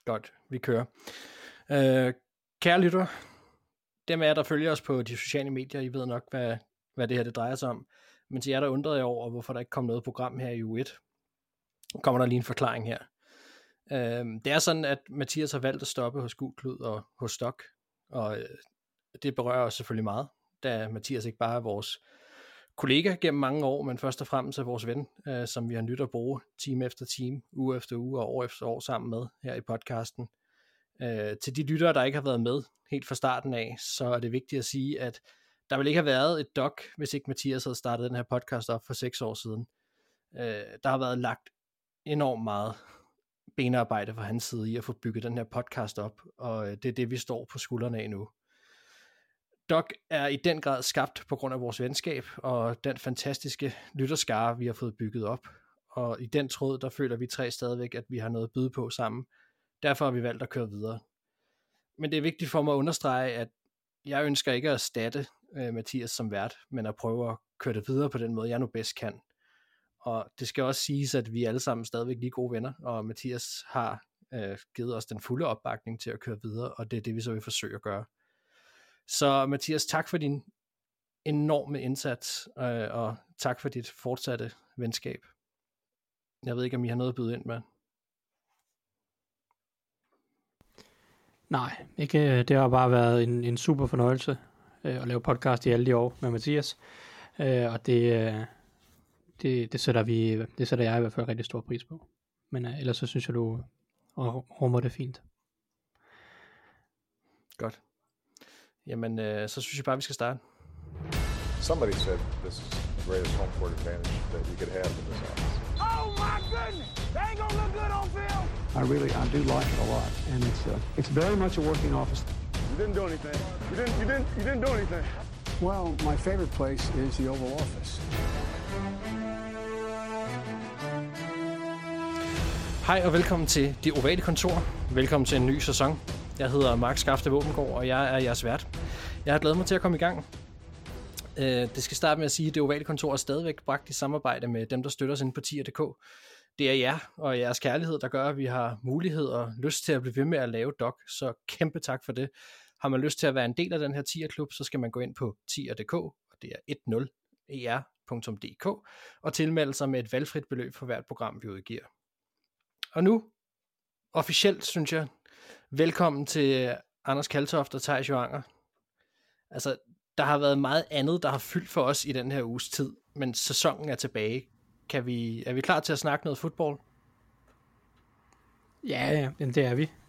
Godt, vi kører. Kære lytter, dem af jer, der følger os på de sociale medier, I ved nok, hvad det her det drejer sig om. Men til jer, der undrede jer over, hvorfor der ikke kom noget program her i uge 1, kommer der lige en forklaring her. Det er sådan, at Mathias har valgt at stoppe hos Gul Klud og hos Stok, og det berører os selvfølgelig meget, da Mathias ikke bare er vores kollega gennem mange år, men først og fremmest er vores ven, som vi har nydt at bruge time efter time, uge efter uge og år efter år sammen med her i podcasten. Til de lyttere, der ikke har været med helt fra starten af, så er det vigtigt at sige, at der ville ikke have været et dok, hvis ikke Mathias havde startet den her podcast op for 6 år siden. Der har været lagt enormt meget benarbejde fra hans side i at få bygget den her podcast op, og det er det, vi står på skuldrene af nu. Doc er i den grad skabt på grund af vores venskab og den fantastiske lytterskare, vi har fået bygget op. Og i den tråd, der føler vi 3 stadigvæk, at vi har noget at byde på sammen. Derfor har vi valgt at køre videre. Men det er vigtigt for mig at understrege, at jeg ønsker ikke at erstatte Mathias som vært, men at prøve at køre det videre på den måde, jeg nu bedst kan. Og det skal også siges, at vi alle sammen stadigvæk lige gode venner, og Mathias har givet os den fulde opbakning til at køre videre, og det er det, vi så vil forsøge at gøre. Så Mathias, tak for din enorme indsats, og tak for dit fortsatte venskab. Jeg ved ikke, om I har noget at byde ind med. Nej, ikke. Det har bare været en super fornøjelse at lave podcast i alle de år med Mathias, og det sætter jeg i hvert fald rigtig stor pris på. Men ellers så synes jeg, du rummer det fint. Godt. Jamen, så synes jeg bare, vi skal starte. Somebody said this is the greatest home court advantage that you could have in this office. Oh my goodness! They ain't gonna look good on film. I do like it a lot, and it's very much a working office. You didn't do anything. You didn't do anything. Well, my favorite place is the Oval Office. Hej og velkommen til Det Ovale Kontor. Velkommen til en ny sæson. Jeg hedder Mark Skafte Våbengård, og jeg er jeres vært. Jeg har glædet mig til at komme i gang. Det skal starte med at sige, at Det Ovale Kontor er stadigvæk bragt i samarbejde med dem, der støtter os inde på tier.dk. Det er jer og jeres kærlighed, der gør, at vi har mulighed og lyst til at blive ved med at lave doc, så kæmpe tak for det. Har man lyst til at være en del af den her tierklub, så skal man gå ind på tier.dk, og det er 10er.dk, og tilmelde sig med et valgfrit beløb for hvert program, vi udgiver. Og nu, officielt synes jeg, velkommen til Anders Kaltoft og Theis Joanger. Altså, der har været meget andet, der har fyldt for os i den her uges tid, men sæsonen er tilbage. Er vi klar til at snakke noget fodbold? Ja, det er vi.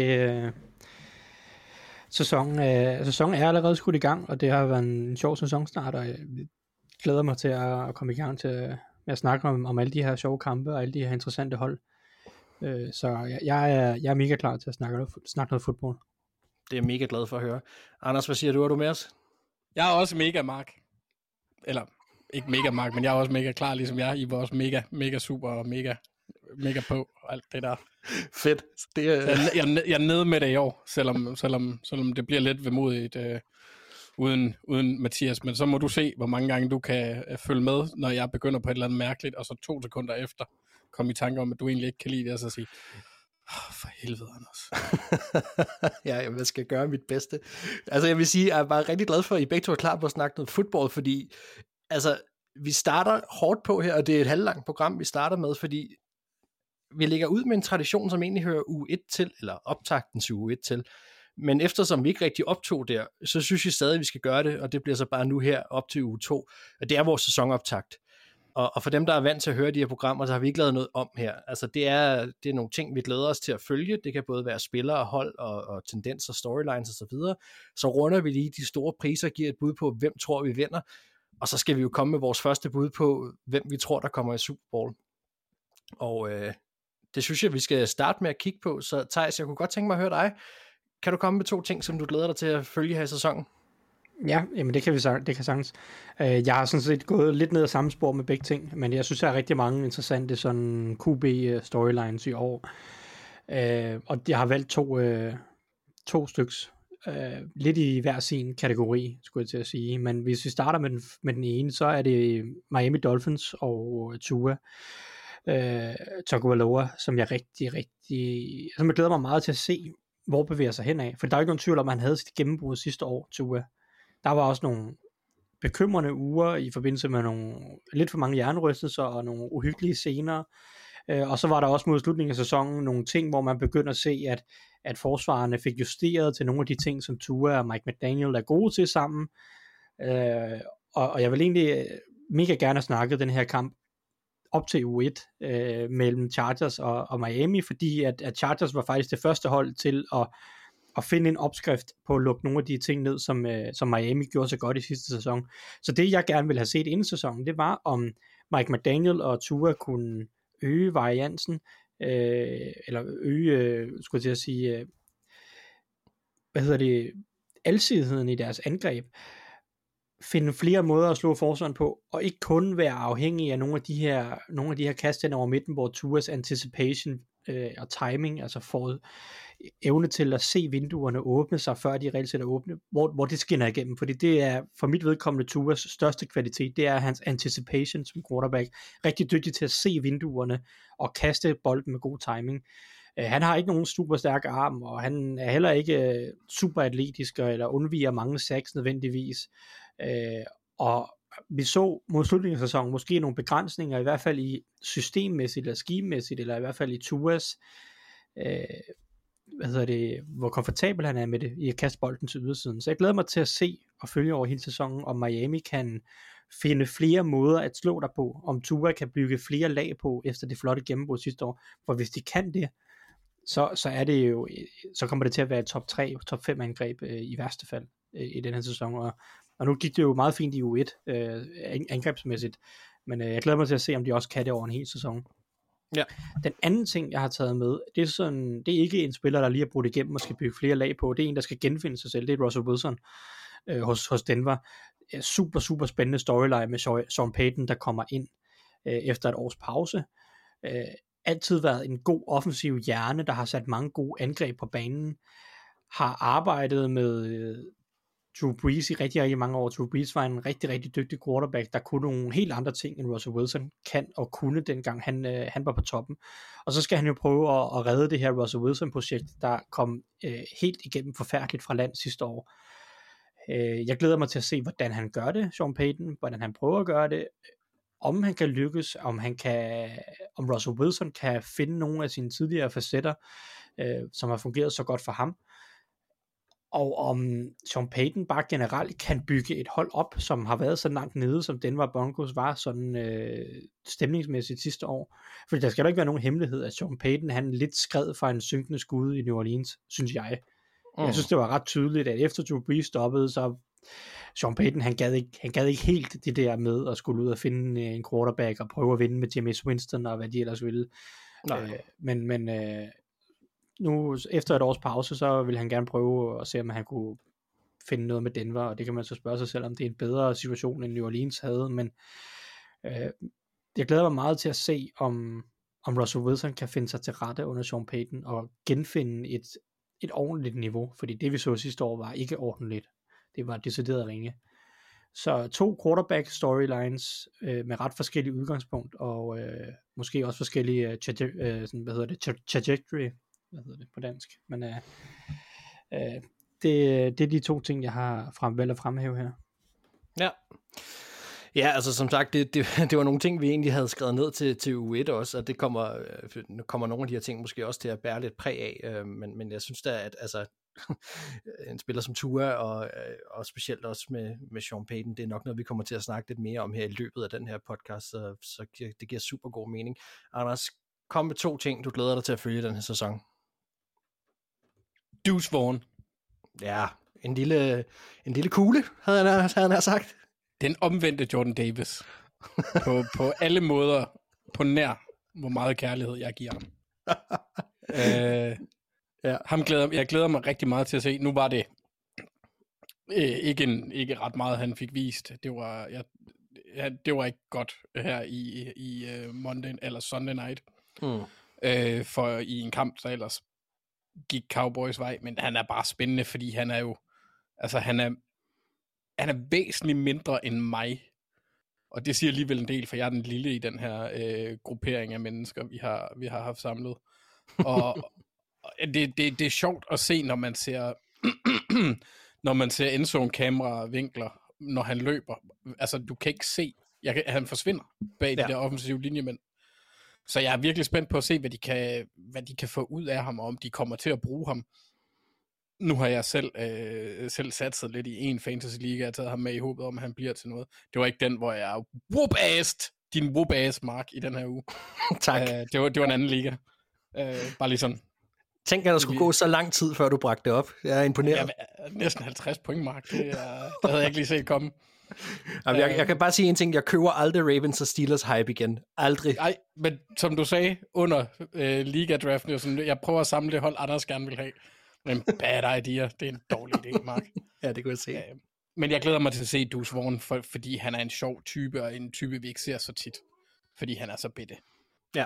Sæsonen er allerede skudt i gang, og det har været en sjov sæsonstart, og jeg glæder mig til at komme i gang med at snakke om alle de her sjove kampe og alle de her interessante hold. Så jeg er mega klar til at snakke noget fodbold. Det er jeg mega glad for at høre. Anders, hvad siger du? Er du med os? Jeg er også mega Mark. Eller ikke mega Mark, men jeg er også mega klar, ligesom jeg. I var også mega super og mega på og alt det der. Fedt. Det er... jeg er nede med det i år, selvom det bliver lidt vemodigt uden Mathias. Men så må du se, hvor mange gange du kan følge med, når jeg begynder på et eller andet mærkeligt, og så 2 sekunder efter komme i tanke om, at du egentlig ikke kan lide det, og så sige, for helvede, Anders. Ja, jeg skal gøre mit bedste. Altså, jeg vil sige, jeg er bare rigtig glad for, at I begge to er klar på at snakke noget fodbold, fordi altså, vi starter hårdt på her, og det er et halvlangt program, vi starter med, fordi vi lægger ud med en tradition, som egentlig hører uge 1 til, eller optakten til uge 1 til, men eftersom vi ikke rigtig optog der, så synes jeg stadig, at vi skal gøre det, og det bliver så bare nu her op til uge 2, og det er vores sæsonoptakt. Og for dem, der er vant til at høre de her programmer, så har vi ikke lavet noget om her. Altså det er nogle ting, vi glæder os til at følge. Det kan både være spillere, hold og tendenser, storylines osv. Så runder vi lige de store priser og giver et bud på, hvem tror vi vinder. Og så skal vi jo komme med vores første bud på, hvem vi tror, der kommer i Super Bowl. Og det synes jeg, vi skal starte med at kigge på. Så Theis, jeg kunne godt tænke mig at høre dig. Kan du komme med 2 ting, som du glæder dig til at følge her i sæsonen? Ja, jamen det kan sagtens. Jeg har sådan set gået lidt ned ad samme spor med begge ting, men jeg synes, der er rigtig mange interessante sådan QB-storylines i år. Og jeg har valgt to styks, lidt i hver sin kategori, skulle jeg til at sige. Men hvis vi starter med den ene, så er det Miami Dolphins og Tua. Tagovailoa, som jeg som jeg glæder mig meget til at se, hvor bevæger sig hen af. For der er jo ikke nogen tvivl om, at han havde sit gennembrud sidste år, Tua. Der var også nogle bekymrende uger i forbindelse med nogle lidt for mange hjernerystelser og nogle uhyggelige scener. Og så var der også mod slutningen af sæsonen nogle ting, hvor man begynder at se, at forsvarerne fik justeret til nogle af de ting, som Tua og Mike McDaniel er gode til sammen. Og jeg vil egentlig mega gerne have snakket den her kamp op til U1 mellem Chargers og Miami, fordi at Chargers var faktisk det første hold til at finde en opskrift på at lukke nogle af de ting ned, som Miami gjorde så godt i sidste sæson. Så det jeg gerne ville have set inden sæsonen, det var om Mike McDaniel og Tua kunne øge variansen, eller øge, skulle jeg til at sige, alsidigheden i deres angreb, finde flere måder at slå forsvaren på, og ikke kun være afhængig af nogle af de her kast hen over midten, hvor Tuas anticipation og timing, altså får evne til at se vinduerne åbne sig, før de reelt set er åbne, hvor det skinner igennem, fordi det er for mit vedkommende Tuas største kvalitet, det er hans anticipation som quarterback, rigtig dygtig til at se vinduerne og kaste bolden med god timing. Han har ikke nogen super stærk arm, og han er heller ikke super atletisk, eller undviger mange sacks nødvendigvis. Og vi så mod slutningen af sæsonen måske nogle begrænsninger, i hvert fald i systemmæssigt, eller schememæssigt, eller i hvert fald i Tuas, hvor komfortabel han er med det, i at kaste bolden til ydersiden. Så jeg glæder mig til at se og følge over hele sæsonen, om Miami kan finde flere måder at slå dig på, om Tua kan bygge flere lag på, efter det flotte gennembrud sidste år, for hvis de kan det, så er det jo, så kommer det til at være et top 3, top 5 angreb i værste fald i den her sæson, og nu gik det jo meget fint i U1 angrebsmæssigt, men jeg glæder mig til at se, om de også kan det over en hel sæson. Ja. Den anden ting, jeg har taget med, det er ikke en spiller, der lige har brudt igennem og skal bygge flere lag på, det er en, der skal genfinde sig selv, det er Russell Wilson hos Denver. Super, super spændende storyline med Sean Payton, der kommer ind efter et års pause. Altid været en god offensiv hjerne, der har sat mange gode angreb på banen, har arbejdet med Drew Brees i rigtig, rigtig mange år. Drew Brees var en rigtig, rigtig dygtig quarterback, der kunne nogle helt andre ting, end Russell Wilson kan og kunne, dengang han var på toppen. Og så skal han jo prøve at redde det her Russell Wilson-projekt, der kom helt igennem forfærdeligt fra land sidste år. Jeg glæder mig til at se, hvordan han gør det, Sean Payton, hvordan han prøver at gøre det, om han kan lykkes, om Russell Wilson kan finde nogle af sine tidligere facetter, som har fungeret så godt for ham, og om Sean Payton bare generelt kan bygge et hold op, som har været så langt nede, som Denver Broncos var sådan stemningsmæssigt sidste år. Fordi der skal da ikke være nogen hemmelighed, at Sean Payton, han lidt skred fra en synkende skude i New Orleans, synes jeg. Jeg synes, det var ret tydeligt, at efter Drew Brees stoppede, så Sean Payton, han gad ikke helt det der med at skulle ud og finde en quarterback og prøve at vinde med Jameis Winston og hvad de ellers ville. Men nu efter et års pause, så vil han gerne prøve at se, om han kunne finde noget med Denver, og det kan man så spørge sig selv, om det er en bedre situation, end New Orleans havde, men jeg glæder mig meget til at se, om Russell Wilson kan finde sig til rette under Sean Payton, og genfinde et ordentligt niveau, fordi det vi så sidste år var ikke ordentligt, det var decideret ringe. Så 2 quarterback storylines med ret forskellige udgangspunkt, og måske også forskellige trajectory, på dansk, men det er de 2 ting, jeg har valgt at fremhæve her. Ja, altså som sagt, det var nogle ting, vi egentlig havde skrevet ned til U1 også, og det kommer nogle af de her ting måske også til at bære lidt præg af, men jeg synes da, at altså, en spiller som Tua, og specielt også med Sean Payton, det er nok noget, vi kommer til at snakke lidt mere om her i løbet af den her podcast, så det giver super god mening. Anders, kom med 2 ting, du glæder dig til at følge den her sæson. Deuce Vaughn. Ja, en lille kugle, havde han sagt. Den omvendte Jordan Davis. på alle måder, på nær, hvor meget kærlighed jeg giver ham. Jeg glæder mig rigtig meget til at se. Nu var det ikke ret meget, han fik vist. Det var ikke godt her i Monday eller Sunday night. For i en kamp, så ellers gik Cowboys vej, men han er bare spændende, fordi han er jo, altså han er væsentligt mindre end mig, Og det siger alligevel en del, for jeg er den lille i den her gruppering af mennesker, vi har haft samlet. Og det er sjovt at se, når man ser når man ser endzone kamera vinkler, når han løber. Altså, du kan ikke se, han forsvinder bag de der offensive linjemænd. Så jeg er virkelig spændt på at se, hvad de kan få ud af ham, og om de kommer til at bruge ham. Nu har jeg selv satset lidt i en fantasy-liga, jeg har taget ham med i håbet om, at han bliver til noget. Det var ikke den, hvor jeg whoop-assed din whoop-ass, Mark, i den her uge. Tak. Det var en anden liga. Bare lige sådan. Tænk, at der skulle gå så lang tid, før du bragte det op. Jeg er imponeret. Næsten 50 point, Mark. Det havde jeg ikke lige set komme. Jeg kan bare sige en ting. Jeg køber aldrig Ravens og Steelers hype igen. Aldrig. Nej, men som du sagde under liga-draften, jeg prøver at samle det hold, Anders gerne vil have. Men bad idea. Det er en dårlig idé, Mark. Ja, det kunne jeg se. Men jeg glæder mig til at se Deuce Vaughn, fordi han er en sjov type, og en type, vi ikke ser så tit. Fordi han er så bitte. Ja.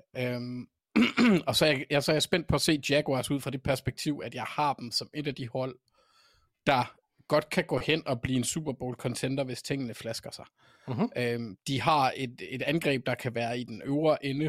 Og så er jeg spændt på at se Jaguars ud fra det perspektiv, at jeg har dem som et af de hold, der godt kan gå hen og blive en Super Bowl contender, hvis tingene flasker sig. Uh-huh. De har et angreb, der kan være i den øvre ende,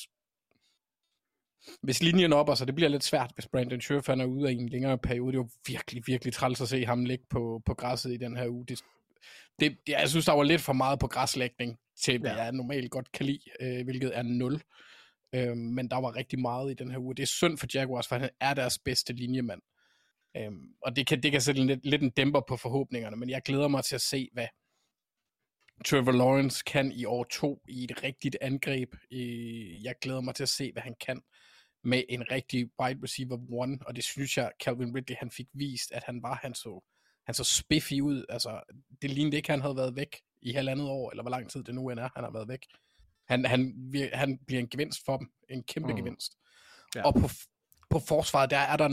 hvis linjen op, så det bliver lidt svært, hvis Brandon Scherf er ude af en længere periode. Det er jo virkelig, virkelig træls at se ham ligge på græsset i den her uge. Jeg synes, der var lidt for meget på græslægning til, hvad jeg normalt godt kan lide, hvilket er 0. Men der var rigtig meget i den her uge. Det er synd for Jaguars, for han er deres bedste linjemand. Og det kan sætte lidt en dæmper på forhåbningerne, men jeg glæder mig til at se, hvad Trevor Lawrence kan i år 2 i et rigtigt angreb. Jeg glæder mig til at se, hvad han kan med en rigtig wide receiver 1, og det synes jeg, Calvin Ridley, han fik vist, at han så spiffy ud. Altså, det lignede ikke, han havde været væk i 1,5 år, eller hvor lang tid det nu end er, han har været væk. Han bliver en gevinst for dem, en kæmpe gevinst. Ja. Og på forsvaret, der er der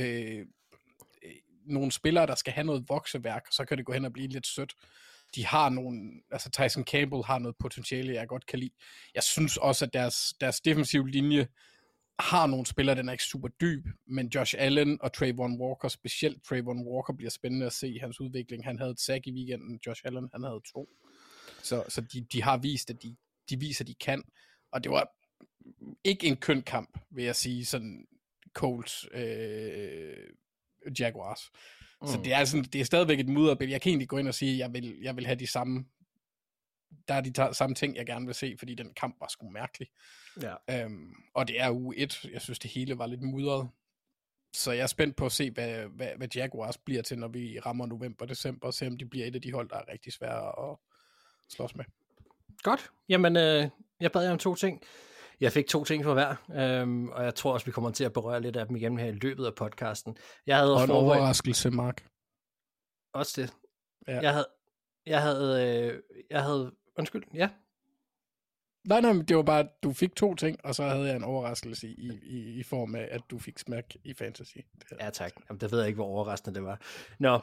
nogle spillere, der skal have noget vokseværk, så kan det gå hen og blive lidt sødt. De har altså Tyson Campbell har noget potentiale, jeg godt kan lide. Jeg synes også, at deres defensive linje har nogle spillere, den er ikke super dyb, men Josh Allen og Trayvon Walker, specielt Trayvon Walker, bliver spændende at se i hans udvikling. Han havde et sack i weekenden, Josh Allen, han havde 2. Så de har vist, at de viser, de kan. Og det var ikke en køn kamp, vil jeg sige, sådan Colts Jaguars. Så det er stadigvæk et mudderbillede. Jeg kan egentlig gå ind og sige, at jeg vil have de samme, der er de samme ting, jeg gerne vil se, fordi den kamp var sgu mærkelig. Ja. Og det er uge 1. Jeg synes, det hele var lidt mudret. Så jeg er spændt på at se, hvad Jaguars bliver til, når vi rammer november og december, og se om de bliver et af de hold, der er rigtig svære at slås med. Godt. Jamen, jeg bad jer om 2 ting. Jeg fik 2 ting for hver, og jeg tror også, vi kommer til at berøre lidt af dem igen her i løbet af podcasten. Jeg havde og en overraskelse, Mark. Også det. Ja. Jeg havde undskyld, ja. Nej, men det var bare, at du fik 2 ting, og så havde jeg en overraskelse i form af, at du fik smæk i fantasy. Ja, tak. Jamen, det ved jeg ikke, hvor overraskende det var. Nå,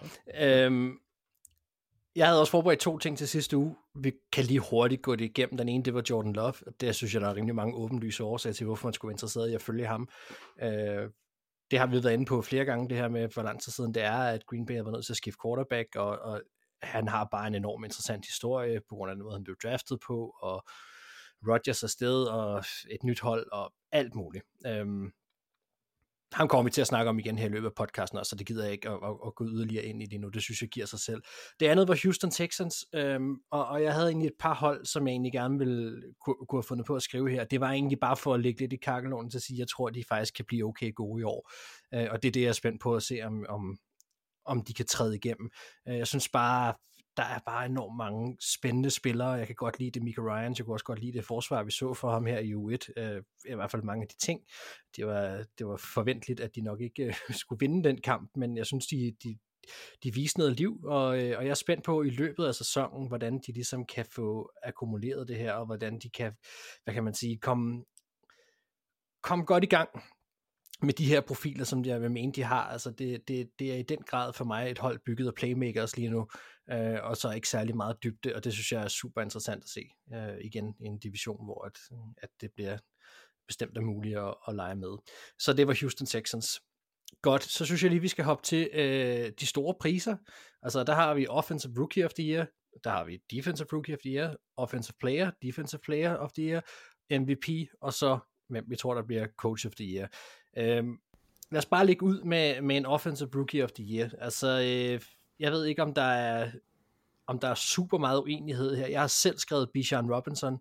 jeg havde også forberedt 2 ting til sidste uge. Vi kan lige hurtigt gå det igennem. Den ene, det var Jordan Love. Det synes jeg, der er rimelig mange åbenlyse årsager til, hvorfor man skulle være interesseret i at følge ham. Det har vi været inde på flere gange, det her med, hvor lang tid siden det er, at Green Bay har været nødt til at skifte quarterback, og han har bare en enorm interessant historie, på grund af den måde, han blev draftet på, og Rodgers er sted, og et nyt hold, og alt muligt. Ham kommer vi til at snakke om igen her i løbet af podcasten også, så det gider jeg ikke at gå yderligere ind i det nu. Det synes jeg giver sig selv. Det andet var Houston Texans, og jeg havde egentlig et par hold, som jeg egentlig gerne ville kunne have fundet på at skrive her. Det var egentlig bare for at lægge lidt i kakkelovnen til at sige, at jeg tror, at de faktisk kan blive okay gode i år. Og det er det, jeg er spændt på at se, om de kan træde igennem. Jeg synes bare, der er bare enormt mange spændende spillere. Jeg kan godt lide det Mika Ryans, jeg kunne også godt lide det forsvar, vi så for ham her i U1. I hvert fald mange af de ting. Det var forventeligt, at de nok ikke skulle vinde den kamp, men jeg synes, de viste noget liv, og jeg er spændt på i løbet af sæsonen, hvordan de ligesom kan få akkumuleret det her, og hvordan de kan, hvad kan man sige, komme godt i gang med de her profiler, som jeg vil mene, de har. Altså det er i den grad for mig et hold bygget af playmakers lige nu, og så ikke særlig meget dybde, og det synes jeg er super interessant at se. Igen i en division, hvor at det bliver bestemt er muligt at lege med. Så det var Houston Texans. Godt, så synes jeg lige, vi skal hoppe til de store priser. Altså der har vi Offensive Rookie of the Year, der har vi Defensive Rookie of the Year, Offensive Player, Defensive Player of the Year, MVP, og så, hvem vi tror, der bliver Coach of the Year. Lad os bare lægge ud med en Offensive Rookie of the Year. Altså, jeg ved ikke, om der er super meget uenighed her. Jeg har selv skrevet Bijan Robinson.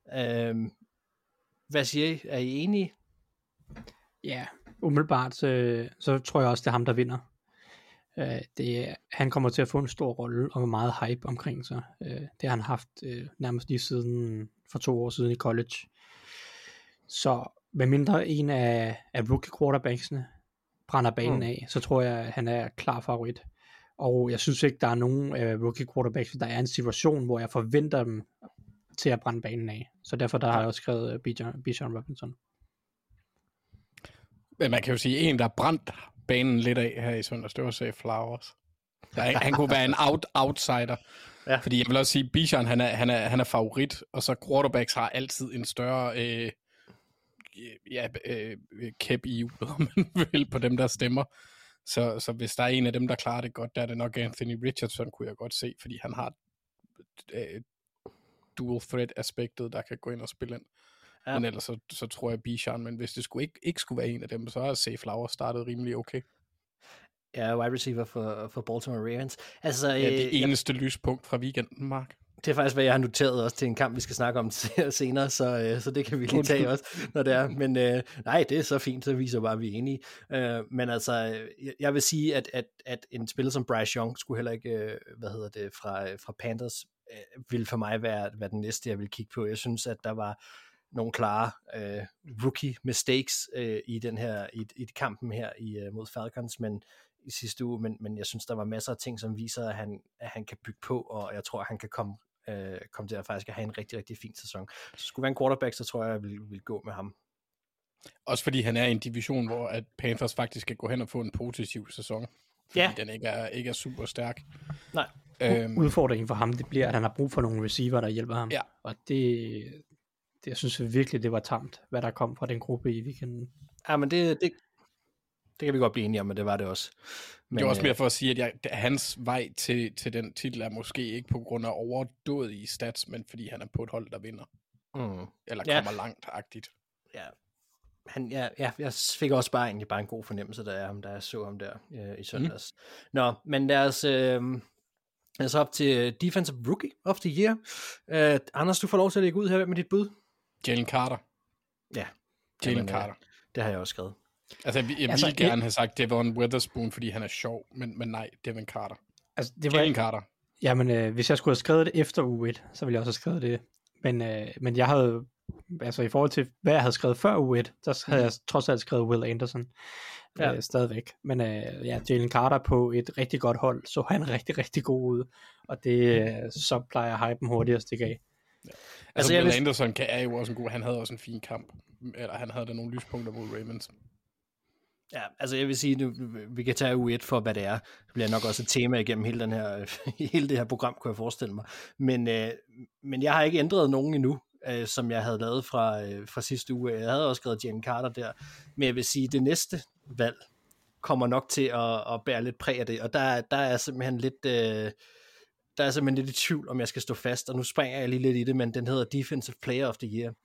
Hvad siger I? Er I enige? Ja, umiddelbart, så tror jeg også, det er ham, der vinder. Han kommer til at få en stor rolle og meget hype omkring sig. Det har han haft nærmest lige siden for 2 år siden i college. Så medmindre en af rookie quarterbacksene brænder banen af, så tror jeg, at han er klar favorit. Og jeg synes ikke, der er nogen rookie quarterbacks, der er en situation, hvor jeg forventer dem til at brænde banen af. Så derfor der har jeg også skrevet Bijan Robinson. Men man kan jo sige, en, der brændt banen lidt af her i søndags, det var Zay Flowers. Han kunne være en outsider. Ja. Fordi jeg vil også sige, Bijan, han er favorit, og så quarterbacks har altid en større kæp i hjulet, om man vil, på dem, der stemmer. Så hvis der er en af dem, der klarer det godt, der er det nok Anthony Richardson, kunne jeg godt se, fordi han har dual threat aspektet, der kan gå ind og spille ind. Ja. Men ellers så tror jeg Bijan, men hvis det ikke skulle være en af dem, så har Zay Flowers startet rimelig okay. Ja, wide receiver for Baltimore Ravens. Altså, det eneste lyspunkt fra weekenden, Mark. Det er faktisk, hvad jeg har noteret også til en kamp, vi skal snakke om senere, så det kan vi lige tage også, når det er. Men nej, det er så fint, så viser bare, at vi er enige. Men altså, jeg vil sige, at en spiller som Bryce Young skulle heller ikke, fra Panthers, ville for mig være den næste, jeg vil kigge på. Jeg synes, at der var nogle klare rookie mistakes i den her i kampen her mod Falcons, men i sidste uge, men jeg synes, der var masser af ting, som viser, at han kan bygge på, og jeg tror, at han kan komme til at faktisk have en rigtig, rigtig fin sæson. Så skulle være en quarterback, så tror jeg vil gå med ham. Også fordi han er i en division, hvor at Panthers faktisk skal gå hen og få en positiv sæson. Fordi den ikke er super stærk. Nej. Udfordringen for ham, det bliver, at han har brug for nogle receiver, der hjælper ham. Ja. Og det jeg synes virkelig, det var tamt, hvad der kom fra den gruppe i weekenden. Ja, men det kan vi godt blive enige om, men det var det også. Men, det er også mere for at sige, at hans vej til den titel er måske ikke på grund af overdåd i stats, men fordi han er på et hold, der vinder. Eller kommer langt-agtigt. Ja. Jeg fik også bare en god fornemmelse, da jeg så ham der i søndags. Nå, men lad os op til Defensive Rookie of the Year. Anders, du får lov til at lægge ud her med dit bud. Jalen Carter. Ja. Jalen Carter. Det har jeg også skrevet. Altså, jeg ville gerne have sagt Devon Witherspoon, fordi han er sjov, men nej, Devin Carter. Altså, Jalen Carter. Jamen, hvis jeg skulle have skrevet det efter U1, så ville jeg også have skrevet det. Men jeg havde, altså i forhold til, hvad jeg havde skrevet før U1, så havde jeg trods alt skrevet Will Anderson. Stadigvæk. Men Jalen Carter på et rigtig godt hold, så han rigtig, rigtig god ud. Og så plejer hypen hurtigt at stikke af. Ja. Altså Will Anderson er jo også en god, han havde også en fin kamp. Eller han havde da nogle lyspunkter mod Ravens. Ja, altså jeg vil sige, vi kan tage U1 for, hvad det er. Det bliver nok også et tema igennem hele det her program, kunne jeg forestille mig. Men jeg har ikke ændret nogen endnu, som jeg havde lavet fra sidste uge. Jeg havde også skrevet Jalen Carter der. Men jeg vil sige, det næste valg kommer nok til at bære lidt præg af det. Og der er simpelthen lidt i tvivl, om jeg skal stå fast. Og nu springer jeg lige lidt i det, men den hedder Defensive Player of the Year.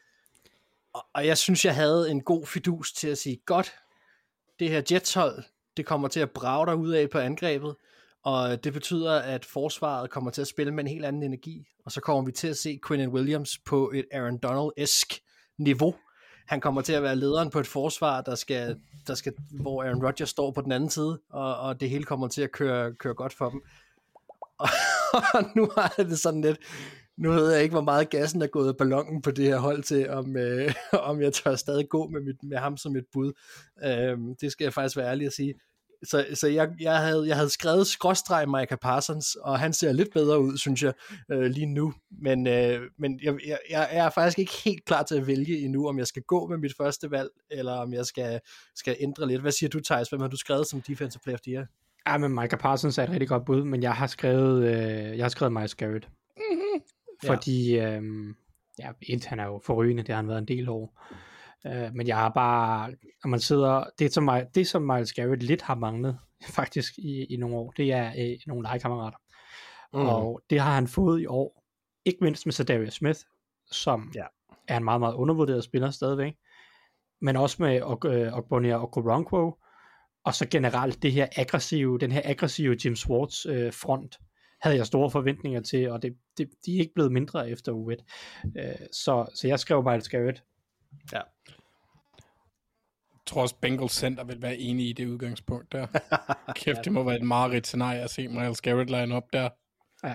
Og jeg synes, jeg havde en god fidus til at sige, godt, det her Jets-hold, det kommer til at brage dig ud af på angrebet, og det betyder, at forsvaret kommer til at spille med en helt anden energi, og så kommer vi til at se Quinnen Williams på et Aaron Donald-esk niveau. Han kommer til at være lederen på et forsvar, der skal hvor Aaron Rodgers står på den anden side, og det hele kommer til at køre godt for dem. Og nu har jeg det sådan lidt, nu ved jeg ikke, hvor meget gassen er gået af ballonen på det her hold til, om jeg tør stadig gå med ham som et bud. Det skal jeg faktisk være ærlig at sige. Så jeg havde skrevet skråstreg Micah Parsons, og han ser lidt bedre ud, synes jeg, lige nu. Men jeg er faktisk ikke helt klar til at vælge endnu, om jeg skal gå med mit første valg, eller om jeg skal ændre lidt. Hvad siger du, Theis? Hvem har du skrevet som Defensive Player of the Year? Ja, men Micah Parsons er et rigtig godt bud, men jeg har skrevet Myles Garrett. Mm-hmm. Fordi, han er jo forrygende, det har han været en del år. Men jeg har bare, når man sidder, det som Myles Garrett lidt har manglet, faktisk i nogle år, det er nogle legekammerater. og det har han fået i år. Ikke mindst med Zadarius Smith, som er en meget, meget undervurderet spiller stadigvæk, men også med Ogbonnia og Okoronkwo, og så generelt den her aggressive Jim Schwartz front, havde jeg store forventninger til, og de er ikke blevet mindre efter uge 1. Så jeg skrev Myles Garrett. Ja. Jeg tror også, Bengals center vil være enige i det udgangspunkt der. Kæft, det må være et mareridt scenarie at se Myles Garrett line op der. Ja.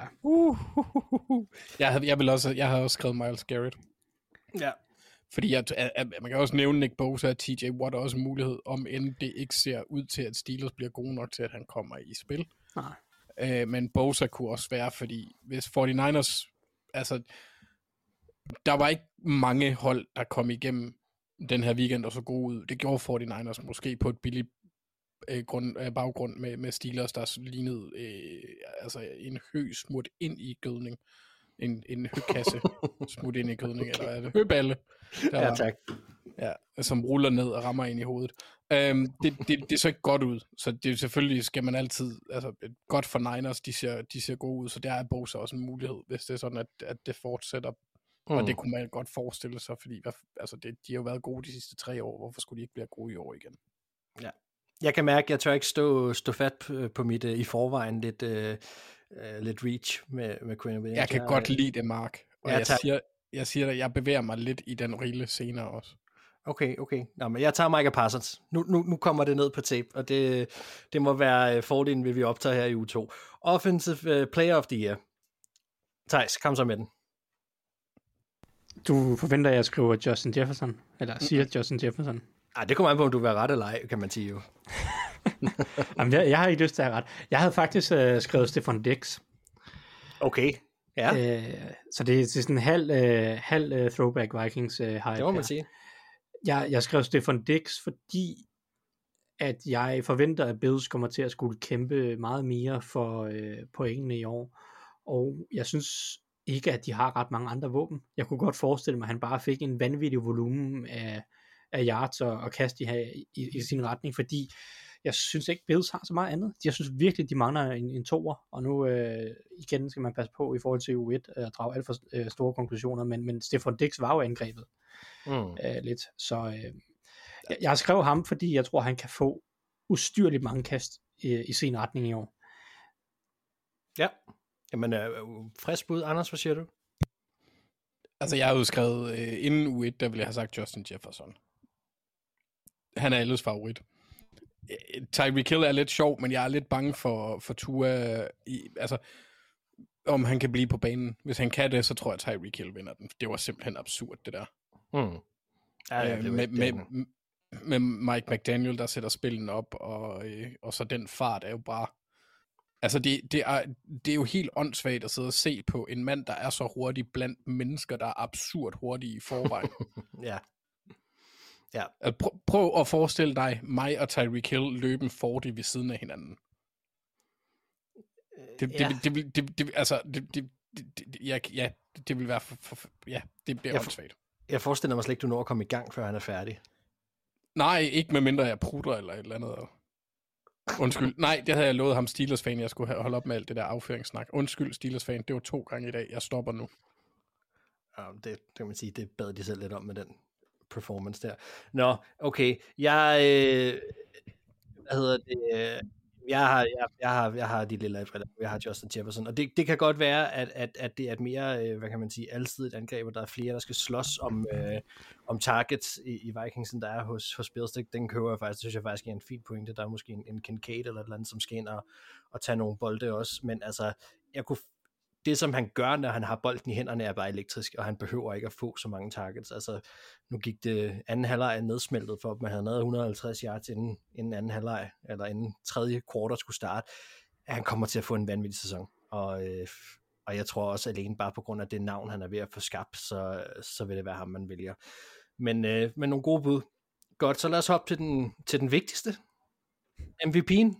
Jeg havde også skrevet Myles Garrett. Ja. Fordi man kan også nævne Nick Bosa og TJ Watt er også en mulighed, om end det ikke ser ud til, at Steelers bliver gode nok til, at han kommer i spil. Nej. Men Bosa kunne også være, fordi hvis 49ers, altså, der var ikke mange hold, der kom igennem den her weekend og så gode ud. Det gjorde 49ers måske på et billigt baggrund med Steelers, der lignede altså en hø smut ind i gødning. En høkasse smut ind i gødning, eller er det høballe? Ja, tak. Ja, som ruller ned og rammer ind i hovedet. Det så ikke godt ud, så det selvfølgelig skal man altid, altså godt for Niners, de ser gode ud, så der er Bosa også en mulighed, hvis det er sådan, at det fortsætter. Og det kunne man godt forestille sig, fordi altså de har jo været gode de sidste 3 år, hvorfor skulle de ikke blive gode i år igen? Ja. Jeg kan mærke, at jeg tør ikke stå fat på mit i forvejen lidt reach med Quinn Williams. Jeg kan godt lide det, Mark. Og jeg siger dig, jeg bevæger mig lidt i den rille senere også. Okay. Nå, men jeg tager Micah Parsons. Nu kommer det ned på tape, og det må være fordelen, ved vi optager her i uge 2. Offensive Player of the Year. Thijs, kom så med den. Du forventer, at jeg skriver Justin Jefferson? Eller siger Justin Jefferson? Ej, det kommer an på, om du vil være ret eller ej, kan man sige jo. Jamen, jeg har ikke lyst til at have ret. Jeg havde faktisk skrevet Stefon Diggs. Okay, ja. Så det er sådan en halv throwback Vikings hype. Det må man sige. Jeg skrev Stefon Diggs, fordi at jeg forventer, at Bills kommer til at skulle kæmpe meget mere for pointene i år. Og jeg synes ikke, at de har ret mange andre våben. Jeg kunne godt forestille mig, at han bare fik en vanvittig volumen af yards og kast i sin retning, fordi jeg synes ikke, Bills har så meget andet. Jeg synes virkelig, de mangler en toer, og nu igen skal man passe på i forhold til U1 at drage alt for store konklusioner, men Stefon Diggs var jo angrebet lidt. Så jeg skrev ham, fordi jeg tror, han kan få ustyrligt mange kast i sin retning i år. Ja. Jamen, frisk bud. Anders, hvad siger du? Altså, jeg har jo skrevet, inden U1, der ville jeg have sagt Justin Jefferson. Han er alles favorit. Tyreek Hill er lidt sjov, men jeg er lidt bange for Tua, altså, om han kan blive på banen. Hvis han kan det, så tror jeg, Tyreek Hill vinder den. Det var simpelthen absurd, det der. Ja, med Mike McDaniel, der sætter spillen op, og så den fart er jo bare... Altså, det er jo helt åndssvagt at sidde og se på en mand, der er så hurtig blandt mennesker, der er absurd hurtige i forvejen. Ja. Prøv at forestille dig mig og Tyreek Hill løben 40 ved siden af hinanden. Det vil være det bliver åndssvagt. Jeg forestiller mig slet ikke, du når at komme i gang, før han er færdig. Nej, ikke med mindre jeg prutter eller et eller andet. Undskyld. Nej, det havde jeg lovet ham Steelers-fan, jeg skulle holde op med alt det der afføringssnak. Undskyld, Steelers-fan, det var 2 gange i dag. Jeg stopper nu. Ja, det kan man sige, det bad de selv lidt om med den performance der. Nå, okay. Jeg har de lille briller. Jeg har Justin Jefferson, og det kan godt være, at det er et mere, hvad kan man sige, alsidigt angreb, og der er flere, der skal slås om targets i Vikings, end der er hos Bills. Den køber jeg faktisk, det synes jeg faktisk er en fin pointe. Der er måske en Kincaid eller et eller andet, som skal ind og tage nogle bolde også, men altså, det som han gør, når han har bolden i hænderne, er bare elektrisk, og han behøver ikke at få så mange targets. Altså, nu gik det anden halvleg nedsmeltet for, at man havde nået 150 yards inden anden halvleg, eller inden tredje kvartal skulle starte. Han kommer til at få en vanvittig sæson, og jeg tror også alene bare på grund af det navn, han er ved at få skabt, så vil det være ham, man vælger. Men nogle gode bud. Godt, så lad os hoppe til den vigtigste. MVP'en.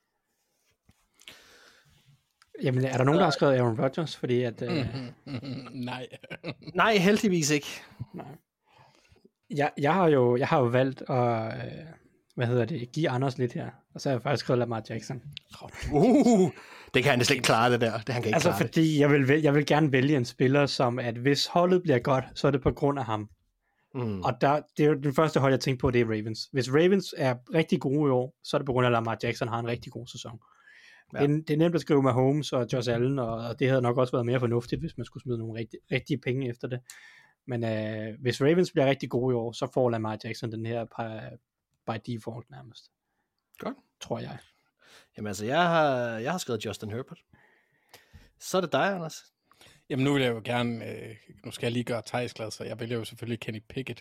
Jamen, er der nogen, der har skrevet Aaron Rodgers? Fordi at... Nej. Nej, heldigvis ikke. Nej. Jeg har jo valgt give Anders lidt her. Og så har jeg faktisk skrevet Lamar Jackson. Det kan han slet ikke klare det der. Han kan ikke Altså klare fordi jeg vil gerne vælge en spiller, som at hvis holdet bliver godt, så er det på grund af ham. Og det er jo den første hold, jeg tænkte på, det er Ravens. Hvis Ravens er rigtig gode i år, så er det på grund af, at Lamar Jackson har en rigtig god sæson. Ja. Det er nemt at skrive Mahomes og Josh Allen, og det havde nok også været mere fornuftigt, hvis man skulle smide nogle rigtige penge efter det. Men hvis Ravens bliver rigtig gode i år, så får Lamar Jackson den her by default nærmest. Godt. Tror jeg. Jamen altså, jeg har skrevet Justin Herbert. Så er det dig, Anders. Jamen nu vil jeg jo gerne, nu skal jeg lige gøre Theis glad, så jeg vælger jo selvfølgelig Kenny Pickett.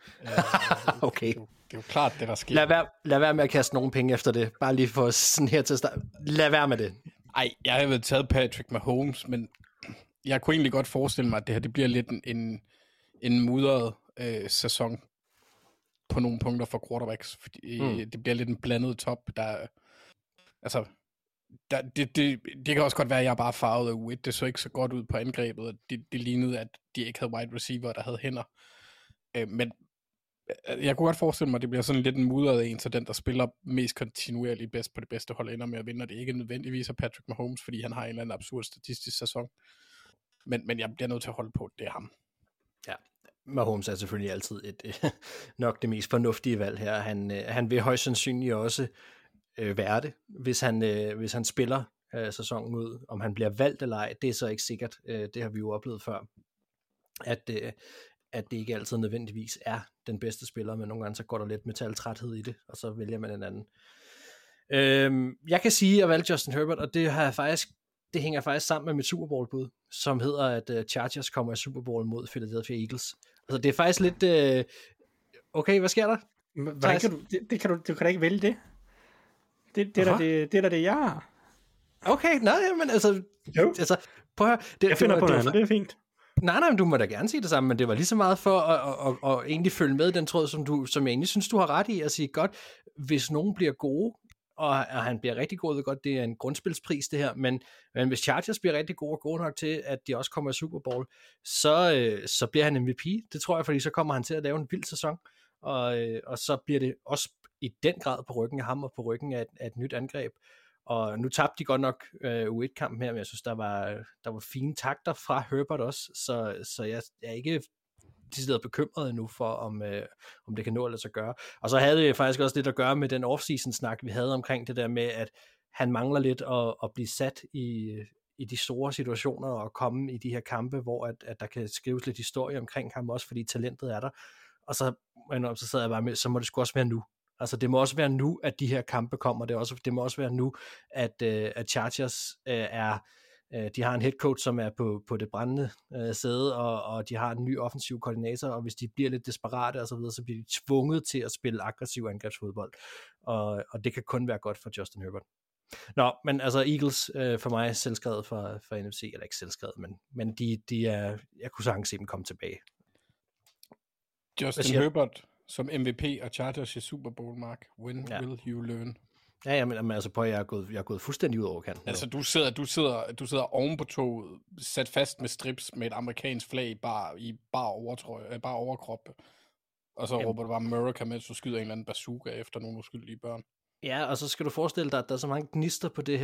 Okay. Det er jo klart, det der sker. Lad være med at kaste nogle penge efter det. Bare lige for sådan her til start. Lad være med det. Ej, jeg har været taget Patrick Mahomes, men jeg kunne egentlig godt forestille mig, at det her det bliver lidt en mudret sæson på nogle punkter for quarterbacks, fordi det bliver lidt en blandet top, der altså det kan også godt være, at jeg bare farvet af Witt. Det så ikke så godt ud på angrebet, og det lignede, at de ikke havde wide receiver, der havde hænder. Men jeg kunne godt forestille mig, at det bliver sådan lidt en mudret en, så den, der spiller mest kontinuerligt bedst på det bedste hold, ender med at vinde, og det er ikke nødvendigvis af Patrick Mahomes, fordi han har en eller anden absurd statistisk sæson. Men jeg bliver nødt til at holde på, at det er ham. Ja. Mahomes er selvfølgelig altid nok det mest fornuftige valg her. Han vil højst sandsynligt også være det, hvis han spiller sæsonen ud. Om han bliver valgt eller ej, det er så ikke sikkert. Det har vi jo oplevet før, at det ikke altid nødvendigvis er den bedste spiller, men nogle gange så går der lidt metaltræthed i det, og så vælger man en anden. Jeg kan sige, at jeg valgte Justin Herbert, og det hænger faktisk sammen med mit Super Bowl-bud, som hedder, at Chargers kommer i Super Bowl mod Philadelphia Eagles. Altså det er faktisk lidt... Okay, hvad sker der? Du kan da ikke vælge det. Det er da det, jeg har. Okay, nej, men altså... Jo. Altså, prøv at høre. Jeg finder på noget, det er fint. Nej, du må da gerne sige det samme, men det var lige så meget for at egentlig følge med i den tråd, som jeg egentlig synes, du har ret i, at sige, godt, hvis nogen bliver gode, og han bliver rigtig god, det godt, det er en grundspilspris det her, men hvis Chargers bliver rigtig gode og gode nok til, at de også kommer i Super Bowl, så bliver han MVP, det tror jeg, fordi så kommer han til at lave en vild sæson, og så bliver det også i den grad på ryggen af ham, og på ryggen af et nyt angreb. Og nu tabte de godt nok U1-kampen her, men jeg synes, der var fine takter fra Herbert også, så jeg er ikke decideret bekymret endnu for, om det kan nå at lade sig gøre. Og så havde det faktisk også lidt at gøre med den off-season-snak, vi havde omkring det der med, at han mangler lidt at blive sat i de store situationer og komme i de her kampe, hvor at der kan skrives lidt historie omkring ham også, fordi talentet er der. Og så sad jeg bare med, så må det sgu også være nu. Altså det må også være nu, at de her kampe kommer. Det må også være nu, at Chargers de har en head coach, som er på det brændende sæde, og de har en ny offensiv koordinator, og hvis de bliver lidt desperate og så videre, så bliver de tvunget til at spille aggressiv angrebsfodbold. Og det kan kun være godt for Justin Herbert. Nå, men altså Eagles for mig selvskrevet for NFC, eller ikke selvskrevet, men de er, jeg kunne sagtens se dem komme tilbage. Justin Herbert som MVP og Chargers i Super Bowl, Mark. When will you learn? Ja, men altså prøv, jeg er gået fuldstændig ud over kanten. Altså du sidder oven på toget, sat fast med strips med et amerikansk flag bare overkrop, og så råber du bare America, mens du skyder en eller anden bazooka efter nogle uskyldige børn. Ja, og så skal du forestille dig, at der er så mange gnister på det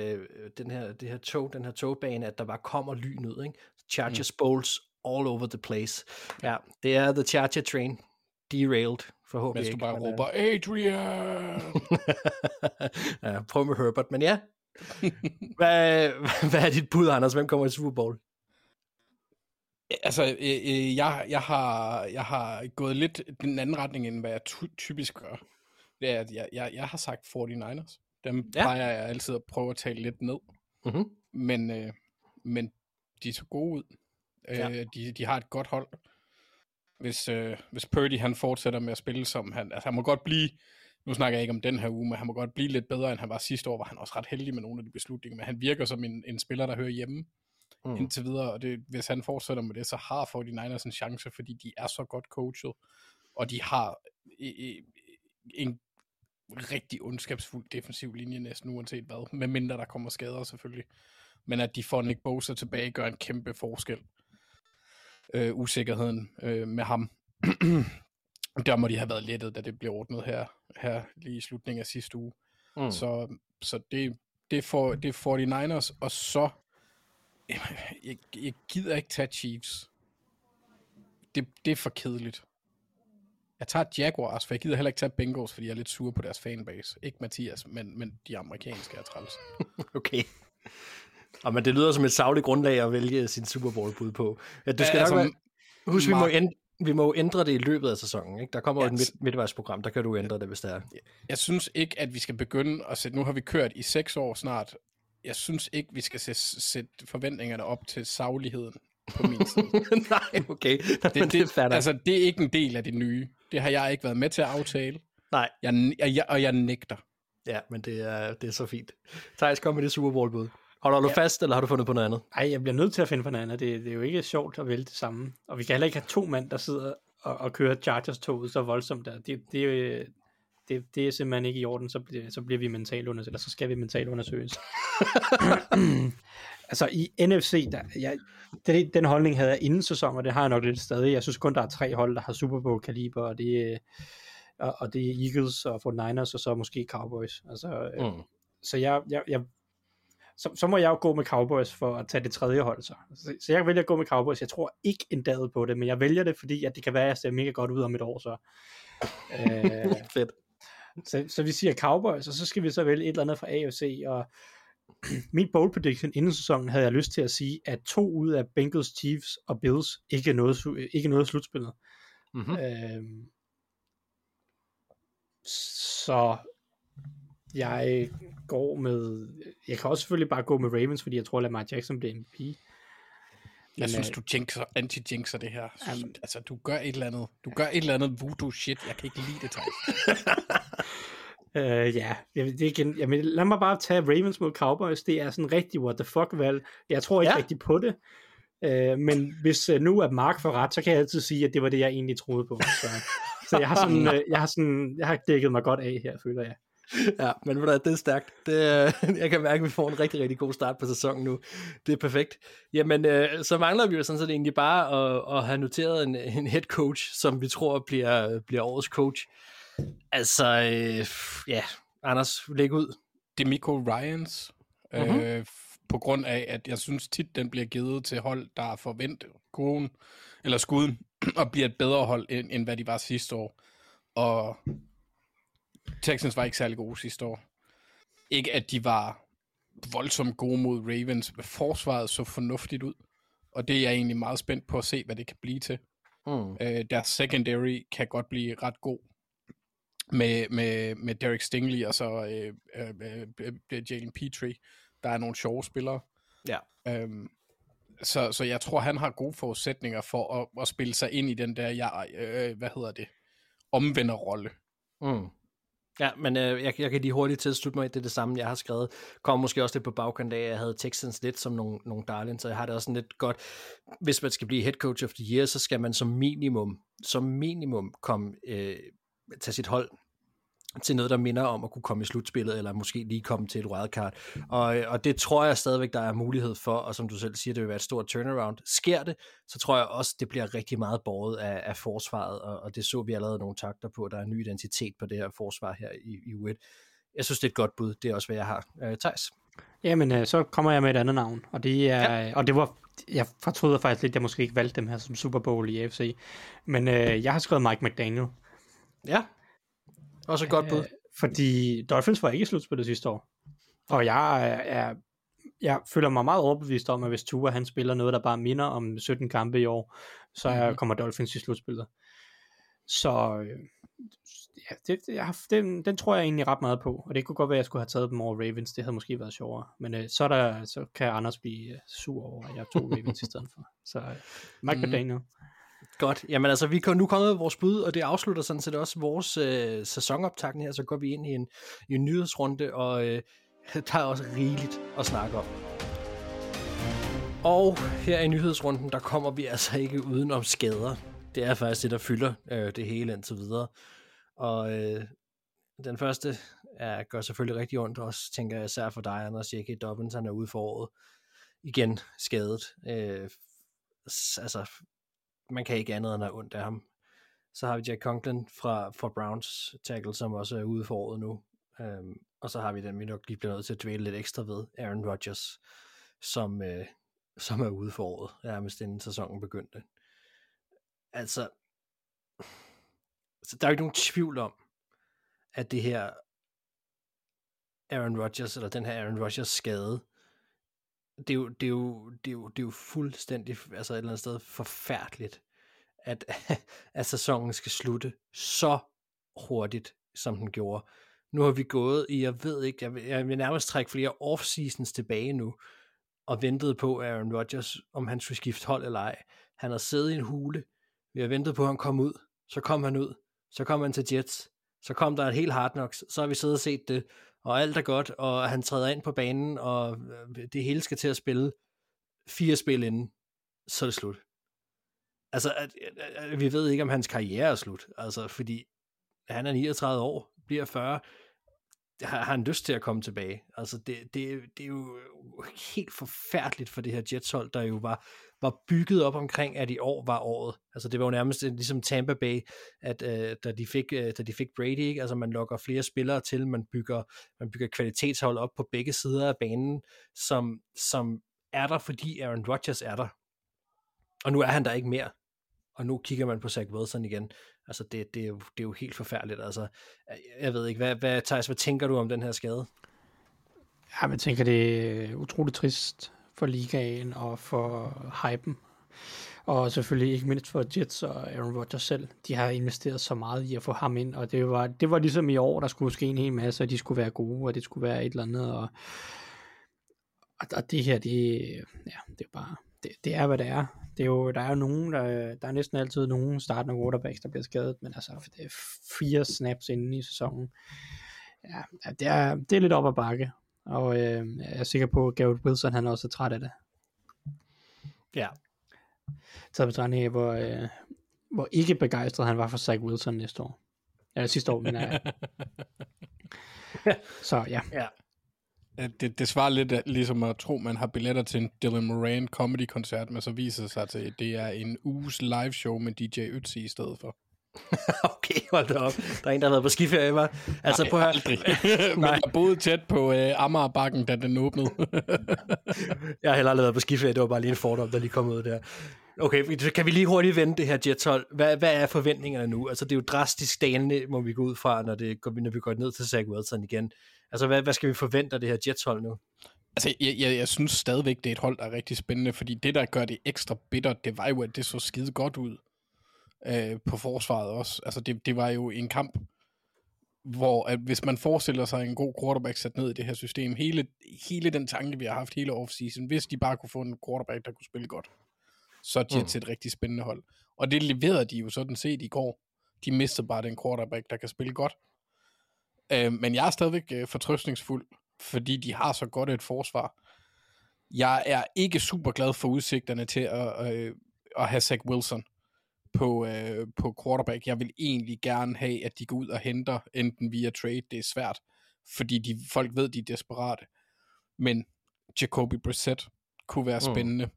her togbane, at der bare kommer lyn ud, ikke? Chargers bowls all over the place. Ja, det er the Charger train. Derailed, forhåbentlig ikke. Mens du bare råber, Adrian! Ja, prøv med Herbert, men ja. Hvad er dit bud, Anders? Hvem kommer i Super Bowl? Altså, jeg har gået lidt den anden retning, end hvad jeg typisk gør. Det er, at jeg har sagt 49ers. Dem plejer jeg altid at prøve at tale lidt ned. Mm-hmm. Men de er så gode ud. De har et godt hold. Hvis Purdy han fortsætter med at spille som han må godt blive, nu snakker jeg ikke om den her uge, men han må godt blive lidt bedre, end han var sidste år, var han også ret heldig med nogle af de beslutninger, men han virker som en spiller, der hører hjemme indtil videre, og hvis han fortsætter med det, så har 49ers en chance, fordi de er så godt coachet, og de har en rigtig ondskabsfuld defensiv linje næsten uanset hvad, medmindre der kommer skader selvfølgelig, men at de får Nick Bosa tilbage, gør en kæmpe forskel. Usikkerheden med ham. Der må de have været lettet, da det blev ordnet her lige i slutningen af sidste uge. Så det får 49ers, og så jeg gider ikke tage Chiefs. Det er for kedeligt. Jeg tager Jaguars, for jeg gider heller ikke tage Bengals, fordi jeg er lidt sur på deres fanbase. Ikke Mathias, men de amerikanske er træls. Okay. Men det lyder som et sagligt grundlag at vælge sin Super Bowl-bud på. Ja, du skal nok husk, vi må ændre det i løbet af sæsonen. Ikke? Der kommer jo et midtvejsprogram, der kan du ændre det, hvis det er. Jeg synes ikke, at vi skal begynde at sætte... Nu har vi kørt i 6 år snart. Jeg synes ikke, vi skal sætte forventningerne op til sagligheden på min side. Nej, okay. Det er ikke en del af det nye. Det har jeg ikke været med til at aftale. Nej. Jeg nægter. Ja, men det er så fint. Thijs, kom med det Super Bowl-bud. Holder du fast, eller har du fundet på noget andet? Nej, jeg bliver nødt til at finde på noget andet. Det er jo ikke sjovt at vælge det samme. Og vi kan heller ikke have 2 mænd, der sidder og kører Chargers-toget så voldsomt der. Det er simpelthen ikke i orden, så bliver vi mentalt undersøgt, eller så skal vi mentalt undersøges. Altså i NFC, den holdning havde jeg inden sæson, og det har jeg nok lidt stadig. Jeg synes kun, der er 3 hold, der har Super Bowl-kaliber, og det er Eagles og 49ers, og så måske Cowboys. Altså, så må jeg jo gå med Cowboys for at tage det 3. hold. Så jeg vælger at gå med Cowboys. Jeg tror ikke en dag på det, men jeg vælger det, fordi at det kan være, at jeg ser mega godt ud om et år. Så. Fedt. Så vi siger Cowboys, og så skal vi så vælge et eller andet fra AFC, og min bold prediction inden sæsonen havde jeg lyst til at sige, at 2 ud af Bengals, Chiefs og Bills ikke nåede slutspillet. Mm-hmm. Så jeg kan også selvfølgelig bare gå med Ravens, fordi jeg tror, at Lamar Jackson bliver MVP. Jeg synes, du anti-jinxer det her. Altså, du gør et eller andet voodoo shit. Jeg kan ikke lide det, Jamen, lad mig bare tage Ravens mod Cowboys. Det er sådan rigtig what the fuck valg. Jeg tror ikke rigtig på det. Men hvis nu at Mark får ret, så kan jeg altid sige, at det var det, jeg egentlig troede på. Så jeg har dækket mig godt af her, føler jeg. Ja, men det er stærkt. Jeg kan mærke, at vi får en rigtig, rigtig god start på sæsonen nu. Det er perfekt. Jamen, så mangler vi jo sådan set egentlig bare at have noteret en head coach, som vi tror bliver årets coach. Altså, Anders, læg ud. DeMeco Ryans. På grund af, at jeg synes tit, den bliver givet til hold, der er forventet skuden, og bliver et bedre hold, end hvad de var sidste år. Og Texans var ikke særlig gode sidste år. Ikke at de var voldsomt gode mod Ravens. Forsvaret så fornuftigt ud. Og det er jeg egentlig meget spændt på at se, hvad det kan blive til. Deres secondary kan godt blive ret god. Med Derek Stingley og så Jalen Petrie. Der er nogle sjove spillere. Ja. Så jeg tror, han har gode forudsætninger for at spille sig ind i den der, omvenderrolle. Ja, men jeg kan lige hurtigt tilslutte mig, det er det samme, jeg har skrevet. Kommer måske også lidt på bagkant af, at jeg havde Texans lidt som nogle darlings, så jeg har det også lidt godt. Hvis man skal blive head coach of the year, så skal man som minimum tage sit hold til noget, der minder om at kunne komme i slutspillet, eller måske lige komme til et wildcard. Og det tror jeg stadigvæk, der er mulighed for, og som du selv siger, det vil være et stort turnaround. Sker det, så tror jeg også, det bliver rigtig meget båret af forsvaret, og det så vi allerede nogle takter på, der er en ny identitet på det her forsvar her i U1. Jeg synes, det er et godt bud, det er også, hvad jeg har. Thijs? Jamen, så kommer jeg med et andet navn, og det er, og det var, jeg fortryder faktisk lidt, at jeg måske ikke valgte dem her som Super Bowl i AFC, men jeg har skrevet Mike McDaniel. Ja. Også et godt bud. Fordi Dolphins var ikke i slutspillet sidste år. Og jeg føler mig meget overbevist om, at hvis Tua han spiller noget, der bare minder om 17 kampe i år, så kommer Dolphins i slutspillet. Så den tror jeg egentlig ret meget på. Og det kunne godt være, at jeg skulle have taget dem over Ravens. Det havde måske været sjovere. Men så kan Anders blive sur over, at jeg tog Ravens i stedet for. Så Mike McDaniel. Godt. Jamen altså, vi er nu kommet med vores bud, og det afslutter sådan set også vores sæsonoptakten her, så går vi ind i en nyhedsrunde, og der er også rigeligt at snakke om. Og her i nyhedsrunden, der kommer vi altså ikke uden om skader. Det er faktisk det, der fylder det hele indtil videre. Og den første gør selvfølgelig rigtig ondt, også tænker jeg især for dig, Anders. J.K. Dobbins, han er ude for året. Igen skadet. Altså, man kan ikke andet end at have ondt af ham. Så har vi Jack Conklin fra Browns tackle, som også er ude for året nu. Og så har vi den, vi nok lige bliver nødt til at dvæle lidt ekstra ved, Aaron Rodgers, som er ude for året, nærmest inden sæsonen begyndte. Altså, der er jo ikke nogen tvivl om, at det her Aaron Rodgers, eller den her Aaron Rodgers skade, det er jo fuldstændig, altså et eller andet sted forfærdeligt, at sæsonen skal slutte så hurtigt, som den gjorde. Nu har vi gået i, jeg ved ikke, jeg vil nærmest trække flere off-seasons tilbage nu, og ventet på Aaron Rodgers, om han skulle skifte hold eller ej. Han har siddet i en hule, vi har ventet på, at han kom ud, så kom han ud, så kom han til Jets, så kom der et helt Hard Knocks, så har vi siddet og set det, og alt er godt, og han træder ind på banen, og det hele skal til at spille 4 spil inden, så er det slut. Altså, vi ved ikke, om hans karriere er slut, altså, fordi han er 39 år, bliver 40, har han lyst til at komme tilbage. Altså, det er jo helt forfærdeligt for det her Jets-hold, der jo var bygget op omkring, at i år var året. Altså, det var jo nærmest ligesom Tampa Bay, at da de fik Brady, ikke? Altså, man lokker flere spillere til, man bygger kvalitetshold op på begge sider af banen, som er der, fordi Aaron Rodgers er der. Og nu er han der ikke mere. Og nu kigger man på Zach Wilson igen. Altså, det er jo helt forfærdeligt. Altså, jeg ved ikke, Theis, hvad tænker du om den her skade? Ja, jeg tænker, det er utroligt trist for ligaen og for hypen. Og selvfølgelig ikke mindst for Jets og Aaron Rodgers selv. De har investeret så meget i at få ham ind, og det var ligesom i år, der skulle ske en hel masse, og de skulle være gode, og det skulle være et eller andet. Og det her, det er bare... Det er, hvad det er. Der er jo nogen, der er næsten altid nogen startende quarterbacks, der bliver skadet, men altså, det er 4 snaps inden i sæsonen. Ja, det er lidt op ad bakke, og jeg er sikker på, at Garrett Wilson, han er også træt af det. Ja. Taget betragtning af, hvor ikke begejstret han var for Zach Wilson næste år. Eller sidste år, men så ja. Ja. Det svarer lidt ligesom at tro, man har billetter til en Dylan Moran comedy-koncert, men så viser det sig til, at det er en uges live show med DJ Ötzi i stedet for. Okay, hold da op. Der er en, der har været på skiferie, var. Altså, nej, aldrig. Men jeg boede tæt på Amagerbakken, da den åbnede. Jeg har heller aldrig været på skiferie, det var bare lige en fordom, der lige kom ud der. Okay, så kan vi lige hurtigt vende det her Jets-hold. Hvad er forventningerne nu? Altså, det er jo drastisk dalende, må vi gå ud fra, når vi går ned til Zach Wilson igen. Altså, hvad skal vi forvente af det her Jets-hold nu? Altså, jeg synes stadigvæk, det er et hold, der er rigtig spændende, fordi det, der gør det ekstra bittert, det var jo, at det så skide godt ud på forsvaret også. Altså, det var jo en kamp, hvor at hvis man forestiller sig en god quarterback sat ned i det her system, hele den tanke, vi har haft hele offseason, hvis de bare kunne få en quarterback, der kunne spille godt, så er Jets et rigtig spændende hold. Og det leverede de jo sådan set i går. De mistede bare den quarterback, der kan spille godt. Men jeg er stadigvæk fortrøstningsfuld, fordi de har så godt et forsvar. Jeg er ikke super glad for udsigterne til at have Zach Wilson på quarterback. Jeg vil egentlig gerne have, at de går ud og henter enten via trade. Det er svært, fordi folk ved, de er desperate. Men Jacoby Brissett kunne være spændende.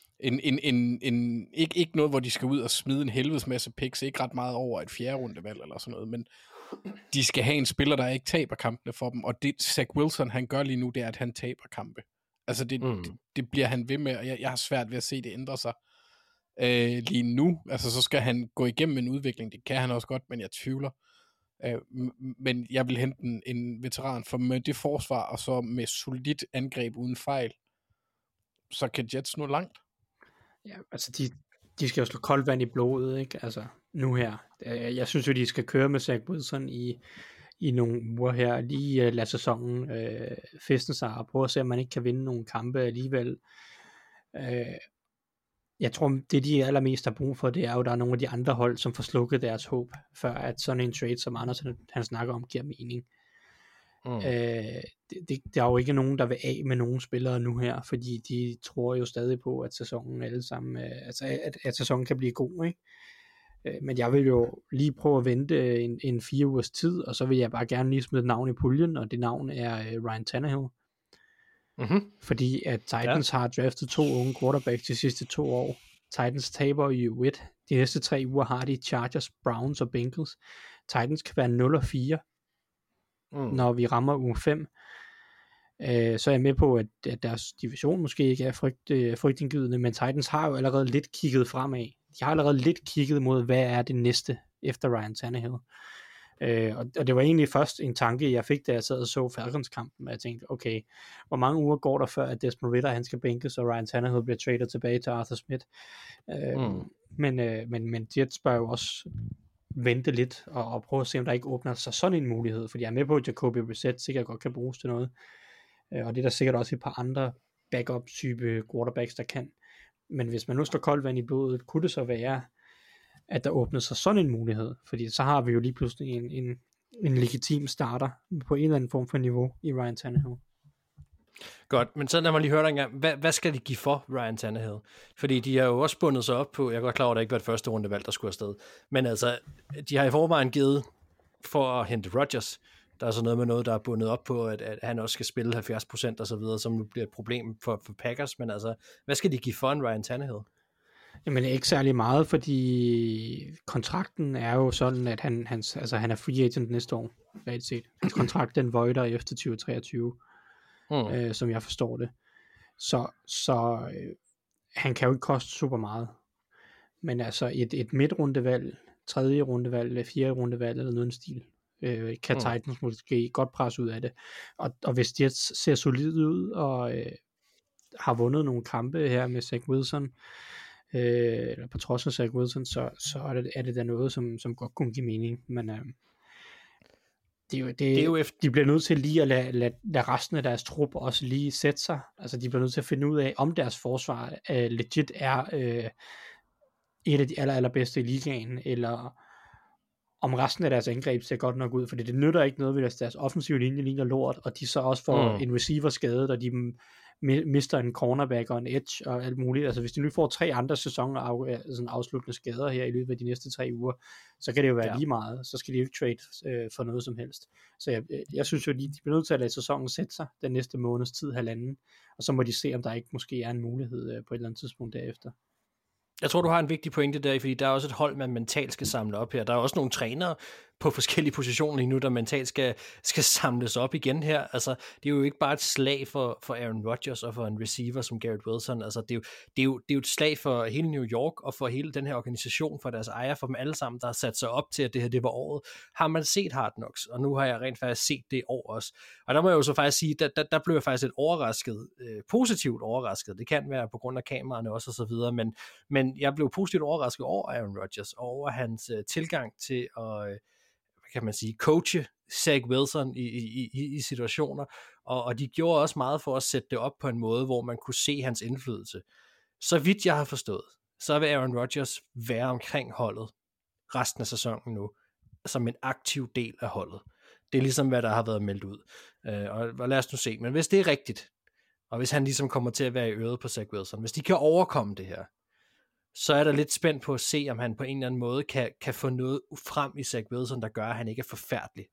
Ikke noget, hvor de skal ud og smide en helvedes masse picks, ikke ret meget over et 4. rundevalg eller sådan noget, men de skal have en spiller, der ikke taber kampene for dem, og det Zach Wilson, han gør lige nu, det er, at han taber kampe. Altså det bliver han ved med, og jeg har svært ved at se, det ændrer sig lige nu. Altså så skal han gå igennem en udvikling, det kan han også godt, men jeg tvivler. Men jeg vil hente en veteran, for med det forsvar, og så med solidt angreb uden fejl, så kan Jets nå langt. Ja, altså de skal jo slå koldt vand i blodet, ikke? Altså nu her. Jeg synes jo, de skal køre med Zach Wilson i nogle uger her, lige lade sæsonen festen sig, og prøve at se, om man ikke kan vinde nogle kampe alligevel. Jeg tror, det de allermest har brug for, det er jo, der er nogle af de andre hold, som får slukket deres håb, før at sådan en trade, som Anders han snakker om, giver mening. Der er jo ikke nogen, der vil af med nogen spillere nu her, fordi de tror jo stadig på, at sæsonen alle sammen, altså at sæsonen kan blive god, ikke? Men jeg vil jo lige prøve at vente en 4 ugers tid, og så vil jeg bare gerne lige smide et navn i puljen, og det navn er Ryan Tannehill. Fordi at Titans har draftet 2 unge quarterbacks de sidste 2 år, Titans taber i uge 1. De næste 3 uger har de Chargers, Browns og Bengals. Titans kan være 0-4, når vi rammer uge 5. Så er jeg med på, at deres division måske ikke er frygtindgydende, men Titans har jo allerede lidt kigget fremad. De har allerede lidt kigget mod, hvad er det næste efter Ryan Tannehill. Og det var egentlig først en tanke, jeg fik, da jeg sad og så Falcons-kampen, og jeg tænkte, okay, hvor mange uger går der før, at Desmond Ridder, han skal bænkes, og Ryan Tannehill bliver traded tilbage til Arthur Smith. Men Jets bør jo også vente lidt, og prøve at se, om der ikke åbner sig sådan en mulighed, fordi jeg er med på, at Jacoby Brissett sikkert godt kan bruges til noget, og det er der sikkert også et par andre backup-type quarterbacks, der kan. Men hvis man nu står koldt vand i blodet, kunne det så være, at der åbnede sig sådan en mulighed, fordi så har vi jo lige pludselig en legitim starter på en eller anden form for niveau i Ryan Tannehill. Godt, men så lad mig lige høre dig engang, hvad skal de give for Ryan Tannehill? Fordi de har jo også bundet sig op på, jeg er godt klar over, at det ikke var et første rundevalg, der skulle afsted, men altså, de har i forvejen givet for at hente Rodgers. Der er så noget med noget, der er bundet op på, at han også skal spille 70% og så videre, som nu bliver et problem for Packers, men altså, hvad skal de give for en Ryan Tannehill? Jamen ikke særlig meget, fordi kontrakten er jo sådan, at han er free agent næste år, reelt set. Kontrakten den voider efter 2023, som jeg forstår det. Så han kan jo ikke koste super meget. Men altså et midtrundevalg, 3. rundevalg, eller 4. rundevalg, eller noget stil, kan Titans måske godt presse ud af det. Og hvis de ser solidt ud, og har vundet nogle kampe her med Zach Wilson, eller på trods af Zach Wilson, så er det da noget, som godt kunne give mening, men de bliver nødt til lige at lade resten af deres trup også lige sætte sig, altså de bliver nødt til at finde ud af, om deres forsvar legit er et af de allerbedste i ligaen, eller om resten af deres angreb ser godt nok ud, fordi det nytter ikke noget, hvis deres offensive linje ligner lort, og de så også får en receiver skadet, og de mister en cornerback og en edge og alt muligt. Altså hvis de nu får 3 andre sæsoner sådan afsluttende skader her i løbet af de næste 3 uger, så kan det jo være lige meget. Så skal de jo ikke trade for noget som helst. Så jeg synes jo, de bliver nødt til at lade sæsonen sætte sig den næste måneds tid, 1,5, og så må de se, om der ikke måske er en mulighed på et eller andet tidspunkt derefter. Jeg tror, du har en vigtig pointe der, fordi der er også et hold, man mentalt skal samle op her. Der er også nogle trænere på forskellige positioner lige nu, der mentalt skal samles op igen her. Altså, det er jo ikke bare et slag for Aaron Rodgers og for en receiver som Garrett Wilson. Altså, det er jo et slag for hele New York og for hele den her organisation, for deres ejer, for dem alle sammen, der har sat sig op til, at det her det var året. Har man set Hard Knocks, og nu har jeg rent faktisk set det år også. Og der må jeg jo så faktisk sige, der blev jeg faktisk lidt overrasket, positivt overrasket. Det kan være på grund af kameraerne også og så videre, men jeg blev positivt overrasket over Aaron Rodgers, og over hans tilgang til at, kan man sige, coache Zach Wilson i situationer, og de gjorde også meget for at sætte det op på en måde, hvor man kunne se hans indflydelse. Så vidt jeg har forstået, så vil Aaron Rodgers være omkring holdet resten af sæsonen nu, som en aktiv del af holdet. Det er ligesom, hvad der har været meldt ud. Og lad os nu se. Men hvis det er rigtigt, og hvis han ligesom kommer til at være i øret på Zach Wilson, hvis de kan overkomme det her, så er der lidt spændt på at se, om han på en eller anden måde kan få noget frem i Zach Wilson, der gør, at han ikke er forfærdelig.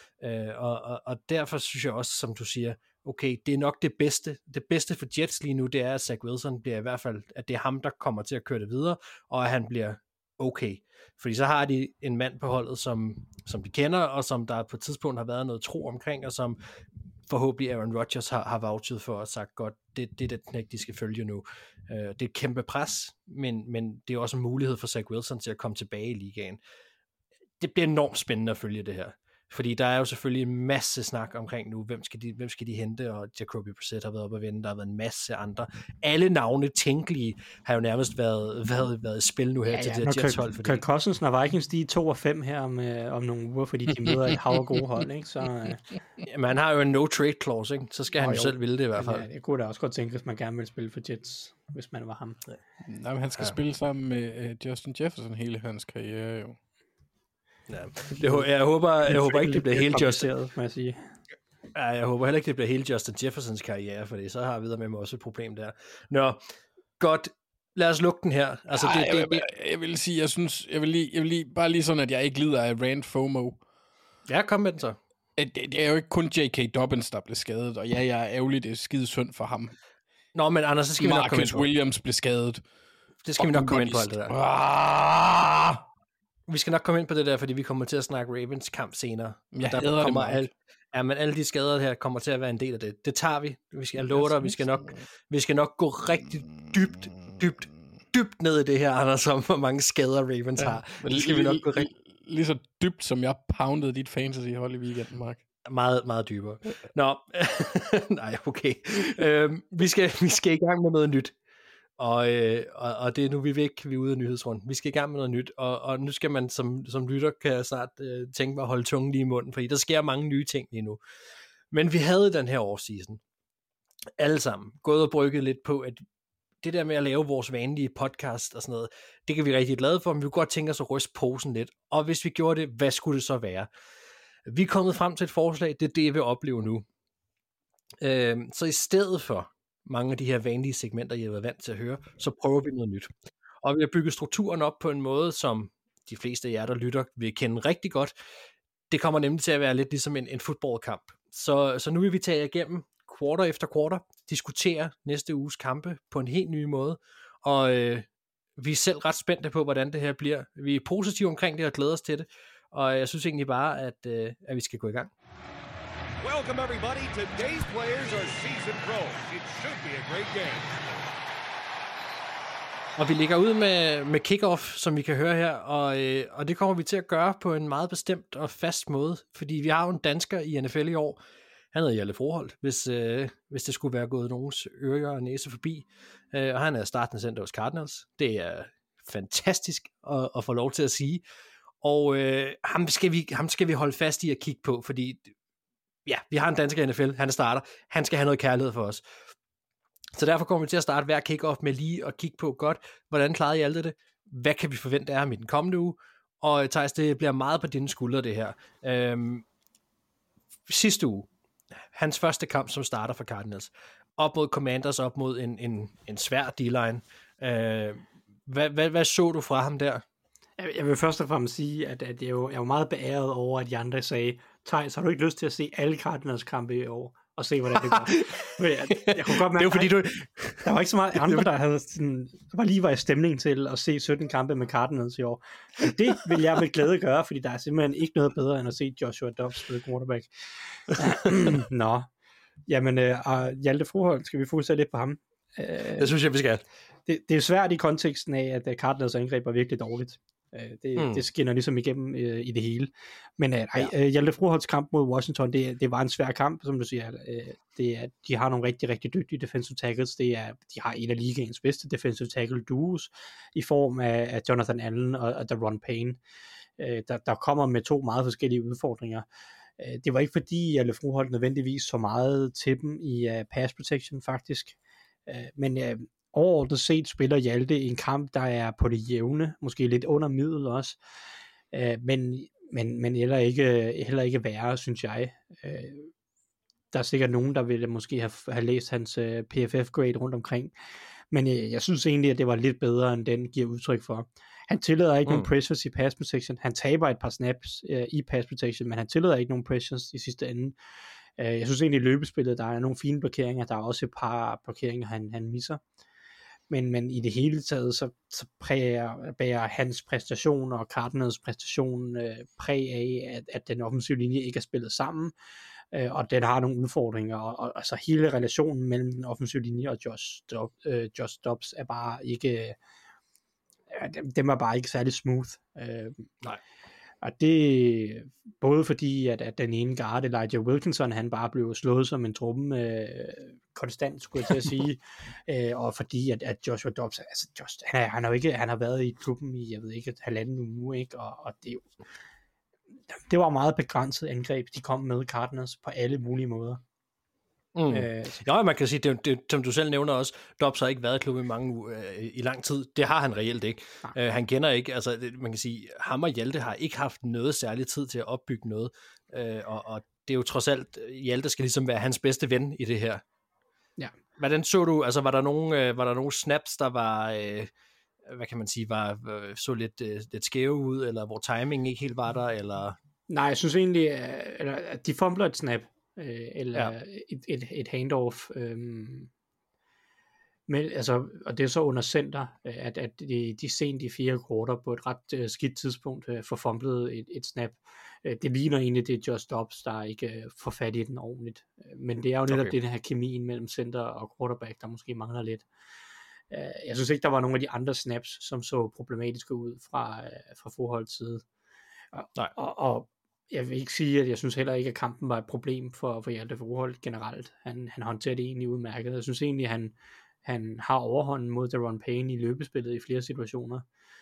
Og derfor synes jeg også, som du siger, okay, det er nok det bedste. Det bedste for Jets lige nu, det er, at Zach Wilson bliver i hvert fald, at det er ham, der kommer til at køre det videre, og at han bliver okay. Fordi så har de en mand på holdet, som de kender, og som der på et tidspunkt har været noget tro omkring, og som forhåbentlig Aaron Rodgers har vouchet for og sagt, godt, det er det knæk, de skal følge nu. Det er et kæmpe pres, men det er også en mulighed for Zach Wilson til at komme tilbage i ligaen. Det bliver enormt spændende at følge det her. Fordi der er jo selvfølgelig en masse snak omkring nu, hvem skal de hente, og Jacoby Brissett har været oppe at vende, der har været en masse andre. Alle navne tænkelige har jo nærmest været i spil nu her til det her Jets-hold. Fordi Kirk Cousins og Vikings, de er 2-5 her om nogle uger, fordi de møder et hav af gode hold, ikke? Så, man har jo en no-trade clause, ikke? Så skal han jo selv ville det i hvert fald. Ja, det kunne da også godt tænke, hvis man gerne vil spille for Jets, hvis man var ham. Ja. Nej, men han skal spille sammen med Justin Jefferson hele hans karriere, jo. Ja. Jeg håber ikke, det bliver helt Justin. Må jeg sige. Ja, jeg håber heller ikke, det bliver hele Justin Jeffersons karriere, fordi så har vi videre med også et problem der. Nå, godt. Lad os lukke den her. Altså, jeg vil sige, jeg vil lige bare lige sådan, at jeg ikke lider af rant FOMO. Ja, kom med den så. Det er jo ikke kun J.K. Dobbins, der blev skadet, og ja, jeg er ærgerlig, det er skide synd for ham. Nå, men Anders, så skal vi nok komme ind på. Williams blev skadet. Det skal vi nok komme ind på alt det der. Vi skal nok komme ind på det der, fordi vi kommer til at snakke Ravens kamp senere. Jeg der hader kommer det, men alle de skader her kommer til at være en del af det. Det tager vi. Vi skal love dig, vi skal nok gå rigtig dybt ned i det her, Anders, om hvor mange skader Ravens har. Det skal vi nok gå rigtig... Lige så dybt, som jeg poundede dit fantasy-hold i weekenden, Mark. Meget, meget dybere. Nå, nej, okay. Vi skal i gang med noget nyt. Og det er nu, vi er ude af nyhedsrunden. Vi skal i gang med noget nyt, og nu skal man som lytter kan snart tænke mig at holde tungen lige i munden, fordi der sker mange nye ting lige nu. Men vi havde den her offseason, alle sammen, gået og brygget lidt på, at det der med at lave vores vanlige podcast og sådan noget, det kan vi rigtig glade for, men vi kunne godt tænke os at ryste posen lidt. Og hvis vi gjorde det, hvad skulle det så være? Vi er kommet frem til et forslag, det er det, jeg vil opleve nu. Så i stedet for mange af de her vanlige segmenter, jeg har været vant til at høre, så prøver vi noget nyt. Og vi har bygget strukturen op på en måde, som de fleste af jer, der lytter, vil kende rigtig godt. Det kommer nemlig til at være lidt ligesom en fodboldkamp. Så nu vil vi tage jer igennem quarter efter quarter, diskutere næste uges kampe på en helt ny måde, og vi er selv ret spændte på, hvordan det her bliver. Vi er positive omkring det og glæder os til det, og jeg synes egentlig bare, at vi skal gå i gang. Welcome everybody. Today's players are seasoned pros. It should be a great game. Og vi ligger ud med kickoff, som vi kan høre her, og det kommer vi til at gøre på en meget bestemt og fast måde, fordi vi har jo en dansker i NFL i år. Han hedder Hjalte Froholt, hvis det skulle være gået nogens ører og næse forbi. Og han er startende center hos Cardinals. Det er fantastisk at få lov til at sige. Og ham skal vi holde fast i at kigge på, fordi ja, vi har en dansker i NFL, han er starter, han skal have noget kærlighed for os. Så derfor kommer vi til at starte hver kickoff med lige at kigge på godt, hvordan klarede Hjalte det? Hvad kan vi forvente af ham i den kommende uge? Og Theis, det bliver meget på dine skuldre det her. Sidste uge, hans første kamp som starter for Cardinals, op mod Commanders, op mod en svær D-line. Hvad så du fra ham der? Jeg vil først og fremmest sige, at jeg er jo meget beæret over, at de andre sagde, Theis, har du ikke lyst til at se alle Cardinals kampe i år, og se, hvordan det går? jeg kunne godt mærke, det var fordi, der var ikke så meget andre, der havde sådan, var i stemning til at se 17 kampe med Cardinals i år. Men det vil jeg med glæde gøre, fordi der er simpelthen ikke noget bedre, end at se Joshua Dobbs spille quarterback. Nå, jamen, Hjalte Froholt, skal vi fokusere lidt på ham? Det synes jeg, vi skal. Det er svært i konteksten af, at Cardinals angreb var virkelig dårligt. Det skinner ligesom igennem i det hele. Men Hjalte Froholts kamp mod Washington, det var en svær kamp, som du siger. De har nogle rigtig, rigtig dygtige defensive tackles. De har en af ligaens bedste defensive tackle duos i form af Jonathan Allen og Daron Payne. Der kommer med to meget forskellige udfordringer. Det var ikke fordi Hjalte Froholt nødvendigvis så meget til dem i pass protection faktisk. Men overordnet set spiller Hjalte en kamp, der er på det jævne, måske lidt under middel også, men heller ikke værre, synes jeg. Der er sikkert nogen, der ville måske have læst hans PFF-grade rundt omkring, men jeg synes egentlig, at det var lidt bedre, end den giver udtryk for. Han tillader ikke nogen pressures i pass protection. Han taber et par snaps i pass protection, men han tillader ikke nogen pressures i sidste ende. Jeg synes egentlig, i løbespillet, der er nogle fine blokeringer. Der er også et par blokeringer, han misser. Men i det hele taget, så bærer hans præstation og Cardinals præstation præg af, at den offensive linje ikke er spillet sammen, og den har nogle udfordringer, og altså hele relationen mellem den offensive linje og Josh Dobbs er bare ikke, den var bare ikke særlig smooth. Nej. Og det både fordi, at den ene guard, Elijah Wilkinson, han bare blev slået som en trumme konstant, skulle jeg til at sige, og fordi, at Joshua Dobbs, altså han har været i klubben i, jeg ved ikke, 1,5 uge, ikke? Og det var meget begrænset angreb, de kom med Cardinals på alle mulige måder. Ja, man kan sige, det, som du selv nævner også, Dobbs har ikke været i klubben i lang tid. Det har han reelt ikke. Han kender ikke, altså man kan sige, ham og Hjalte har ikke haft noget særlig tid til at opbygge noget, og det er jo trods alt, Hjalte skal ligesom være hans bedste ven i det her. Ja. Hvordan så du, altså var der nogle snaps, der var, hvad kan man sige, så lidt skæve ud, eller hvor timingen ikke helt var der, eller? Nej, jeg synes egentlig, at de fumbler et snap, eller et handoff. Men, altså, og det er så under center, at de sent i 4 kvarter på et ret skidt tidspunkt får fumblet et snap. Det ligner egentlig, det er Josh Dobbs, der ikke får fat i den ordentligt. Men det er jo netop den her kemien mellem center og quarterback, der måske mangler lidt. Jeg synes ikke, der var nogen af de andre snaps, som så problematiske ud fra forholdets side. Og jeg vil ikke sige, at jeg synes heller ikke, at kampen var et problem for Hjalte Froholt generelt. Han håndterer det egentlig udmærket. Jeg synes egentlig, han har overhånden mod Daron Payne i løbespillet i flere situationer.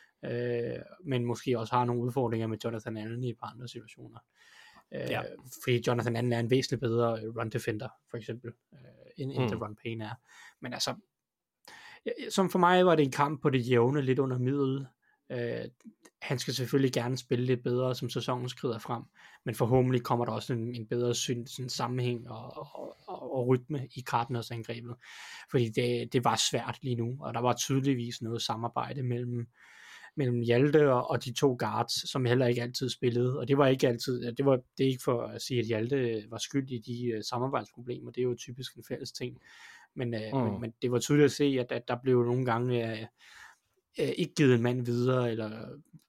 Men måske også har nogle udfordringer med Jonathan Allen i et par andre situationer. Fordi Jonathan Allen er en væsentligt bedre run defender, for eksempel, end Daron Payne er. Men altså, som for mig var det en kamp på det jævne, lidt under middel. Han skal selvfølgelig gerne spille lidt bedre, som sæsonen skrider frem, men forhåbentlig kommer der også en bedre sådan sammenhæng og rytme i Cardinals angrebet, fordi det var svært lige nu, og der var tydeligvis noget samarbejde mellem Hjalte og de 2 guards, som heller ikke altid spillede, og det var ikke altid, det er ikke for at sige, at Hjalte var skyld i de samarbejdsproblemer, det er jo typisk en fælles ting, men det var tydeligt at se, at der blev nogle gange ikke givet en mand videre, eller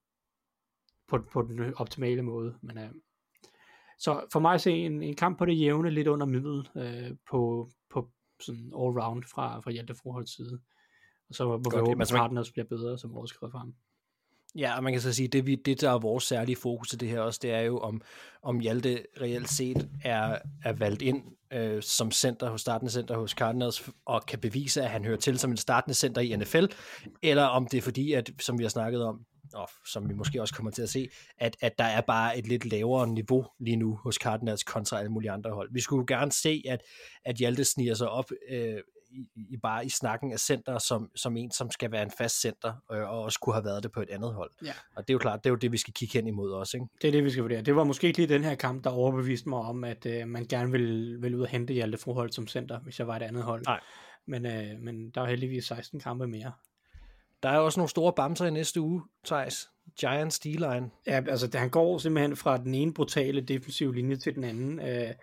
på den optimale måde. Men, så for mig at se en kamp på det jævne, lidt under middel, på sådan all round fra Hjalte Froholts side. Og så må vi håbe, at Cardinals bliver bedre, som vores skriver frem. Ja, og man kan så sige, det der er vores særlige fokus til det her også, det er jo, om Hjalte reelt set er valgt ind som center hos startende center hos Cardinals, og kan bevise, at han hører til som en startende center i NFL, eller om det er fordi, at, som vi har snakket om, og som vi måske også kommer til at se, at der er bare et lidt lavere niveau lige nu hos Cardinals kontra alle mulige andre hold. Vi skulle jo gerne se, at Hjalte sniger sig op bare i snakken af center som en, som skal være en fast center, og også kunne have været det på et andet hold. Ja. Og det er jo klart, det er jo det, vi skal kigge hen imod også, ikke? Det er det, vi skal vurdere. Det var måske ikke lige den her kamp, der overbeviste mig om, at man gerne ville ud og hente Hjalte Froholt som center, hvis jeg var et andet hold. Nej. Men der er heldigvis 16 kampe mere. Der er også nogle store bamser i næste uge, Theis. Giants D-line. Ja, altså han går simpelthen fra den ene brutale defensive linje til den anden.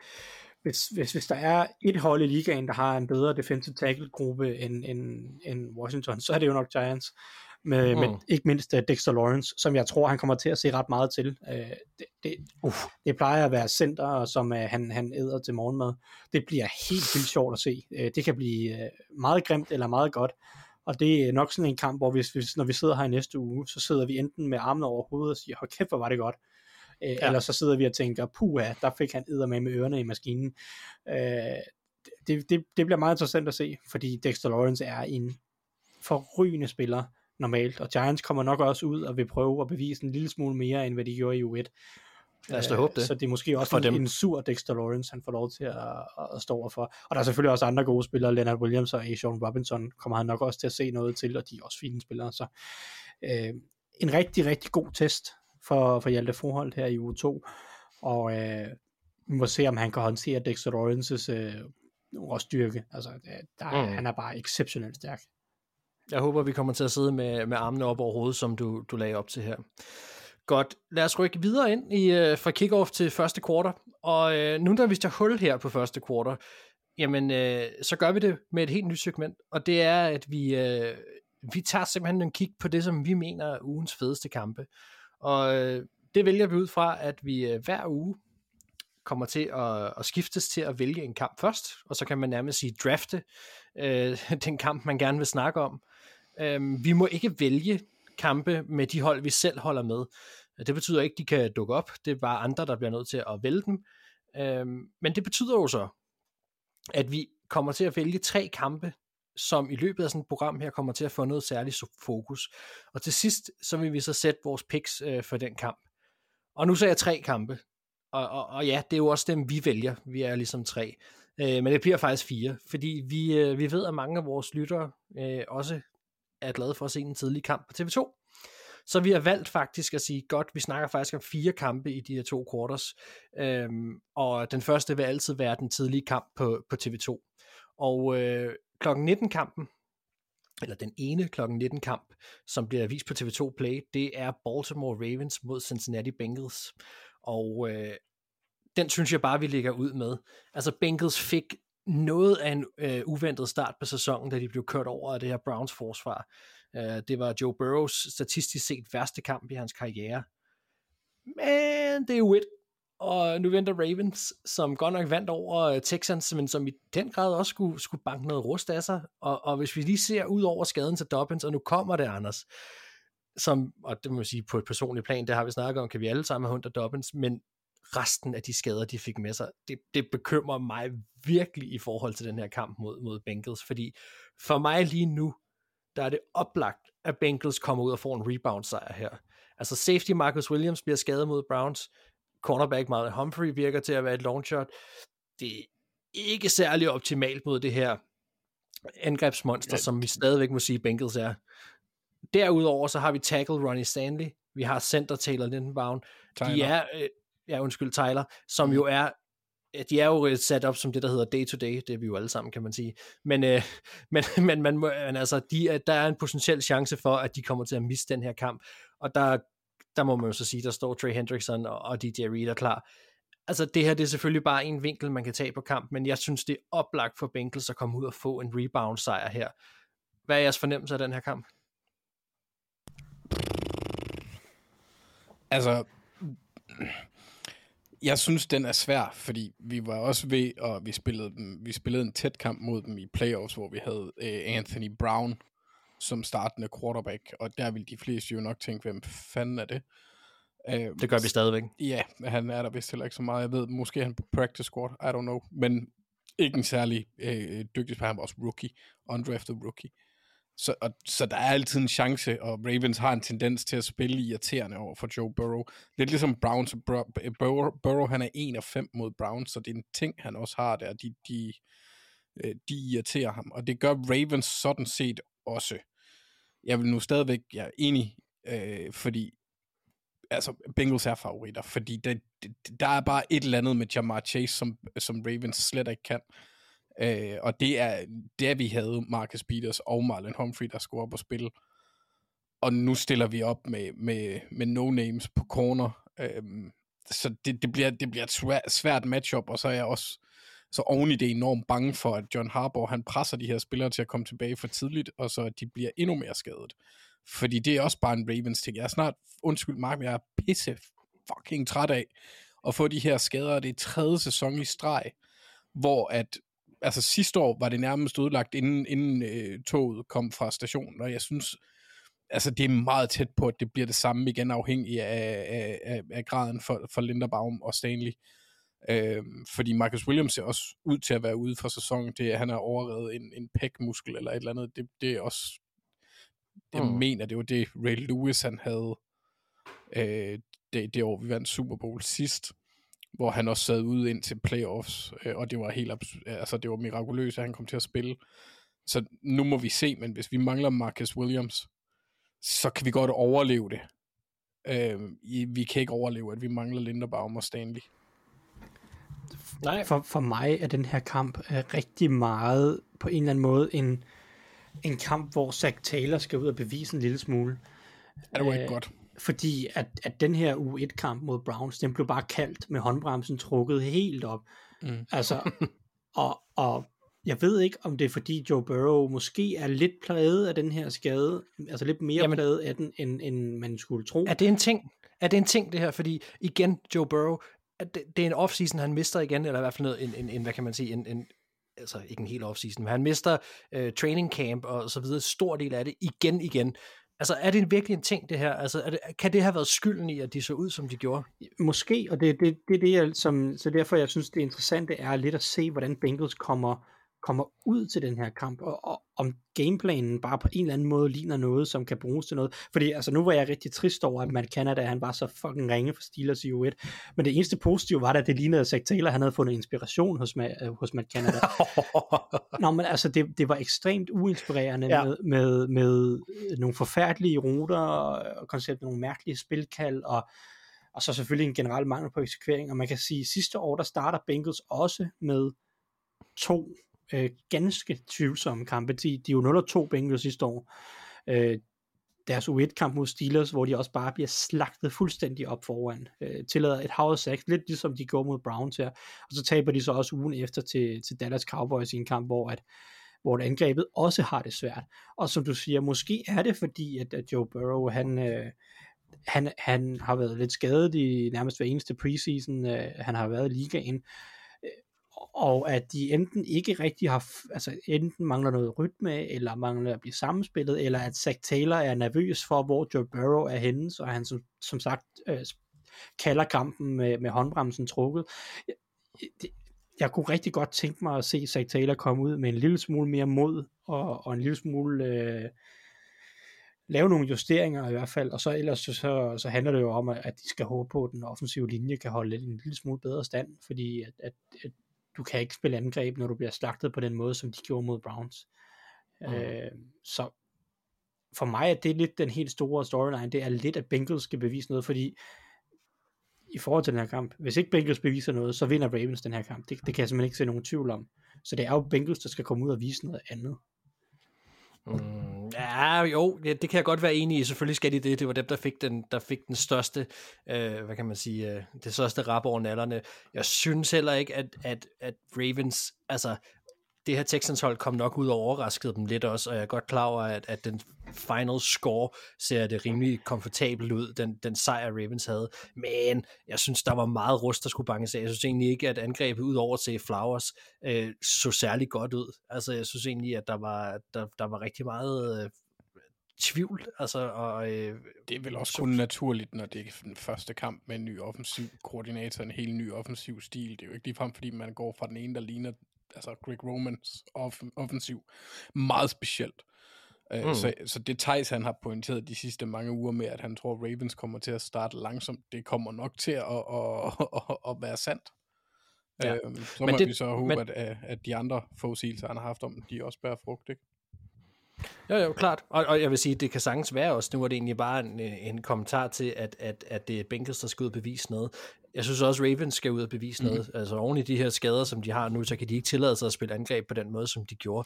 Hvis der er et hold i ligaen, der har en bedre defensive tackle-gruppe end Washington, så er det jo nok Giants. Med ikke mindst Dexter Lawrence, som jeg tror, han kommer til at se ret meget til. Det plejer at være center, som han æder til morgenmad. Det bliver helt vildt sjovt at se. Det kan blive meget grimt eller meget godt. Og det er nok sådan en kamp, hvor når vi sidder her i næste uge, så sidder vi enten med armene over hovedet og siger, hold kæft, hvor var det godt. Eller så sidder vi og tænker, puha, der fik han med ørerne i maskinen. Det bliver meget interessant at se, fordi Dexter Lawrence er en forrygende spiller normalt, og Giants kommer nok også ud og vil prøve at bevise en lille smule mere, end hvad de gjorde i U1. Lad os da håbe det. Så det er måske også en sur Dexter Lawrence, han får lov til at stå overfor. Og der er selvfølgelig også andre gode spillere, Leonard Williams og Ashawn Robinson, kommer han nok også til at se noget til, og de er også fine spillere. Så en rigtig, rigtig god test for Hjalte Froholt her i uge 2, og vi må se, om han kan håndtere Dexter Lawrences råstyrke. Altså, han er bare exceptionelt stærk. Jeg håber, vi kommer til at sidde med armene op over hovedet, som du lagde op til her. Godt, lad os rykke videre ind fra kickoff til første kvartal, og nu der vi tager hul her på første kvartal, jamen så gør vi det med et helt nyt segment, og det er, at vi tager simpelthen en kig på det, som vi mener er ugens fedeste kampe, og det vælger vi ud fra, at vi hver uge kommer til at skiftes til at vælge en kamp først, og så kan man nærmest sige drafte den kamp, man gerne vil snakke om. Vi må ikke vælge kampe med de hold, vi selv holder med. Det betyder ikke, de kan dukke op. Det er bare andre, der bliver nødt til at vælge dem. Men det betyder jo så, at vi kommer til at vælge 3 kampe, som i løbet af sådan et program her kommer til at få noget særligt fokus. Og til sidst, så vil vi så sætte vores picks for den kamp. Og nu så jeg 3 kampe. Og ja, det er jo også dem, vi vælger. Vi er ligesom 3. Men det bliver faktisk 4, fordi vi ved, at mange af vores lyttere også er glade for at se en tidlig kamp på TV2. Så vi har valgt faktisk at sige, godt, vi snakker faktisk om 4 kampe i de her 2 quarters, og den første vil altid være den tidlige kamp på TV2. Og klokken 19-kampen, eller den ene klokken 19-kamp, som bliver vist på TV2 Play, det er Baltimore Ravens mod Cincinnati Bengals. Og den synes jeg bare, vi ligger ud med. Altså Bengals fik noget af en uventet start på sæsonen, da de blev kørt over af det her Browns forsvar. Det var Joe Burrows statistisk set værste kamp i hans karriere. Men det er jo og nu venter Ravens, som godt nok vandt over Texans, men som i den grad også skulle banke noget rust af sig. Og hvis vi lige ser ud over skaden til Dobbins, og nu kommer det, Anders, som, og det må jeg sige på et personligt plan, det har vi snakket om, kan vi alle sammen have Hunter Dobbins, men resten af de skader, de fik med sig, det bekymrer mig virkelig i forhold til den her kamp mod Bengals, fordi for mig lige nu, der er det oplagt, at Bengals kommer ud og får en rebound-sejr her. Altså safety Marcus Williams bliver skadet mod Browns, cornerback Marlon Humphrey virker til at være et long shot. Det er ikke særlig optimalt mod det her angrebsmonster, som vi stadigvæk må sige Bengals er. Derudover så har vi tackle Ronnie Stanley, vi har center Taylor Lindenbaum, Tyler, som jo er, de er jo sat op som det, der hedder day-to-day, det er vi jo alle sammen, kan man sige. Men altså, der er en potentiel chance for, at de kommer til at miste den her kamp, og der må man jo så sige, der står Trey Hendrickson og DJ Reed er klar. Altså det her, det er selvfølgelig bare en vinkel, man kan tage på kamp, men jeg synes, det er oplagt for Bengals at komme ud og få en rebound-sejr her. Hvad er jeres fornemmelse af den her kamp? Altså, jeg synes, den er svær, fordi vi var også ved, og vi spillede en tæt kamp mod dem i playoffs, hvor vi havde Anthony Brown som startende quarterback, og der vil de fleste jo nok tænke, hvem fanden er det? Det gør vi stadigvæk. Ja, han er der vist heller ikke så meget. Jeg ved, måske han på practice squad, I don't know, men ikke en særlig dygtig spiller, han var også rookie, undrafted rookie. Så der er altid en chance, og Ravens har en tendens til at spille irriterende over for Joe Burrow. Lidt ligesom Browns. Burrow, han er 1-5 mod Browns, så det er en ting, han også har der. De irriterer ham, og det gør Ravens sådan set også. Jeg vil nu stadigvæk, jeg er enig, fordi altså Bengals er favoritter, fordi der er bare et eller andet med Jamar Chase, som Ravens slet ikke kan. Og det er vi havde Marcus Peters og Marlon Humphrey, der skulle op og spille. Og nu stiller vi op med no names på corner. Så det bliver et svært matchup, og så er jeg også så oven i det enormt bange for, at John Harbaugh, han presser de her spillere til at komme tilbage for tidligt, og så de bliver endnu mere skadet. Fordi det er også bare en Ravens ting. Jeg er snart, undskyld mig, men jeg er pisse fucking træt af at få de her skader. Det er 3. sæson i streg, hvor at altså sidste år var det nærmest ødelagt, inden toget kom fra stationen, og jeg synes, altså det er meget tæt på, at det bliver det samme igen, afhængig af graden for Linderbaum og Stanley. Fordi Marcus Williams ser også ud til at være ude for sæsonen. Han har overrevet en pec-muskel eller et eller andet. Det er også, jeg mener, det var det Ray Lewis han havde det år, vi vandt Super Bowl sidst, hvor han også sad ude ind til playoffs, og det var det var mirakuløst, at han kom til at spille. Så nu må vi se, men hvis vi mangler Marcus Williams, så kan vi godt overleve det. Vi kan ikke overleve, at vi mangler Linderbaum og Stanley. Nej. For mig er den her kamp rigtig meget på en eller anden måde en kamp, hvor Zach Taylor skal ud og bevise en lille smule. Ja, det var ikke godt. Fordi at den her U1-kamp mod Browns, den blev bare kaldt med håndbremsen trukket helt op. Altså, og jeg ved ikke, om det er fordi Joe Burrow måske er lidt plaget af den her skade, altså lidt mere plaget af den, end man skulle tro. Er det en ting, det her? Fordi igen, Joe Burrow, det er en offseason, han mister igen, eller i hvert fald noget, hvad kan man sige, altså ikke en hel offseason, men han mister training camp og så videre, stor del af det igen. Altså, er det virkelig en ting, det her? Altså, kan det have været skylden i, at de så ud, som de gjorde? Måske, og det er det, så derfor jeg synes, det interessante er lidt at se, hvordan Bengals kommer ud til den her kamp, og om gameplanen bare på en eller anden måde ligner noget, som kan bruges til noget. Fordi altså, nu var jeg rigtig trist over, at Matt Canada, han var så fucking ringe for Steelers i U1. Men det eneste positive var, at det lignede, at Zach Taylor, han havde fundet inspiration hos Matt Canada. Nå, men altså, det var ekstremt uinspirerende med nogle forfærdelige ruter, og koncept nogle mærkelige spilkald, og så selvfølgelig en generel mangel på eksekvering. Og man kan sige, at sidste år, der starter Bengals også med 2 ganske tvivlsomme kampe. De er jo 0-2 Bengals sidste år. deres U1-kamp mod Steelers, hvor de også bare bliver slagtet fuldstændig op foran, tillader et hav af sacks, lidt ligesom de går mod Browns her, og så taber de så også ugen efter til Dallas Cowboys i en kamp, hvor angrebet også har det svært. Og som du siger, måske er det fordi, at Joe Burrow, han har været lidt skadet i nærmest hver eneste preseason, han har været i ligaen, og at de enten ikke rigtig har, altså enten mangler noget rytme, eller mangler at blive sammenspillet, eller at Zach Taylor er nervøs for, hvor Joe Burrow er henne, så han som sagt kalder kampen med håndbremsen trukket. Jeg kunne rigtig godt tænke mig at se Zach Taylor komme ud med en lille smule mere mod, og en lille smule lave nogle justeringer i hvert fald, og så ellers så handler det jo om, at de skal håbe på, at den offensive linje kan holde en lille smule bedre stand, fordi at du kan ikke spille angreb, når du bliver slagtet på den måde, som de gjorde mod Browns. Så for mig er det lidt den helt store storyline, det er lidt, at Bengals skal bevise noget, fordi i forhold til den her kamp, hvis ikke Bengals beviser noget, så vinder Ravens den her kamp. Det kan jeg simpelthen ikke se nogen tvivl om. Så det er jo Bengals, der skal komme ud og vise noget andet. Ja, jo, det kan jeg godt være enig i. Selvfølgelig skal de det. Det var dem, der fik den største, hvad kan man sige, det største rap over nallerne. Jeg synes heller ikke, at Ravens, altså det her Texans hold kom nok ud og overraskede dem lidt også, og jeg er godt klar over, at den final score ser det rimelig komfortabelt ud, den sejr Ravens havde, men jeg synes, der var meget rust, der skulle banges af. Jeg synes egentlig ikke, at angrebet ud over til Flowers så særlig godt ud. Altså, jeg synes egentlig, at der var rigtig meget tvivl. Altså, og, det er vel også kun naturligt, når det er den første kamp med en ny offensiv koordinator, en helt ny offensiv stil. Det er jo ikke ligefrem, fordi man går fra den ene, der ligner altså Greg Romans offensiv, meget specielt. Så det Theis, han har pointeret de sidste mange uger med, at han tror, Ravens kommer til at starte langsomt, det kommer nok til at være sandt. Ja. Så må vi så håbe, at de andre forudsigelser, han har haft om, de også bærer frugt, ikke? Jo, klart. Og jeg vil sige, det kan sagtens være også. Nu var det egentlig bare en kommentar til, at det er Bengals, der skal ud og bevise noget. Jeg synes også, Ravens skal ud og bevise noget. Altså oven i de her skader, som de har nu, så kan de ikke tillade sig at spille angreb på den måde, som de gjorde.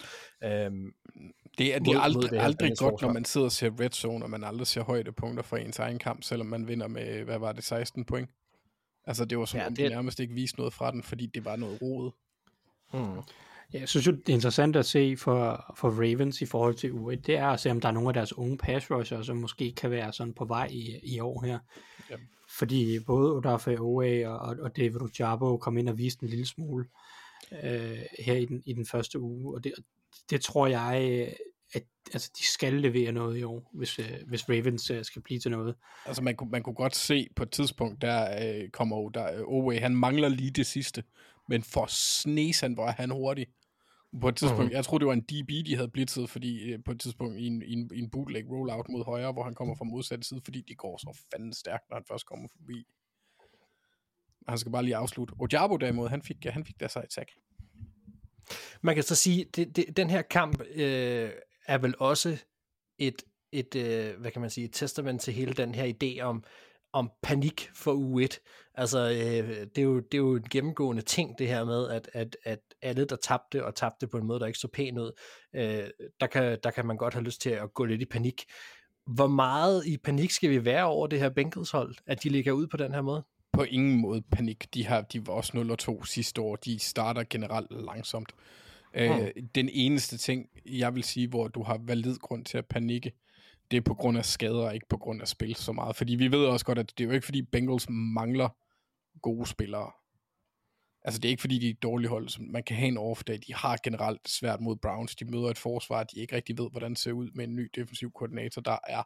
Det er aldrig godt, når man sidder og ser red zone, og man aldrig ser højdepunkter fra ens egen kamp, selvom man vinder med, hvad var det, 16 point? Altså det var som om de nærmest ikke viste noget fra den, fordi det var noget rodet. Ja, jeg synes jo, det er interessant at se for Ravens i forhold til U1, det er at se, om der er nogle af deres unge pass rusher, som måske kan være sådan på vej i år her. Ja. Fordi både Odafe Oweh og David Ojabo kom ind og viste en lille smule her i den første uge, og det tror jeg, at altså, de skal levere noget i år, hvis Ravens skal blive til noget. Altså man kunne godt se på et tidspunkt, der kommer Oweh, han mangler lige det sidste, men for snesan, hvor er han hurtig. På et tidspunkt, jeg tror det var en DB, de havde blitzet, fordi på et tidspunkt i en bootleg rollout mod højre, hvor han kommer fra modsatte side, fordi de går så fanden stærkt, når han først kommer forbi. Han skal bare lige afslutte. Ojabo derimod, han fik der sig et sack. Man kan så sige, den her kamp er vel også et hvad kan man sige, et testament til hele den her idé om panik for U1. Altså, det er jo en gennemgående ting, det her med, at alle, der tabte på en måde, der ikke så pæn ud, der kan man godt have lyst til at gå lidt i panik. Hvor meget i panik skal vi være over det her Bengals hold, at de ligger ud på den her måde? På ingen måde panik. De var også 0-2 sidste år. De starter generelt langsomt. Den eneste ting, jeg vil sige, hvor du har valid grund til at panikke, det er på grund af skader, ikke på grund af spil så meget. Fordi vi ved også godt, at det er jo ikke fordi Bengals mangler gode spillere. Altså det er ikke fordi de er dårlige hold. Man kan have en off-day. De har generelt svært mod Browns. De møder et forsvar, de ikke rigtig ved, hvordan det ser ud med en ny defensiv koordinator, der er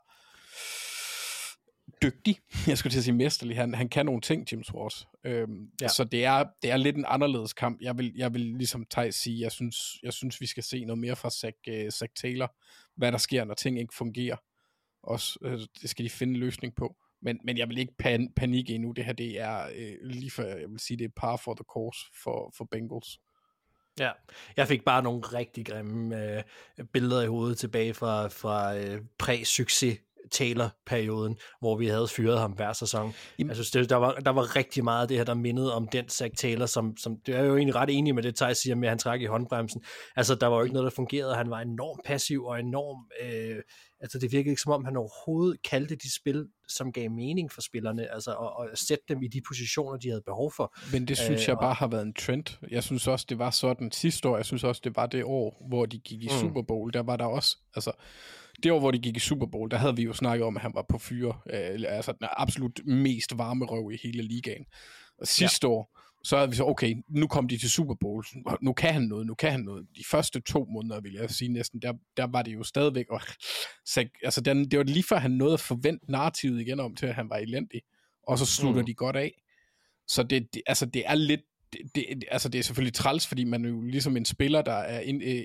dygtig. Jeg skulle til at sige mesterlig. Han kan nogle ting, Jim Schwartz. Så det er lidt en anderledes kamp. Jeg vil ligesom Theis sige, jeg synes vi skal se noget mere fra Zach Taylor, hvad der sker, når ting ikke fungerer. Også, det skal de finde en løsning på. Men jeg vil ikke panikke endnu. Det her, det er lige for, jeg vil sige, det er par for the course for Bengals. Ja, jeg fik bare nogle rigtig grimme billeder i hovedet tilbage fra præ-succes Taylor-perioden, hvor vi havde fyret ham hver sæson. Jeg synes, der var rigtig meget af det her, der mindede om den Zach Taylor, som det er jo egentlig ret enig med det, Thijs siger med, at han trækker i håndbremsen. Altså, der var jo ikke noget, der fungerede. Han var enormt passiv og enormt... altså, det virkede ikke som om, han overhovedet kaldte de spil, som gav mening for spillerne, altså og sætte dem i de positioner, de havde behov for. Men det synes jeg bare har været en trend. Jeg synes også, det var sådan sidste år. Jeg synes også, det var det år, hvor de gik i Super Bowl. Der var der også... Altså, det år, hvor de gik i Super Bowl, der havde vi jo snakket om, at han var på fyre. Altså den absolut mest varme røv i hele ligaen. Og sidste år, så havde vi så, okay, nu kom de til Super Bowl. Nu kan han noget. De første 2 måneder, vil jeg sige næsten, der var det jo stadigvæk. Altså, det var lige før, han nåede at forvente narrativet igen om, til at han var elendig. Og så slutter de godt af. Så det er lidt... Det er selvfølgelig træls, fordi man er jo ligesom en spiller, der er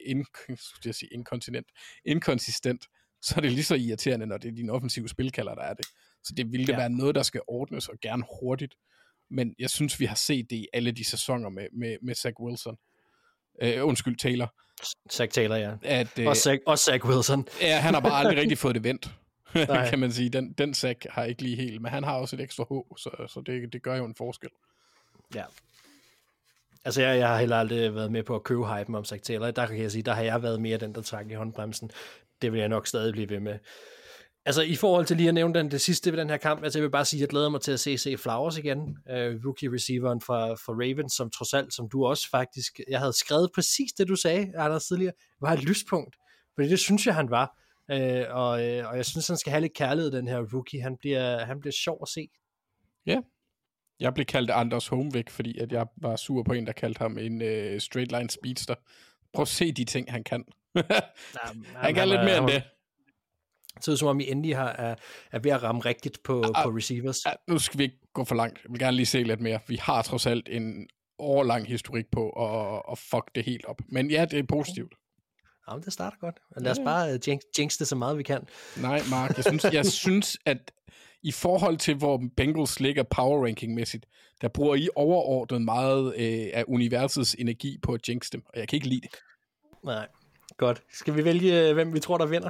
inkonsistent, så er det lige så irriterende, når det er din offensive spilkalder, der er det. Så det ville være noget, der skal ordnes, og gerne hurtigt. Men jeg synes, vi har set det i alle de sæsoner med Zach Wilson. Taylor. Zach Taylor, ja. Og Zach Wilson. Ja, han har bare aldrig rigtig fået det vendt, kan man sige. Den Zach har ikke lige helt, men han har også et ekstra H, så det gør jo en forskel. Ja. Altså, jeg har heller aldrig været med på at købe hypen om Zach Taylor. Der kan jeg sige, der har jeg været mere den, der trækker i håndbremsen. Det vil jeg nok stadig blive ved med. Altså, i forhold til lige at nævne det sidste ved den her kamp, altså jeg vil bare sige, at jeg glæder mig til at se Flowers igen. Rookie receiveren fra Ravens, som trods alt, som du også faktisk... Jeg havde skrevet præcis det, du sagde, Anders, tidligere, var et lyspunkt. Fordi det synes jeg, han var. Og jeg synes, han skal have lidt kærlighed, den her rookie. Han bliver sjov at se. Ja. Jeg blev kaldt Anders Holmvik, fordi at jeg var sur på en, der kaldte ham en straight line speedster. Prøv at se de ting, han kan. Han kan lidt mere end det. Så som om I endelig er ved at ramme rigtigt på receivers. Nu skal vi ikke gå for langt. Jeg vil gerne lige se lidt mere. Vi har trods alt en årlang historik på at fuck det helt op. Men ja, det er positivt. Jamen, det starter godt. Lad os bare jinx det så meget, vi kan. Nej, Mark. Jeg synes, at i forhold til, hvor Bengals ligger power ranking-mæssigt, der bruger I overordnet meget af universets energi på at jinx dem, og jeg kan ikke lide det. Nej, godt. Skal vi vælge, hvem vi tror, der vinder?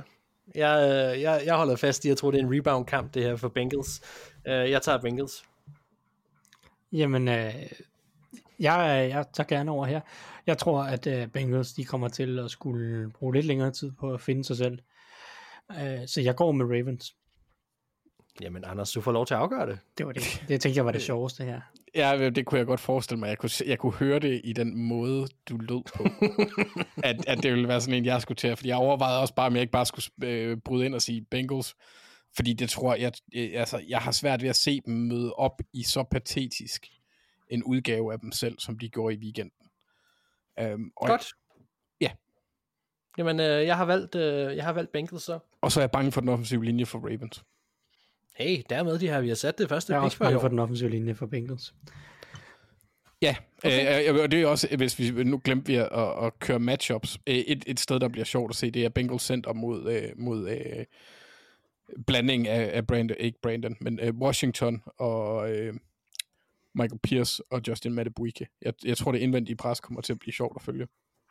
Jeg holder fast i, jeg tror, det er en rebound-kamp, det her for Bengals. Jeg tager Bengals. Jamen, jeg tager gerne over her. Jeg tror, at Bengals, de kommer til at skulle bruge lidt længere tid på at finde sig selv. Så jeg går med Ravens. Jamen, Anders, du får lov til at afgøre det. Det var det. Det tænkte jeg var det sjoveste her. Ja, det kunne jeg godt forestille mig. Jeg kunne høre det i den måde, du lød på. at det ville være sådan en, jeg skulle til. Fordi jeg overvejede også bare, om jeg ikke bare skulle bryde ind og sige Bengals. Fordi det tror jeg har svært ved at se dem møde op i så patetisk en udgave af dem selv, som de gjorde i weekenden. Godt. Ja. Jamen, jeg har valgt Bengals så. Og så er jeg bange for den offensive linje for Ravens. Hey, dermed vi har sat det første pick for i år. Jeg er også bange for den offensive linje for Bengals. Ja, okay. Og det er også, hvis vi nu glemte vi at køre matchups. Et sted, der bliver sjovt at se, det er Bengals center mod blanding af Washington og Michael Pierce og Justin Madubuike. Jeg tror, det indvendige pres kommer til at blive sjovt at følge.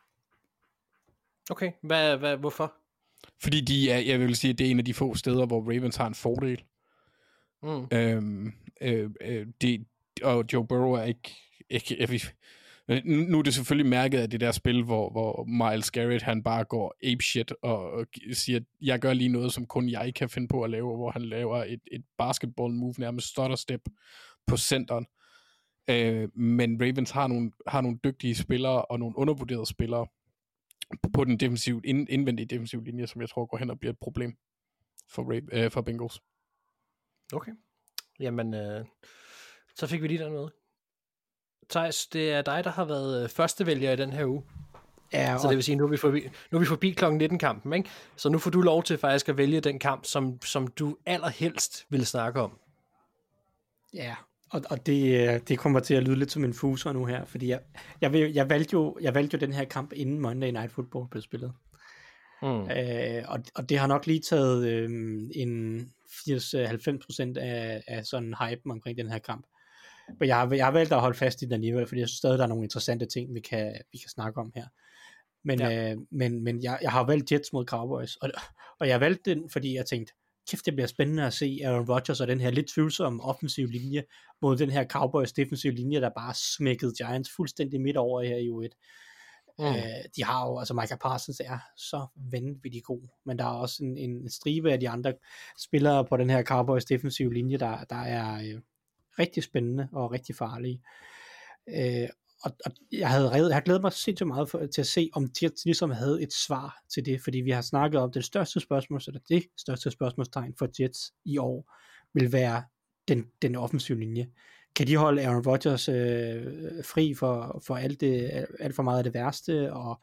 Okay, hvorfor? Fordi jeg vil sige, at det er en af de få steder, hvor Ravens har en fordel. Og Joe Burrow er ikke nu er det selvfølgelig mærket af det der spil, hvor Myles Garrett, han bare går apeshit og siger, jeg gør lige noget, som kun jeg kan finde på at lave, hvor han laver et basketball move, nærmest stutter step på centeren. Men Ravens har nogle dygtige spillere og nogle undervurderede spillere på den indvendige defensive linje, som jeg tror går hen og bliver et problem for Bengals. Okay. Jamen, så fik vi lige der noget. Thijs, det er dig, der har været førstevælger i den her uge. Ja, så det vil sige, nu er vi forbi kl. 19-kampen, ikke? Så nu får du lov til faktisk at vælge den kamp, som du allerhelst ville snakke om. Ja, og det kommer til at lyde lidt som en fuser nu her, fordi jeg valgte jo den her kamp inden Monday Night Football blev spillet. Og det har nok lige taget en 80-90% af sådan hypen omkring den her kamp. Men jeg har valgt at holde fast i den alligevel, fordi jeg synes stadig, der er nogle interessante ting, vi kan snakke om her. Men jeg har valgt Jets mod Cowboys, og jeg valgte den, fordi jeg tænkte, kæft, det bliver spændende at se Aaron Rodgers og den her lidt tvivlsomme offensiv linje mod den her Cowboys defensiv linje, der bare smækkede Giants fuldstændig midt over her i U1. De har jo, altså Micah Parsons er så vanvittig god, men der er også en stribe af de andre spillere på den her Cowboys defensive linje, der er rigtig spændende og rigtig farlige. Og jeg har glædet mig sindssygt meget til at se, om Jets ligesom havde et svar til det, fordi vi har snakket om det største spørgsmålstegn for Jets i år vil være den offensive linje. Kan de holde Aaron Rodgers fri for alt for meget af det værste, og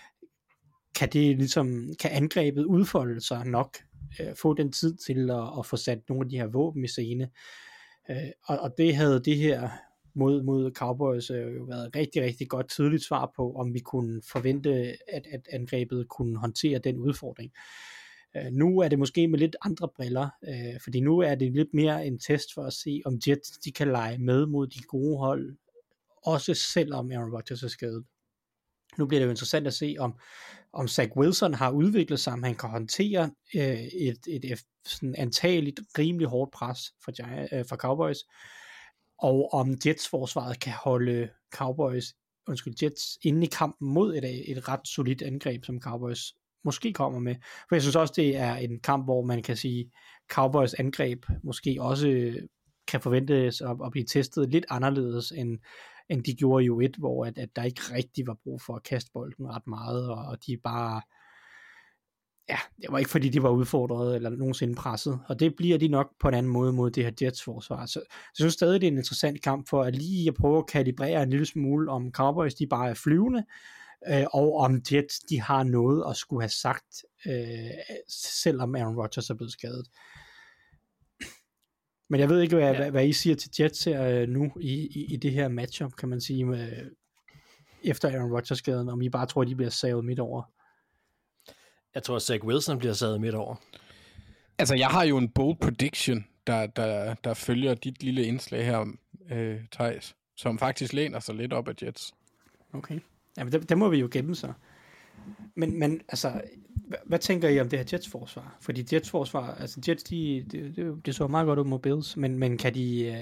kan angrebet udfolde sig nok, få den tid til at få sat nogle af de her våben i scene, og det havde det her mod Cowboys jo været rigtig, rigtig godt tidligt svar på, om vi kunne forvente, at angrebet kunne håndtere den udfordring. Nu er det måske med lidt andre briller, fordi nu er det lidt mere en test for at se, om Jets de kan lege med mod de gode hold, også selvom Aaron Rodgers er skadet. Nu bliver det jo interessant at se, om Zach Wilson har udviklet sig, om han kan håndtere et sådan antageligt rimelig hårdt pres for Cowboys, og om Jets forsvaret kan holde Jets inde i kampen mod et ret solidt angreb, som Cowboys måske kommer med. For jeg synes også, det er en kamp, hvor man kan sige, Cowboys angreb måske også kan forventes at blive testet lidt anderledes, end de gjorde i U1, hvor at der ikke rigtig var brug for at kaste bolden ret meget, og de bare, ja, det var ikke fordi de var udfordret eller nogensinde presset, og det bliver de nok på en anden måde mod det her Jets forsvar. Så jeg synes stadig, det er en interessant kamp for at lige prøve at kalibrere en lille smule, om Cowboys de bare er flyvende, og om Jets de har noget at skulle have sagt, selvom Aaron Rodgers er blevet skadet. Men jeg ved ikke, hvad I siger til Jets her nu i det her matchup, kan man sige, efter Aaron Rodgers-skaden, om I bare tror, de bliver savet midt over. Jeg tror, at Zach Wilson bliver savet midt over. Altså, jeg har jo en bold prediction, der følger dit lille indslag her, Thijs, som faktisk læner sig lidt op af Jets. Okay. Jamen, det må vi jo gemme så. Men altså, hvad tænker I om det her Jets forsvar? Fordi Jets forsvar, altså Jets, det så meget godt ud mod Bills, men kan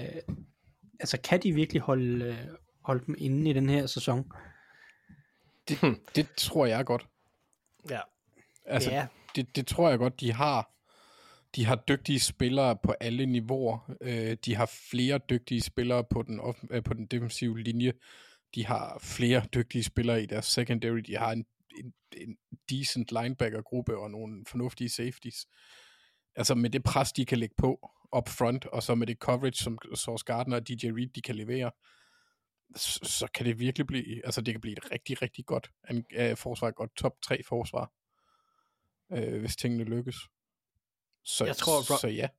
de virkelig holde dem inde i den her sæson? Det tror jeg godt. Ja. Altså, ja. Det tror jeg godt, de har. De har dygtige spillere på alle niveauer. De har flere dygtige spillere på den defensive linje. De har flere dygtige spillere i deres secondary. De har en decent linebacker-gruppe og nogle fornuftige safeties. Altså med det pres, de kan lægge på up front, og så med det coverage, som Sauce Gardner og DJ Reed, de kan levere, så kan det virkelig blive, altså det kan blive et rigtig, rigtig godt forsvar, et godt top 3 forsvar, hvis tingene lykkes. Så jeg tror, så ja.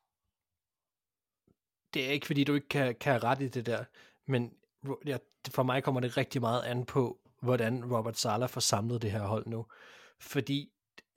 Det er ikke, fordi du ikke kan have ret i det der, men for mig kommer det rigtig meget an på, hvordan Robert Saleh får samlet det her hold nu. Fordi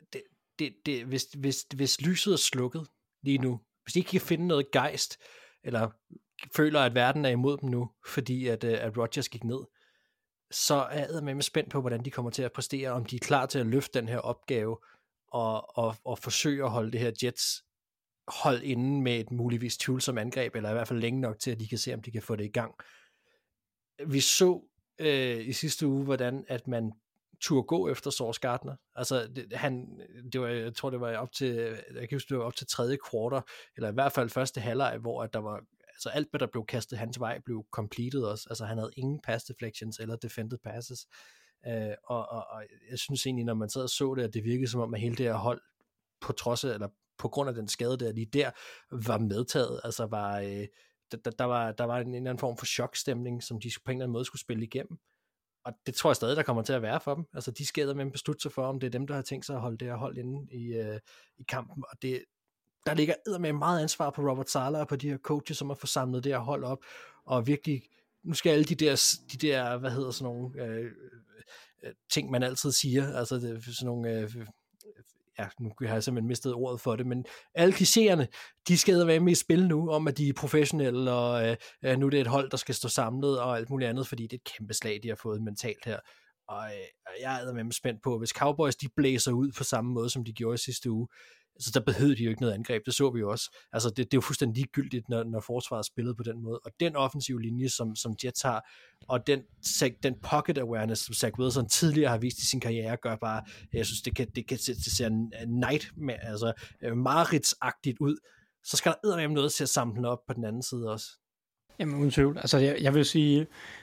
hvis lyset er slukket lige nu, hvis de ikke kan finde noget gejst, eller føler, at verden er imod dem nu, fordi at Rodgers gik ned, så er jeg med spændt på, hvordan de kommer til at præstere, om de er klar til at løfte den her opgave, og forsøge at holde det her Jets hold inde med et muligvis tvivlsomt angreb, eller i hvert fald længe nok til, at de kan se, om de kan få det i gang. Vi så i sidste uge, hvordan at man turde gå efter Sauce Gardner. Altså, jeg tror, det var op til, jeg kan huske, det var op til tredje kvartal, eller i hvert fald første halvleg, hvor at der var, altså alt, hvad der blev kastet hans vej, blev completed også. Altså, han havde ingen pass deflections eller defended passes. Og jeg synes egentlig, når man sad og så det, at det virkede som om, at hele det her hold, på trods af, eller på grund af den skade der, lige der, var medtaget. Altså, der var en eller anden form for chokstemning, som de på en eller anden måde skulle spille igennem. Og det tror jeg stadig, der kommer til at være for dem. Altså, de skader med at beslutte sig for, om det er dem, der har tænkt sig at holde det her hold inde i kampen. Og der ligger eddermed meget ansvar på Robert Saleh og på de her coaches, som har fået samlet det her hold op. Og virkelig, nu skal alle de der hvad hedder sådan nogle ting, man altid siger, altså sådan nogle nu har jeg simpelthen mistet ordet for det, men alle klichéerne, de skal være med i spil nu, om at de er professionelle, og nu er det et hold, der skal stå samlet, og alt muligt andet, fordi det er et kæmpe slag, de har fået mentalt her. Og jeg er med spændt på, hvis Cowboys de blæser ud på samme måde, som de gjorde i sidste uge, så der behøvede de jo ikke noget angreb, det så vi jo også. Altså det er jo fuldstændig ligegyldigt, når forsvaret spillede på den måde. Og den offensive linje, som Jets har, og den pocket awareness, som Zach Wilson tidligere har vist i sin karriere, gør bare, jeg synes, det ser altså mareridtsagtigt ud. Så skal der eddermame noget til at samle den op på den anden side også. Jamen uden tvivl. Altså jeg vil sige,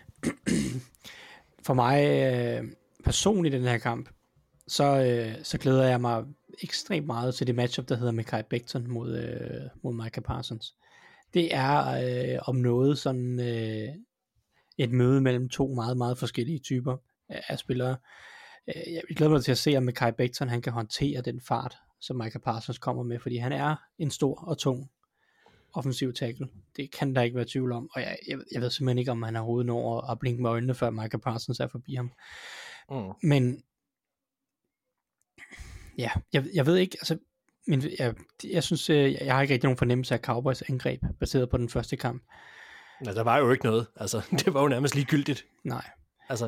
for mig personligt i den her kamp, så glæder jeg mig ekstremt meget til det matchup, der hedder Mekhi Becton mod Micah Parsons. Det er om noget sådan et møde mellem to meget, meget forskellige typer af spillere. Jeg glæder mig til at se, om Mekhi Becton han kan håndtere den fart, som Micah Parsons kommer med, fordi han er en stor og tung offensiv tackle. Det kan der ikke være tvivl om, og jeg ved simpelthen ikke, om han har hovedet over at blinke med øjnene, før Micah Parsons er forbi ham. Men ja, jeg ved ikke, altså, jeg synes, jeg har ikke rigtig nogen fornemmelse af Cowboys angreb, baseret på den første kamp. Nej, der var jo ikke noget, altså, det var jo nærmest ligegyldigt. Nej. Altså,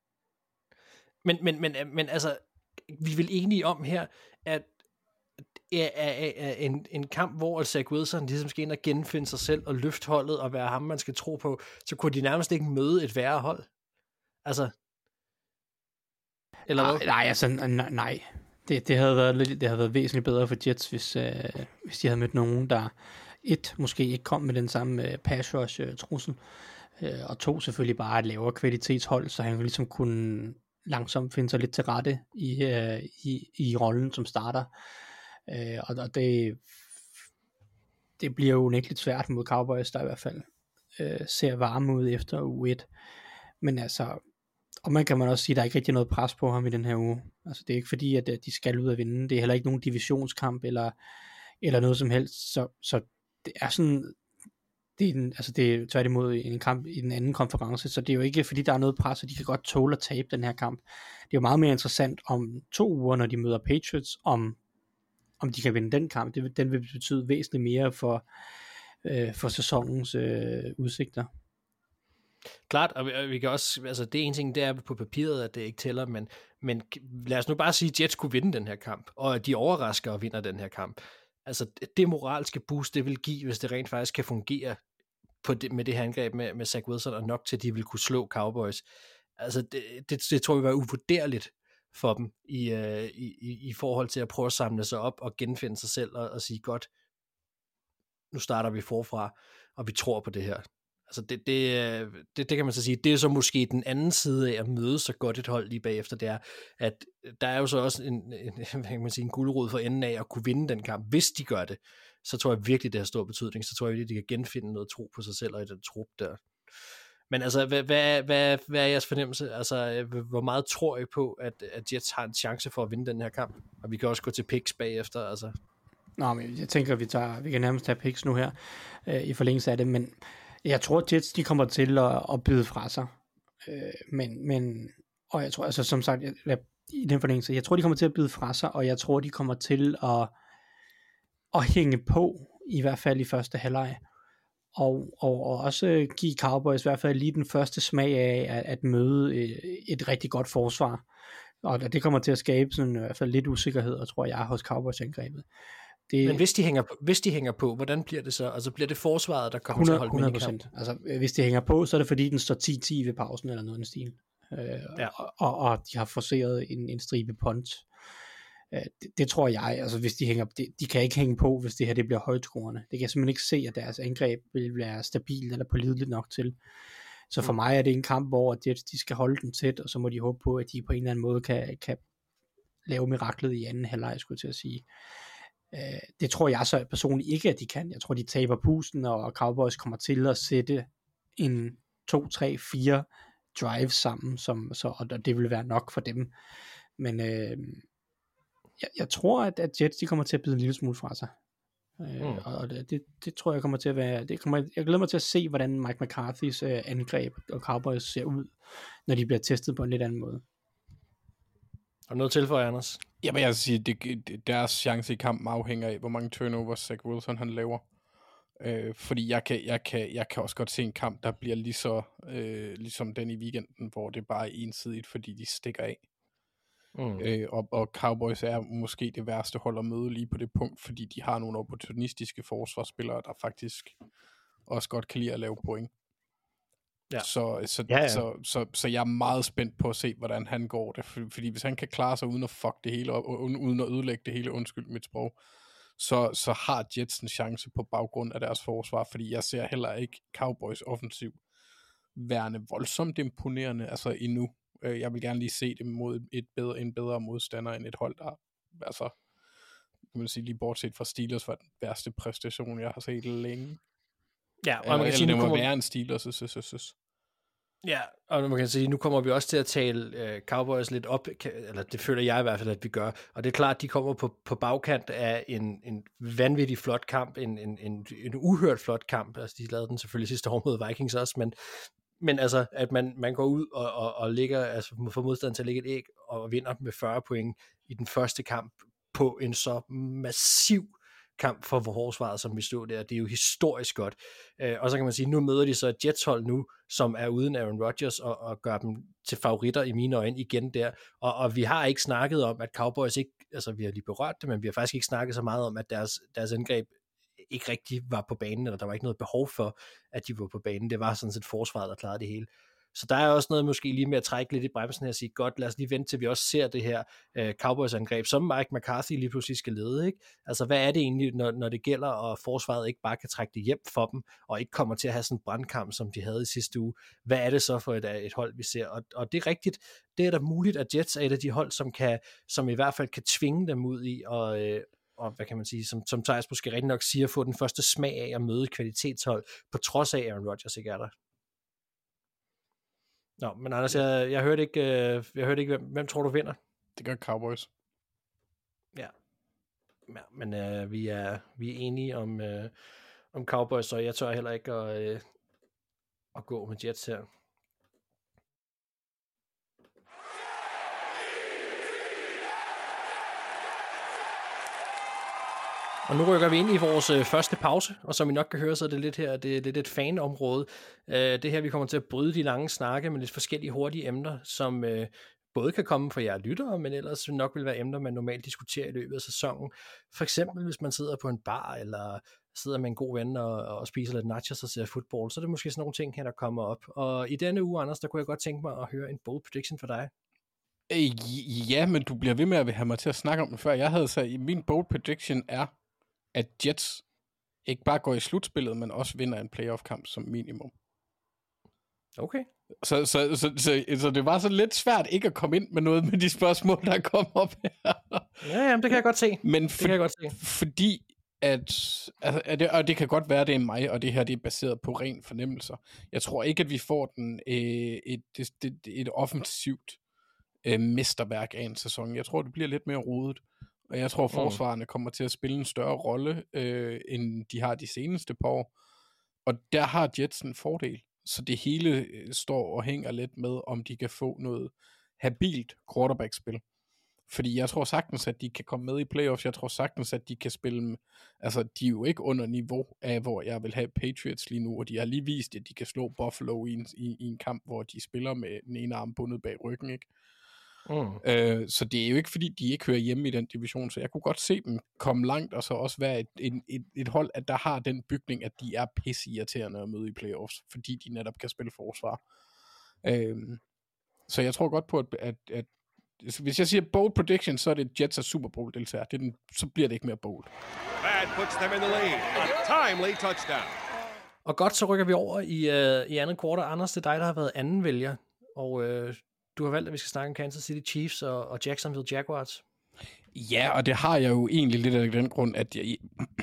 men altså, vi er vel enige om her, at en kamp, hvor Zach Wilson ligesom skal ind og genfinde sig selv og løfte holdet og være ham, man skal tro på, så kunne de nærmest ikke møde et værre hold. Altså, eller hvad? Nej, altså, nej. Det havde været væsentligt bedre for Jets, hvis de havde mødt nogen, der måske ikke kom med den samme pass rush trussel, og selvfølgelig bare et lavere kvalitetshold, så han ligesom kunne langsomt finde sig lidt til rette i rollen som starter. Og det bliver jo unægteligt svært mod Cowboys, der i hvert fald ser varme ud efter uge 1. Men altså, og man kan også sige, at der er ikke rigtig noget pres på ham i den her uge. Altså det er ikke fordi, at de skal ud og vinde. Det er heller ikke nogen divisionskamp eller noget som helst. Så det er sådan, det er tværtimod en kamp i den anden konference, så det er jo ikke fordi, der er noget pres, og de kan godt tåle at tabe den her kamp. Det er jo meget mere interessant om 2 uger, når de møder Patriots, om de kan vinde den kamp. Den vil betyde væsentligt mere for sæsonens udsigter. Klart, og vi kan også, altså det ene ting, det er på papiret, at det ikke tæller, men lad os nu bare sige, at Jets kunne vinde den her kamp, og at de overrasker og vinder den her kamp. Altså det moralske boost, det vil give, hvis det rent faktisk kan fungere med det her angreb med Zach Wilson, og nok til, at de vil kunne slå Cowboys. Altså det tror jeg var uvurderligt for dem i forhold til at prøve at samle sig op og genfinde sig selv og sige, godt, nu starter vi forfra, og vi tror på det her. Altså det kan man så sige, det er så måske den anden side af at møde så godt et hold lige bagefter, det er, at der er jo så også en gulerod for enden af at kunne vinde den kamp. Hvis de gør det, så tror jeg virkelig, det har stor betydning. Så tror jeg, at de kan genfinde noget tro på sig selv og i den trup der. Men altså, hvad er jeres fornemmelse? Altså, hvor meget tror I på, at Jets har en chance for at vinde den her kamp? Og vi kan også gå til picks bagefter, altså. Nå, men jeg tænker, vi kan nærmest tage picks nu her, i forlængelse af det, men jeg tror, at Jets, de kommer til at byde fra sig. Og jeg tror, altså som sagt, i den forlængelse, jeg tror, de kommer til at byde fra sig, og jeg tror, de kommer til at hænge på, i hvert fald i første halvleg. Og også give Cowboys i hvert fald lige den første smag af at møde et rigtig godt forsvar. Og det kommer til at skabe sådan i hvert fald lidt usikkerhed, tror jeg, hos Cowboys-angrebet. Men hvis de hænger på, hvordan bliver det så? Altså bliver det forsvaret, der kommer til at holde med i kampen? Altså hvis de hænger på, så er det fordi, den står 10-10 ved pausen eller noget i den stil. Ja. Og de har forceret en stribe punt. Det tror jeg, altså hvis de hænger, de kan ikke hænge på, hvis det her det bliver højtskruerne. Det kan jeg simpelthen ikke se, at deres angreb vil være stabilt eller pålideligt nok til. Så for mig er det en kamp, hvor de skal holde den tæt, og så må de håbe på, at de på en eller anden måde kan lave miraklet i anden halvleg, skulle jeg til at sige. Det tror jeg så personligt ikke, at de kan. Jeg tror, de taber pusten, og Cowboys kommer til at sætte en 2, 3, 4 drives sammen, og det vil være nok for dem. Men jeg tror, at Jets, de kommer til at bide en lille smule fra sig. Og det tror jeg kommer til at være, jeg glæder mig til at se, hvordan Mike McCarthy's angreb og Cowboys ser ud, når de bliver testet på en lidt anden måde. Har du noget til for, Anders? Jamen jeg vil sige, deres chance i kampen afhænger af, hvor mange turnovers Zach Wilson han laver. Fordi jeg kan også godt se en kamp, der bliver lige så ligesom den i weekenden, hvor det bare er ensidigt, fordi de stikker af. Og Cowboys er måske det værste hold at møde lige på det punkt, fordi de har nogle opportunistiske forsvarsspillere, der faktisk også godt kan lide at lave point. Ja. Så jeg er meget spændt på at se, hvordan han går det, fordi hvis han kan klare sig uden at fuck det hele op, uden at ødelægge det hele, undskyld mit sprog, så har Jets en chance på baggrund af deres forsvar, fordi jeg ser heller ikke Cowboys offensiv værende voldsomt imponerende, altså endnu. Jeg vil gerne lige se dem mod en bedre modstander end et hold, der altså, kan man sige, lige bortset fra Steelers, var den værste præstation, jeg har set længe. Ja, og man kan sige, det må være en Steelers. Ja, og man kan sige, nu kommer vi også til at tale Cowboys lidt op, eller det føler jeg i hvert fald, at vi gør, og det er klart, at de kommer på bagkant af en vanvittig flot kamp, en uhørt flot kamp, altså de lavede den selvfølgelig sidste år mod Vikings også, men altså, at man går ud og ligger, altså får modstanderen til at lægge et æg, og vinder med 40 point i den første kamp, på en så massiv kamp for forsvaret, som vi stod der. Det er jo historisk godt. Og så kan man sige, nu møder de så et Jets-hold nu, som er uden Aaron Rodgers, og gør dem til favoritter i mine øjne igen der. Og vi har ikke snakket om, at Cowboys ikke, altså vi har lige berørt det, men vi har faktisk ikke snakket så meget om, at deres angreb ikke rigtig var på banen, eller der var ikke noget behov for, at de var på banen. Det var sådan set forsvaret, der klarede det hele. Så der er også noget måske lige med at trække lidt i bremsen her og sige, godt, lad os lige vente til vi også ser det her Cowboys-angreb, som Mike McCarthy lige pludselig skal lede, ikke? Altså, hvad er det egentlig, når det gælder, og forsvaret ikke bare kan trække det hjem for dem, og ikke kommer til at have sådan en brandkamp, som de havde i sidste uge? Hvad er det så for et hold, vi ser? Og det er rigtigt, det er da muligt, at Jets er et af de hold, som i hvert fald kan tvinge dem ud i, og hvad kan man sige, som Thijs måske rigtig nok siger, få den første smag af at møde et kvalitetshold, på trods af Aaron Rodgers ikke er der. Nå, men Anders, jeg hørte ikke, hvem tror du vinder? Det gør Cowboys. Ja, men vi er enige om Cowboys, så jeg tør heller ikke at gå med Jets her. Og nu rykker vi ind i vores første pause, og som I nok kan høre, så er det lidt her, det er lidt et fanområde. Det her, vi kommer til at bryde de lange snakke med lidt forskellige hurtige emner, som både kan komme fra jer lyttere, men ellers nok vil være emner, man normalt diskuterer i løbet af sæsonen. For eksempel, hvis man sidder på en bar, eller sidder med en god ven og spiser lidt nachos og ser fodbold, så er det måske sådan nogle ting her, der kommer op. Og i denne uge, Anders, der kunne jeg godt tænke mig at høre en bold prediction for dig. Ja, men du bliver ved med at have mig til at snakke om det før. Jeg havde sagt, min bold prediction er, at Jets ikke bare går i slutspillet, men også vinder en playoff-kamp som minimum. Okay. Så det var så lidt svært ikke at komme ind med noget med de spørgsmål, der kom op her. Ja, det kan jeg godt se. Men fordi og det kan godt være, det er mig, og det her det er baseret på ren fornemmelser. Jeg tror ikke, at vi får et offensivt mesterværk af en sæson. Jeg tror, det bliver lidt mere rodet. Og jeg tror, forsvarerne kommer til at spille en større rolle, end de har de seneste par år. Og der har Jets en fordel. Så det hele står og hænger lidt med, om de kan få noget habilt quarterback-spil. Fordi jeg tror sagtens, at de kan komme med i playoffs. Jeg tror sagtens, at de kan spille. Altså, de er jo ikke under niveau af, hvor jeg vil have Patriots lige nu. Og de har lige vist, at de kan slå Buffalo i en kamp, hvor de spiller med den ene arm bundet bag ryggen, ikke? Så det er jo ikke fordi de ikke hører hjemme i den division, så jeg kunne godt se dem komme langt, og så også være et hold, at der har den bygning, at de er pisseirriterende at møde i playoffs, fordi de netop kan spille forsvar. Så jeg tror godt på, at hvis jeg siger bold prediction, så er det Jets og Super Bowl deltager. Så bliver det ikke mere bold. That puts them in the lead. A timely touchdown. Og godt, så rykker vi over i andet kvartal. Anders, det er dig, der har været anden vælger, og du har valgt, at vi skal snakke om Kansas City Chiefs og Jacksonville Jaguars. Ja, og det har jeg jo egentlig lidt af den grund, at jeg,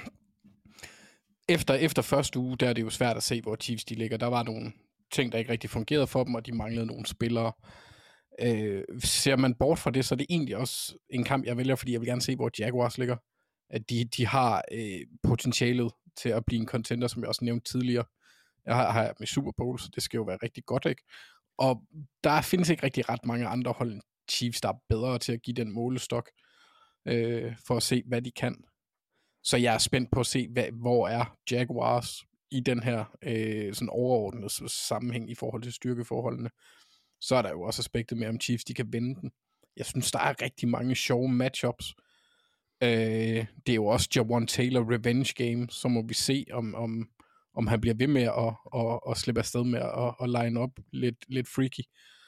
efter første uge, der er det jo svært at se, hvor Chiefs de ligger. Der var nogle ting, der ikke rigtig fungerede for dem, og de manglede nogle spillere. Ser man bort fra det, så er det egentlig også en kamp, jeg vælger, fordi jeg vil gerne se, hvor Jaguars ligger. At de har potentialet til at blive en contender, som jeg også nævnte tidligere. Jeg har med Super Bowl, så det skal jo være rigtig godt, ikke? Og der findes ikke rigtig ret mange andre hold end Chiefs, der er bedre til at give den målestok, for at se, hvad de kan. Så jeg er spændt på at se, hvor er Jaguars i den her sådan overordnede sammenhæng i forhold til styrkeforholdene. Så er der jo også aspektet med, om Chiefs de kan vinde den. Jeg synes, der er rigtig mange sjove matchups. Det er jo også Jawan Taylor revenge game, så må vi se, om han bliver ved med at slippe afsted med at line op lidt freaky,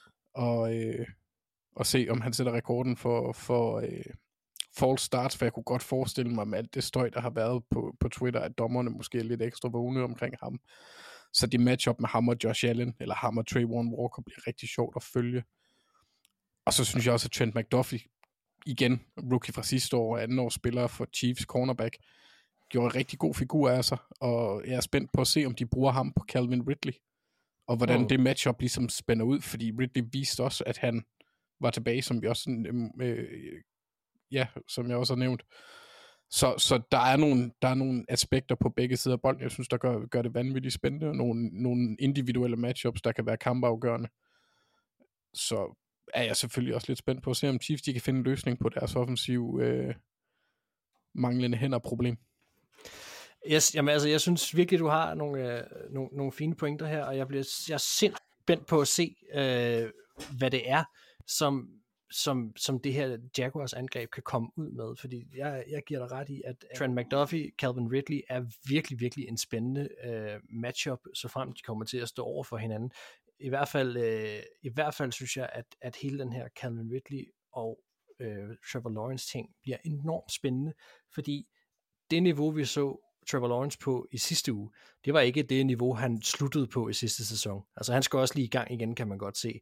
og se, om han sætter rekorden for false starts, for jeg kunne godt forestille mig med alt det støj, der har været på Twitter, at dommerne måske er lidt ekstra vågne omkring ham. Så det matchup med ham og Josh Allen, eller ham og Trayvon Walker, bliver rigtig sjovt at følge. Og så synes jeg også, at Trent McDuffie, igen, rookie fra sidste år, anden års spiller for Chiefs cornerback, gjorde en rigtig god figur af sig, og jeg er spændt på at se, om de bruger ham på Calvin Ridley, og hvordan det matchup ligesom spænder ud, fordi Ridley viste også, at han var tilbage, som som jeg også har nævnt. Så der er nogle aspekter på begge sider af bolden, jeg synes, der gør det vanvittigt spændende, og nogle individuelle matchups, der kan være kampafgørende. Så er jeg selvfølgelig også lidt spændt på at se, om Chiefs de kan finde en løsning på deres offensiv manglende hænder-problem. Yes, jamen altså, jeg synes virkelig, du har nogle fine pointer her, og jeg er sindssygt spændt på at se, hvad det er, som det her Jaguars angreb kan komme ud med, fordi jeg giver dig ret i, at Trent McDuffie, Calvin Ridley er virkelig, virkelig en spændende matchup, så frem de kommer til at stå over for hinanden. I hvert fald synes jeg, at hele den her Calvin Ridley og Trevor Lawrence ting bliver enormt spændende, fordi det niveau, vi så Trevor Lawrence på i sidste uge, det var ikke det niveau, han sluttede på i sidste sæson. Altså han skal også lige i gang igen, kan man godt se.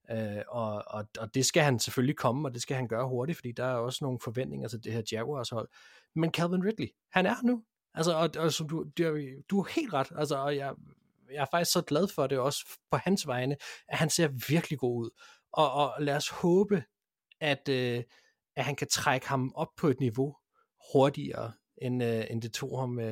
Og det skal han selvfølgelig komme, og det skal han gøre hurtigt, fordi der er også nogle forventninger til det her Jaguars hold. Men Calvin Ridley, han er nu. Altså, og som du er helt ret. Altså, og jeg er faktisk så glad for det også på hans vegne, at han ser virkelig god ud. Og lad os håbe, at han kan trække ham op på et niveau hurtigere, end det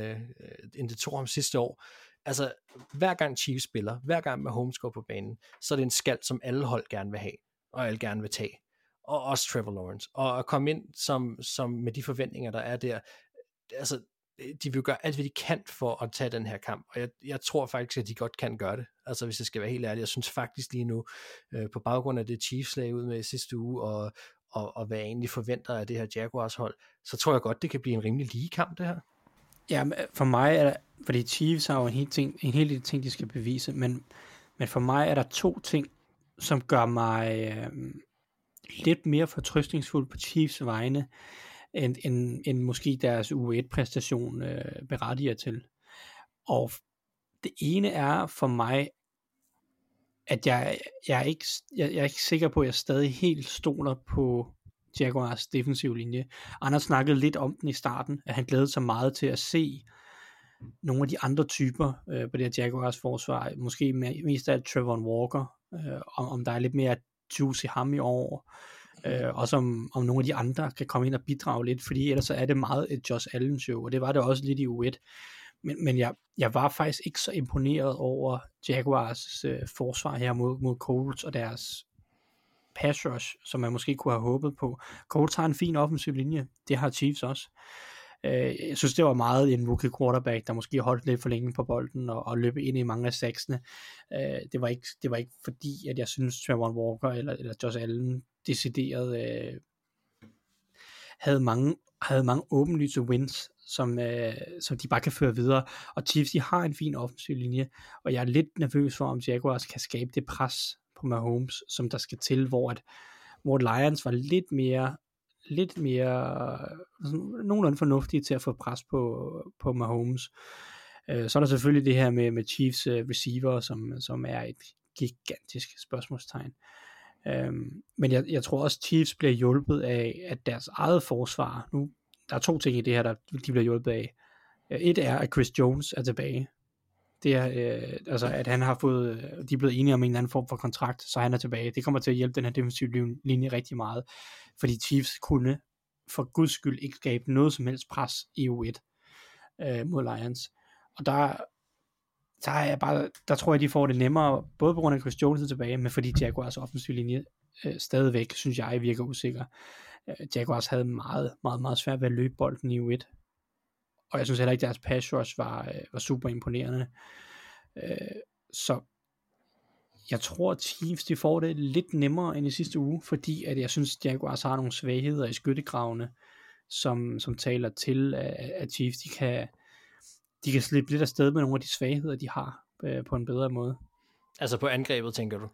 tog ham sidste år. Altså, hver gang Chiefs spiller, hver gang Mahomes går på banen, så er det en skald, som alle hold gerne vil have, og alle gerne vil tage. Og også Trevor Lawrence. Og at komme ind som med de forventninger, der er der, altså, de vil gøre alt, hvad de kan for at tage den her kamp, og jeg tror faktisk, at de godt kan gøre det. Altså, hvis jeg skal være helt ærlig, jeg synes faktisk lige nu, på baggrund af det Chiefs lagde ud med i sidste uge, og hvad jeg egentlig forventer af det her Jaguars hold, så tror jeg godt, det kan blive en rimelig lige kamp, det her. Ja, for mig er der, fordi Chiefs har jo en hel del ting, de skal bevise, men for mig er der to ting, som gør mig lidt mere fortrøstningsfuld på Chiefs vegne, end måske deres U1-præstation berettiger til. Og det ene er for mig, at jeg er ikke sikker på, at jeg stadig helt stoler på Jaguars defensive linje. Anders snakkede lidt om den i starten, at han glædede sig meget til at se nogle af de andre typer på det her Jaguars forsvar, måske mest af Trevor Walker, om der er lidt mere juice i ham i år, også om nogle af de andre kan komme ind og bidrage lidt, fordi ellers så er det meget et Josh Allen show, og det var det også lidt i U1. Men jeg var faktisk ikke så imponeret over Jaguars forsvar her mod Colts og deres pass rush, som man måske kunne have håbet på. Colts har en fin offensiv linje, det har Chiefs også. Jeg synes, det var meget en rookie quarterback, der måske holdt lidt for længe på bolden og løb ind i mange af saksene. Det var ikke fordi, at jeg synes, Trevor Walker eller Josh Allen decideret havde mange åbenlyse wins, som de bare kan føre videre. Og Chiefs, de har en fin offensiv linje, og jeg er lidt nervøs for, om Jaguars kan skabe det pres på Mahomes, som der skal til, hvor Lions var lidt mere nogenlunde fornuftige til at få pres på Mahomes. Så er der selvfølgelig det her med Chiefs receiver, som er et gigantisk spørgsmålstegn. Men jeg tror også, Chiefs bliver hjulpet af, at deres eget forsvar, nu, der er to ting i det her, de bliver hjulpet af. Et er, at Chris Jones er tilbage. Det er, altså, at han har fået, de er blevet enige om en eller anden form for kontrakt, så han er tilbage. Det kommer til at hjælpe den her defensive linje rigtig meget, fordi Chiefs kunne for guds skyld ikke skabe noget som helst pres i U1 mod Lions. Og der tror jeg, de får det nemmere, både på grund af Chris Jones er tilbage, men fordi Jaguars offensiv linje stadigvæk, synes jeg, virker usikker. Jaguars havde meget, meget, meget svært ved at løbe bolden i U1. og jeg synes heller ikke, deres pass rush var super imponerende. Så jeg tror, at Chiefs de får det lidt nemmere end i sidste uge, fordi at jeg synes, at Jaguars har nogle svagheder i skyttegravene, som taler til, at Chiefs de kan slippe lidt afsted med nogle af de svagheder, de har på en bedre måde. Altså på angrebet, tænker du?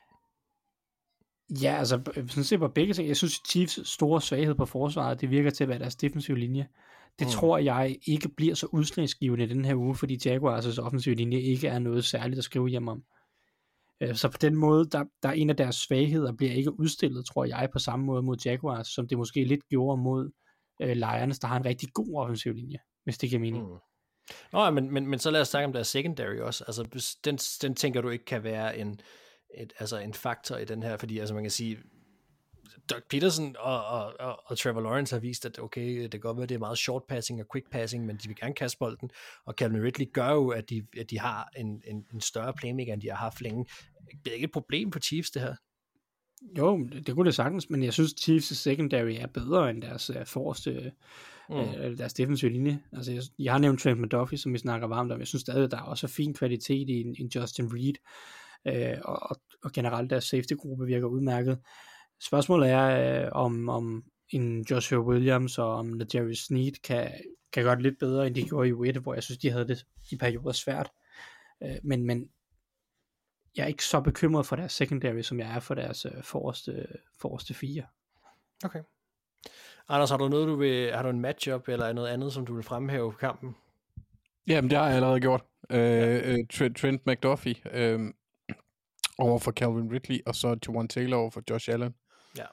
Ja, altså sådan set på begge ting. Jeg synes, Chiefs store svaghed på forsvaret, det virker til at være deres defensive linje. Det tror jeg ikke bliver så udslagsgivende i den her uge, fordi Jaguars' offensive linje ikke er noget særligt at skrive hjem om. Så på den måde, der er en af deres svagheder, bliver ikke udstillet, tror jeg, på samme måde mod Jaguars, som det måske lidt gjorde mod Lions, der har en rigtig god offensiv linje, hvis det giver mening. Nå, men så lad os snakke om deres secondary også. Altså, den tænker du ikke kan være en faktor i den her, fordi altså man kan sige, Doug Peterson og Trevor Lawrence har vist, at okay, det kan godt være, det er meget short passing og quick passing, men de vil gerne kaste bolden, og Calvin Ridley gør jo, at de har en større playmaker, end de har haft længe. Det er ikke et problem for Chiefs, det her. Jo, det kunne det sagtens, men jeg synes, Chiefs' secondary er bedre end deres forreste, deres defensive linje. Altså, jeg har nævnt Trent McDuffie, som vi snakker varmt om. Jeg synes stadig, at der er også fin kvalitet i en Justin Reed, og generelt deres safety-gruppe virker udmærket. Spørgsmålet er, om en Joshua Williams og om L'Jarius Sneed kan gøre det lidt bedre, end de gjorde i U1, hvor jeg synes, de havde det i perioder svært. Men jeg er ikke så bekymret for deres secondary, som jeg er for deres forreste 4. Okay. Anders, har du en matchup eller noget andet, som du vil fremhæve på kampen? Jamen, det har jeg allerede gjort. Trent McDuffie over for Calvin Ridley, og så Juwan Taylor over for Josh Allen. Ja.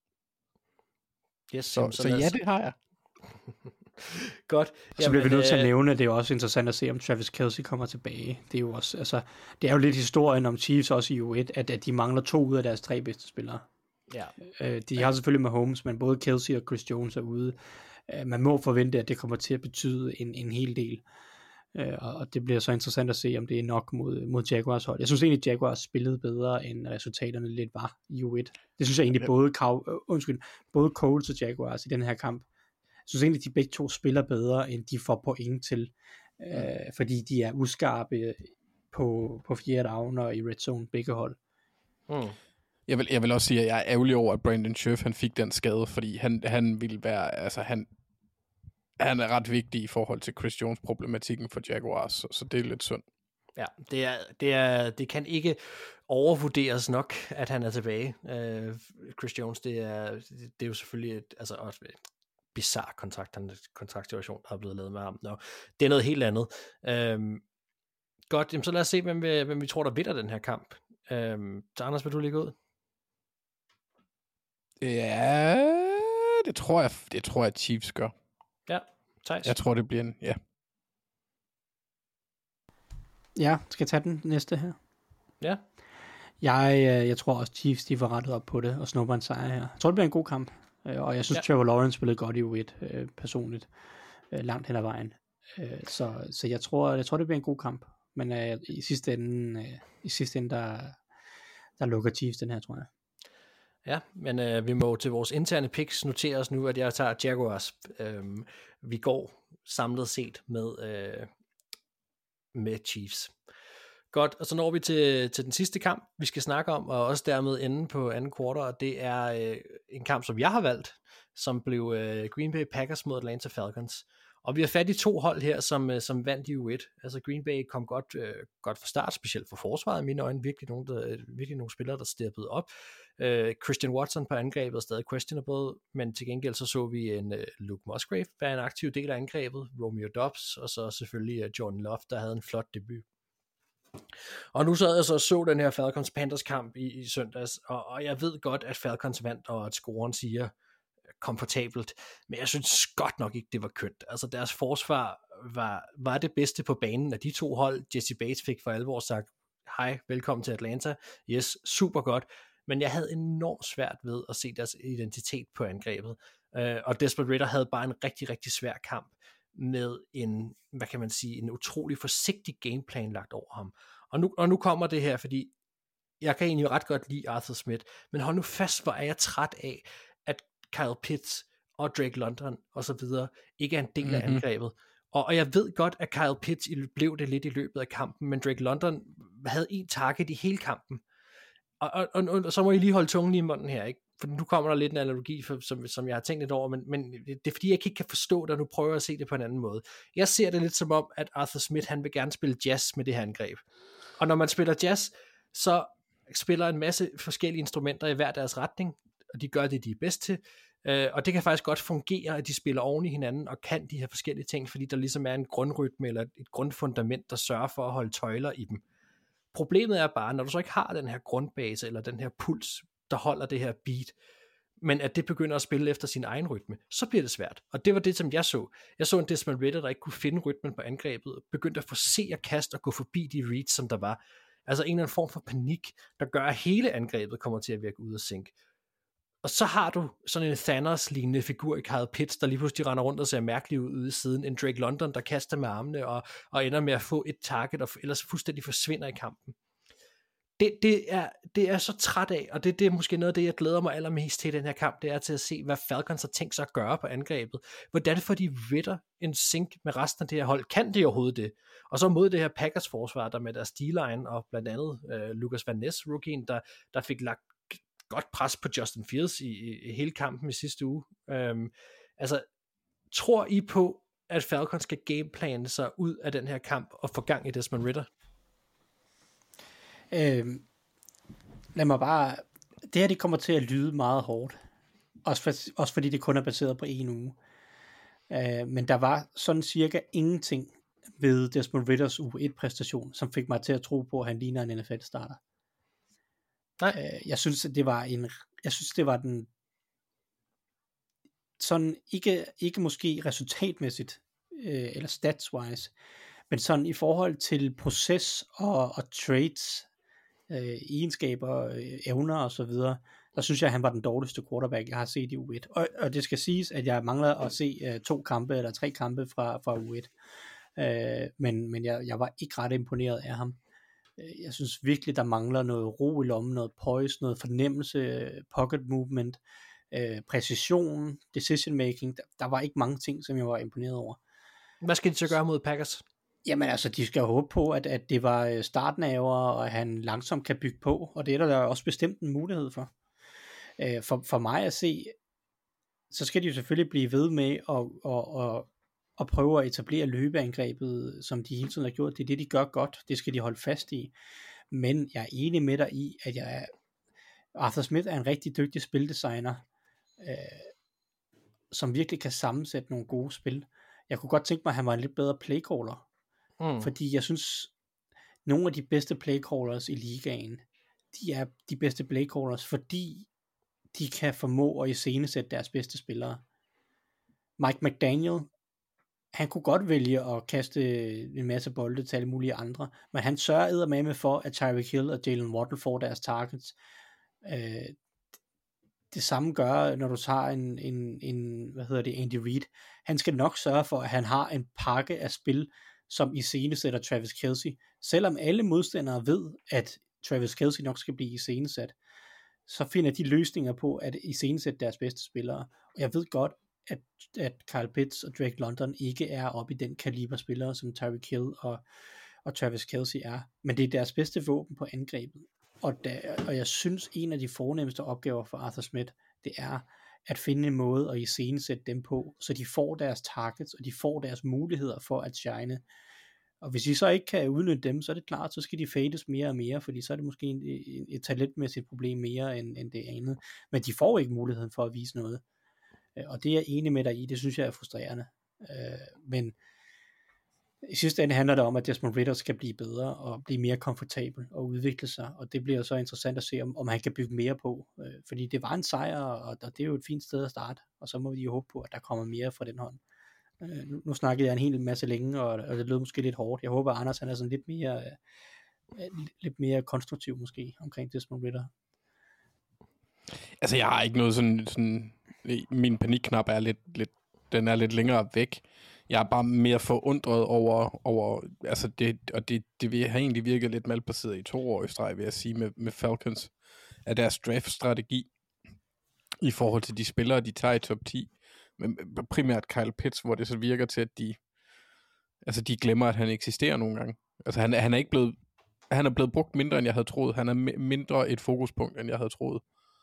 Yes, så ja, det har jeg. Godt. Så bliver vi nødt til at nævne, at det er også interessant at se, om Travis Kelce kommer tilbage. Det er jo også, altså, det er jo lidt historien om Chiefs også i U1, at de mangler 2 ud af deres 3 bedste spillere. Ja. De har selvfølgelig Mahomes, men både Kelce og Chris Jones er ude. Man må forvente, at det kommer til at betyde en hel del. Og det bliver så interessant at se, om det er nok mod Jaguars hold. Jeg synes egentlig, Jaguars spillede bedre, end resultaterne lidt var i U1. Det synes jeg egentlig både Colts og Jaguars i den her kamp. Jeg synes egentlig, de begge to spiller bedre, end de får point til, fordi de er uskarpe på 4. down og i red zone, begge hold. Jeg vil også sige, at jeg er ærgerlig over, at Brandon Scherff han fik den skade, fordi han ville være, altså han er ret vigtig i forhold til Chris Jones problematikken for Jaguars, så det er lidt synd. Ja, det kan ikke overvurderes nok, at han er tilbage. Chris Jones, det er jo selvfølgelig et bizarre kontraktsituation, der er blevet lavet med ham. Nå, det er noget helt andet. Godt, jamen, så lad os se, hvem vi tror, der vinder den her kamp. Så Anders, vil du ligge ud? Ja, det tror jeg Chiefs gør. Ja, Thijs. Jeg tror, det bliver en, ja. Ja, skal jeg tage den næste her? Ja. Jeg tror også, Chiefs de får rettet op på det og snupper en sejr her. Jeg tror, det bliver en god kamp. Og jeg synes, Trevor Lawrence spillede godt i U1 personligt. Langt hen ad vejen. Så jeg tror, det bliver en god kamp. Men i sidste ende der lukker Chiefs den her, tror jeg. Ja, men vi må til vores interne picks notere os nu, at jeg tager Jaguars. Vi går samlet set med Chiefs. Godt, og så når vi til den sidste kamp, vi skal snakke om, og også dermed ende på anden kvartal, og det er en kamp, som jeg har valgt, som blev Green Bay Packers mod Atlanta Falcons. Og vi har fat i 2 hold her, som vandt i U1. Altså Green Bay kom godt fra start, specielt for forsvaret i mine øjne. Virkelig nogle spillere, der steppede op. Christian Watson på angrebet er stadig questionable, men til gengæld så vi en Luke Musgrave være en aktiv del af angrebet, Romeo Doubs, og så selvfølgelig Jordan Love, der havde en flot debut. Og nu sad jeg så den her Falcons Panthers kamp i søndags, og jeg ved godt, at Falcons vandt, og at scoren siger komfortabelt, men jeg synes godt nok ikke, det var kønt. Altså deres forsvar var det bedste på banen af de 2 hold. Jesse Bates fik for alvor sagt, hej, velkommen til Atlanta. Yes, super godt. Men jeg havde enormt svært ved at se deres identitet på angrebet. Og Desmond Ridder havde bare en rigtig, rigtig svær kamp med en utrolig forsigtig gameplan lagt over ham. Og nu kommer det her, fordi jeg kan egentlig ret godt lide Arthur Smith, men hold nu fast, hvor er jeg træt af, at Kyle Pitts og Drake London og så videre ikke er en del af angrebet. Og jeg ved godt, at Kyle Pitts blev det lidt i løbet af kampen, men Drake London havde en target i hele kampen. Og så må I lige holde tungen i munden her, ikke? For nu kommer der lidt en analogi, som jeg har tænkt lidt over, men det er fordi, jeg ikke kan forstå det, og nu prøver jeg at se det på en anden måde. Jeg ser det lidt som om, at Arthur Smith, han vil gerne spille jazz med det her angreb. Og når man spiller jazz, så spiller en masse forskellige instrumenter i hver deres retning, og de gør det, de er bedst til. Og det kan faktisk godt fungere, at de spiller oven i hinanden og kan de her forskellige ting, fordi der ligesom er en grundrytme eller et grundfundament, der sørger for at holde tøjler i dem. Problemet er bare, når du så ikke har den her grundbase eller den her puls, der holder det her beat, men at det begynder at spille efter sin egen rytme, så bliver det svært. Og det var det, som jeg så. Jeg så en Desmond Ridder, der ikke kunne finde rytmen på angrebet, og begyndte at forse at kaste og gå forbi de reads, som der var. Altså en eller anden form for panik, der gør, at hele angrebet kommer til at virke ud af sync. Og så har du sådan en Thanos-lignende figur i Kyle Pitts, der lige pludselig render rundt og ser mærkelig ud ude i siden. En Drake London, der kaster med armene og ender med at få et target, og ellers fuldstændig forsvinder i kampen. Det er så træt af, og det er måske noget af det, jeg glæder mig allermest til i den her kamp, det er til at se, hvad Falcons har tænkt sig at gøre på angrebet. Hvordan får de Ridder en sync med resten af det her hold? Kan de overhovedet det? Og så mod det her Packers forsvar, der med deres D-line, og blandt andet Lucas Van Ness, rookien, der fik lagt godt pres på Justin Fields i hele kampen i sidste uge. Altså, tror I på, at Falcons skal gameplane sig ud af den her kamp og få gang i Desmond Ridder? Lad mig bare... Det her, det kommer til at lyde meget hårdt. Også fordi det kun er baseret på en uge. Men der var sådan cirka ingenting ved Desmond Ridders U1-præstation, som fik mig til at tro på, at han ligner en NFL-starter. Nej. Jeg synes, det var den sådan ikke måske resultatmæssigt eller stats-wise, men sådan i forhold til proces og traits, egenskaber, evner og så videre, der synes jeg, at han var den dårligste quarterback, jeg har set i U1. Og det skal siges, at jeg mangler at se 2 kampe eller 3 kampe fra U1. Men jeg var ikke ret imponeret af ham. Jeg synes virkelig, der mangler noget ro i lommen, noget poise, noget fornemmelse, pocket movement, præcision, decision making. Der var ikke mange ting, som jeg var imponeret over. Hvad skal de så gøre mod Packers? Jamen altså, de skal håbe på, at det var startnaver, og at han langsomt kan bygge på, og det er der også bestemt en mulighed for. For mig at se, så skal de jo selvfølgelig blive ved med at prøve at etablere løbeangrebet, som de hele tiden har gjort. Det er det, de gør godt. Det skal de holde fast i. Men jeg er enig med dig i, at Arthur Smith er en rigtig dygtig spildesigner, som virkelig kan sammensætte nogle gode spil. Jeg kunne godt tænke mig, at han var en lidt bedre playcaller. Fordi jeg synes, nogle af de bedste playcallers i ligaen, de er de bedste playcallers, fordi de kan formå at iscenesætte deres bedste spillere. Mike McDaniel, han kunne godt vælge at kaste en masse bolde til alle mulige andre, men han sørger eddermame for, at Tyreek Hill og Jalen Waddle får deres targets. Det samme gør, når du tager Andy Reid. Han skal nok sørge for, at han har en pakke af spil, som iscenesætter Travis Kelce. Selvom alle modstandere ved, at Travis Kelce nok skal blive iscenesat, så finder de løsninger på at iscenesætte deres bedste spillere. Og jeg ved godt, at Kyle Pitts og Drake London ikke er oppe i den kaliber spillere, som Tyreek Hill og Travis Kelce er. Men det er deres bedste våben på angrebet. Og jeg synes, en af de fornemmeste opgaver for Arthur Smith, det er at finde en måde at iscenesætte dem på, så de får deres targets, og de får deres muligheder for at shine. Og hvis I så ikke kan udnytte dem, så er det klart, så skal de fades mere og mere, fordi så er det måske et talentmæssigt problem mere end det andet. Men de får ikke muligheden for at vise noget. Og det er jeg enig med dig i, det synes jeg er frustrerende. Men i sidste ende handler det om, at Desmond Ridder skal blive bedre og blive mere komfortabel og udvikle sig, og det bliver så interessant at se, om han kan bygge mere på, fordi det var en sejr, og det er jo et fint sted at starte, og så må vi jo håbe på, at der kommer mere fra den hånd. Nu snakkede jeg en hel masse længe, og det lød måske lidt hårdt. Jeg håber, at Anders han er sådan lidt mere konstruktiv måske omkring Desmond Ridder. Altså, jeg har ikke noget sådan min panikknap er den er lidt længere væk. Jeg er bare mere forundret over altså det vil have egentlig virket lidt malplaceret i 2 år i streg, vil jeg sige, med Falcons, af deres draft-strategi i forhold til de spillere, de tager i top 10, men primært Kyle Pitts, hvor det så virker til, at Altså, de glemmer, at han eksisterer nogle gange. Altså, han er blevet brugt mindre, end jeg havde troet. Han er mindre et fokuspunkt, end jeg havde troet.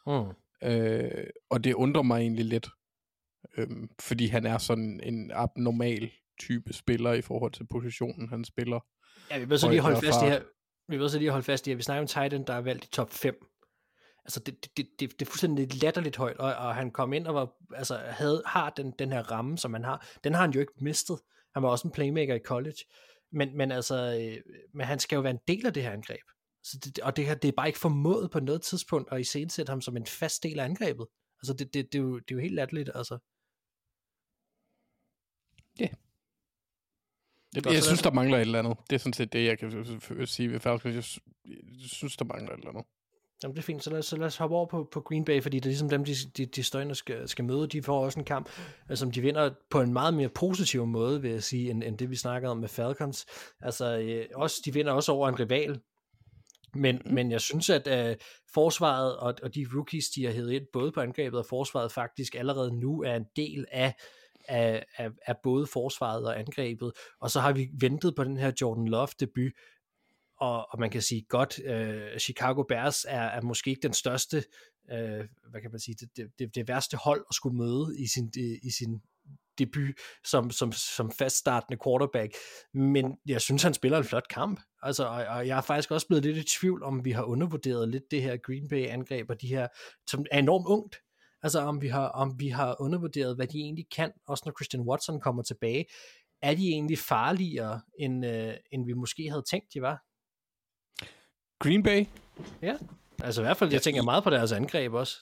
Og det undrer mig egentlig lidt. Fordi han er sådan en abnormal type spiller i forhold til positionen, han spiller. Ja, vi vil så lige holde fast i her. Vi snakker om tight end, der er valgt i top 5. Altså, det er fuldstændig latterligt højt, og han kom ind og var, altså, har den her ramme, som han har. Den har han jo ikke mistet. Han var også en playmaker i college. Men han skal jo være en del af det her angreb. Så det er bare ikke formået på noget tidspunkt at iscenesætte ham som en fast del af angrebet. Altså, det er jo helt latterligt, altså. Ja. Jeg synes, der mangler et eller andet. Det er sådan set det, jeg kan sige ved Falcons. Jeg synes, der mangler et eller andet. Jamen, det er fint. Så lad os hoppe over på Green Bay, fordi det er ligesom dem, de står ind og skal møde. De får også en kamp, som de vinder på en meget mere positiv måde, vil jeg sige, end det, vi snakkede om med Falcons. Altså, de vinder også over en rival. Men jeg synes, at forsvaret og de rookies, de har hævet ind, både på angrebet og forsvaret, faktisk allerede nu er en del af både forsvaret og angrebet. Og så har vi ventet på den her Jordan Love debut, og man kan sige godt, Chicago Bears er måske ikke den største, hvad kan man sige, det værste hold at skulle møde i sin debut som faststartende quarterback, men jeg synes, han spiller en flot kamp. Altså, og jeg er faktisk også blevet lidt i tvivl, om vi har undervurderet lidt det her Green Bay angreb, og de her, som er enormt ungt. Altså, om vi har undervurderet, hvad de egentlig kan, også når Christian Watson kommer tilbage. Er de egentlig farligere, end vi måske havde tænkt, de var? Green Bay? Ja, altså i hvert fald, jeg tænker meget på deres angreb også.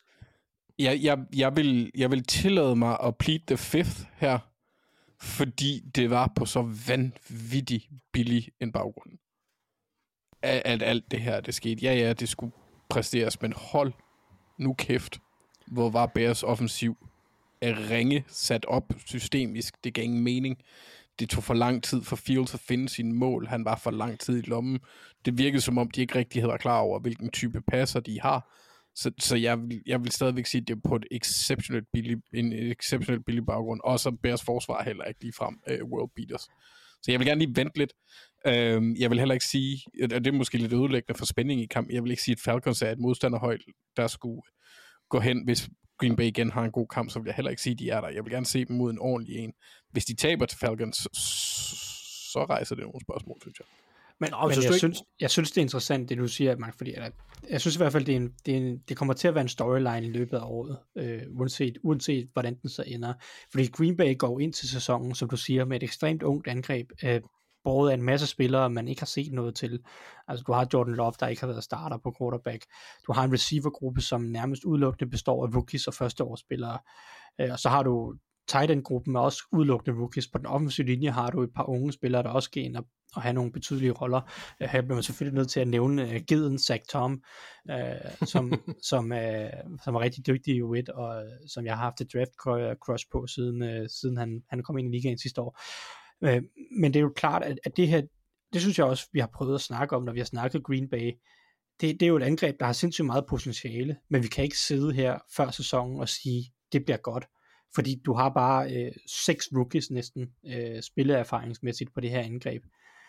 Jeg vil tillade mig at plead the fifth her, fordi det var på så vanvittigt billig en baggrund. At alt det her, det skete. Ja, det skulle præsteres, men hold nu kæft, hvor var Bears offensiv af ringe sat op systemisk. Det gav ingen mening. Det tog for lang tid for Fields at finde sine mål. Han var for lang tid i lommen. Det virkede som om, de ikke rigtig havde været klar over, hvilken type passer de har. Så jeg vil stadigvæk sige, at det er på en exceptionelt billig baggrund. Og så Bears forsvar heller ikke ligefrem world beaters. Så jeg vil gerne lige vente lidt. Jeg vil heller ikke sige, og det er måske lidt ødelæggende for spænding i kampen, jeg vil ikke sige, at Falcons er et modstanderhold, der skulle gå hen, hvis Green Bay igen har en god kamp, så vil jeg heller ikke sige, at de er der. Jeg vil gerne se dem mod en ordentlig en. Hvis de taber til Falcons, så rejser det nogle spørgsmål, synes jeg. Men jeg synes, det er interessant, det du siger, Mark, fordi jeg synes i hvert fald, det kommer til at være en storyline i løbet af året, uanset hvordan den så ender. Fordi Green Bay går ind til sæsonen, som du siger, med et ekstremt ungt angreb, båret af en masse spillere, man ikke har set noget til. Altså, du har Jordan Love, der ikke har været starter på quarterback. Du har en receivergruppe, som nærmest udelukkende består af rookies og førsteårsspillere. Og så har du tight end-gruppen med også udelukkende rookies. På den offensive linje har du et par unge spillere, der også skal ind og have nogle betydelige roller. Her bliver man selvfølgelig nødt til at nævne geden Zach Tom, som er rigtig dygtig i U1, og som jeg har haft et draft crush på, siden han kom ind i ligaen sidste år. Men det er jo klart, at det her, det synes jeg også, vi har prøvet at snakke om, når vi har snakket Green Bay. Det er jo et angreb, der har sindssygt meget potentiale, men vi kan ikke sidde her før sæsonen og sige, det bliver godt. Fordi du har bare 6 rookies næsten spilleerfaringsmæssigt på det her angreb.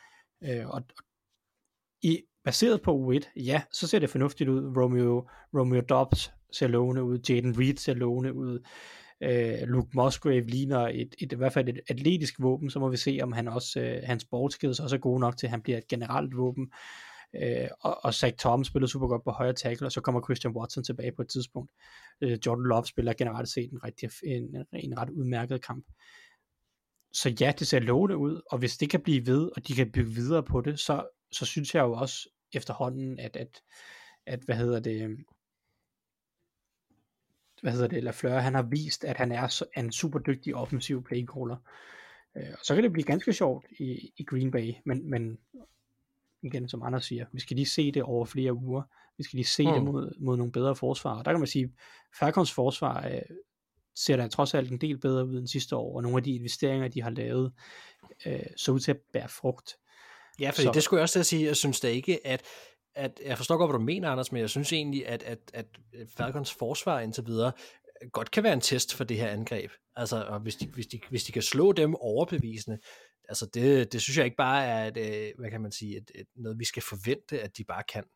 Baseret på U1, ja, så ser det fornuftigt ud. Romeo Doubs ser lovende ud. Jaden Reed ser lovende ud. Luke Musgrave ligner i hvert fald et atletisk våben, så må vi se, om han også, hans sportskills også er gode nok til, at han bliver et generelt våben. Og Zach Tom spiller super godt på højre tackle, og så kommer Christian Watson tilbage på et tidspunkt. Jordan Love spiller generelt set en ret udmærket kamp. Så ja, det ser lovende ud, og hvis det kan blive ved, og de kan bygge videre på det, så synes jeg jo også efterhånden, at Lafleur, han har vist, at han er en super dygtig offensiv playcaller. Så kan det blive ganske sjovt i Green Bay, men igen, som Anders siger, vi skal lige se det over flere uger. Vi skal lige se det mod nogle bedre forsvar. Og der kan man sige, Falcons forsvar ser der trods alt en del bedre ud end sidste år, og nogle af de investeringer, de har lavet, så ud til at bære frugt. Ja, fordi det skulle jeg også sige, jeg synes da ikke, at jeg forstår godt, hvad du mener, Anders, men jeg synes egentlig, at Falcons forsvar indtil videre godt kan være en test for det her angreb. Altså, og hvis de kan slå dem overbevisende, altså det synes jeg ikke bare er hvad kan man sige, noget vi skal forvente, at de bare kan.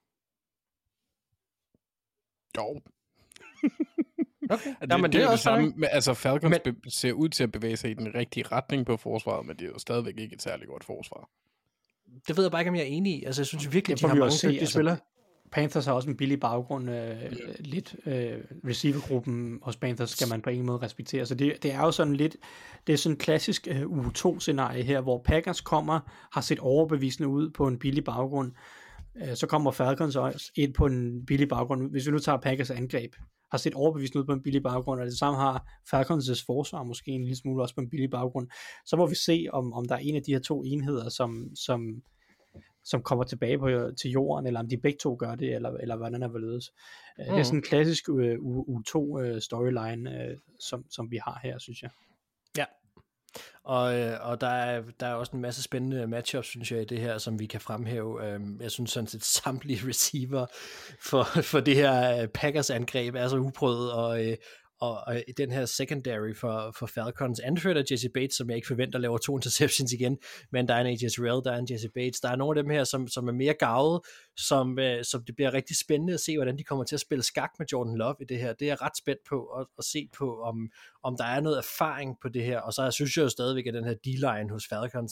Jo. Okay. Det er jo det samme. Altså, Falcons ser ud til at bevæge sig i den rigtige retning på forsvaret, men det er jo stadigvæk ikke et særligt godt forsvar. Det ved jeg bare ikke, om jeg er enig i. Altså, jeg synes virkelig, at de har mange dygtige spillere. Panthers har også en billig baggrund. Receivergruppen hos Panthers skal man på ingen måde respektere. Så det er jo sådan lidt, det er sådan en klassisk U2-scenarie her, hvor Packers har set overbevisende ud på en billig baggrund. Så kommer Falcons også ind på en billig baggrund. Hvis vi nu tager Packers angreb, har set overbevisende ud på en billig baggrund, og det samme har Falcons' forsvar måske en lille smule også på en billig baggrund, så må vi se, om der er en af de her to enheder, som kommer tilbage til jorden, eller om de begge to gør det, eller hvordan er hvorledes. Det er sådan en klassisk U2 storyline, som vi har her, synes jeg. Ja. Og der er også en masse spændende matchups, synes jeg, i det her, som vi kan fremhæve. Jeg synes sådan set, samtlige receiver for det her Packers angreb er så uprøvet, og den her secondary for Falcons, anført af Jesse Bates, som jeg ikke forventer laver 2 interceptions igen, men der er en AJ Terrell, der er en Jesse Bates, der er nogle af dem her, som er mere garvede, som det bliver rigtig spændende at se, hvordan de kommer til at spille skak med Jordan Love i det her. Det er jeg ret spændt på at se på, om der er noget erfaring på det her, og så synes jeg jo stadigvæk, at den her D-line hos Falcons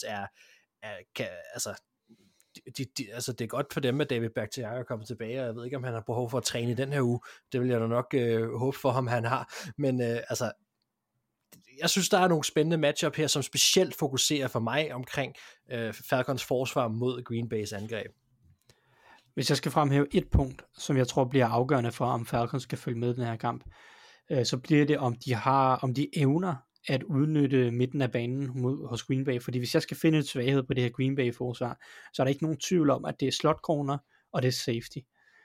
altså det er godt for dem, at David Bakhtiari er kommet tilbage, og jeg ved ikke, om han har behov for at træne i den her uge. Det vil jeg da nok håbe for ham, han har. Men jeg synes, der er nogle spændende matchup her, som specielt fokuserer for mig omkring Falcons forsvar mod Green Bay's angreb. Hvis jeg skal fremhæve et punkt, som jeg tror bliver afgørende for, om Falcons skal følge med i den her kamp, så bliver det, om de evner at udnytte midten af banen hos Green Bay, fordi hvis jeg skal finde et svaghed på det her Green Bay forsvar, så er der ikke nogen tvivl om, at det er slot corner, og det er safety.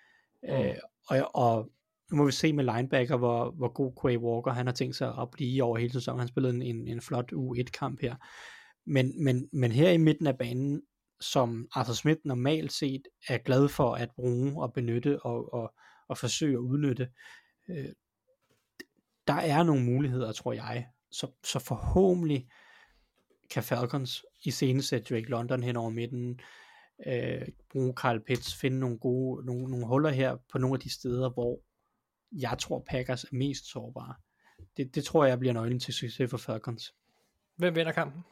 Og nu må vi se med linebacker, hvor god Quay Walker, han har tænkt sig at blive over hele sæsonen. Han spillede en flot U1-kamp her. Men her i midten af banen, som Arthur Smith normalt set er glad for at bruge og benytte og forsøge at udnytte, der er nogle muligheder, tror jeg. Så forhåbentlig kan Falcons iscenesætte Drake London hen over midten, bruge Kyle Pitts, finde nogle huller her på nogle af de steder, hvor jeg tror Packers er mest sårbare. Det tror jeg bliver nøglen til succes for Falcons. Hvem vinder kampen?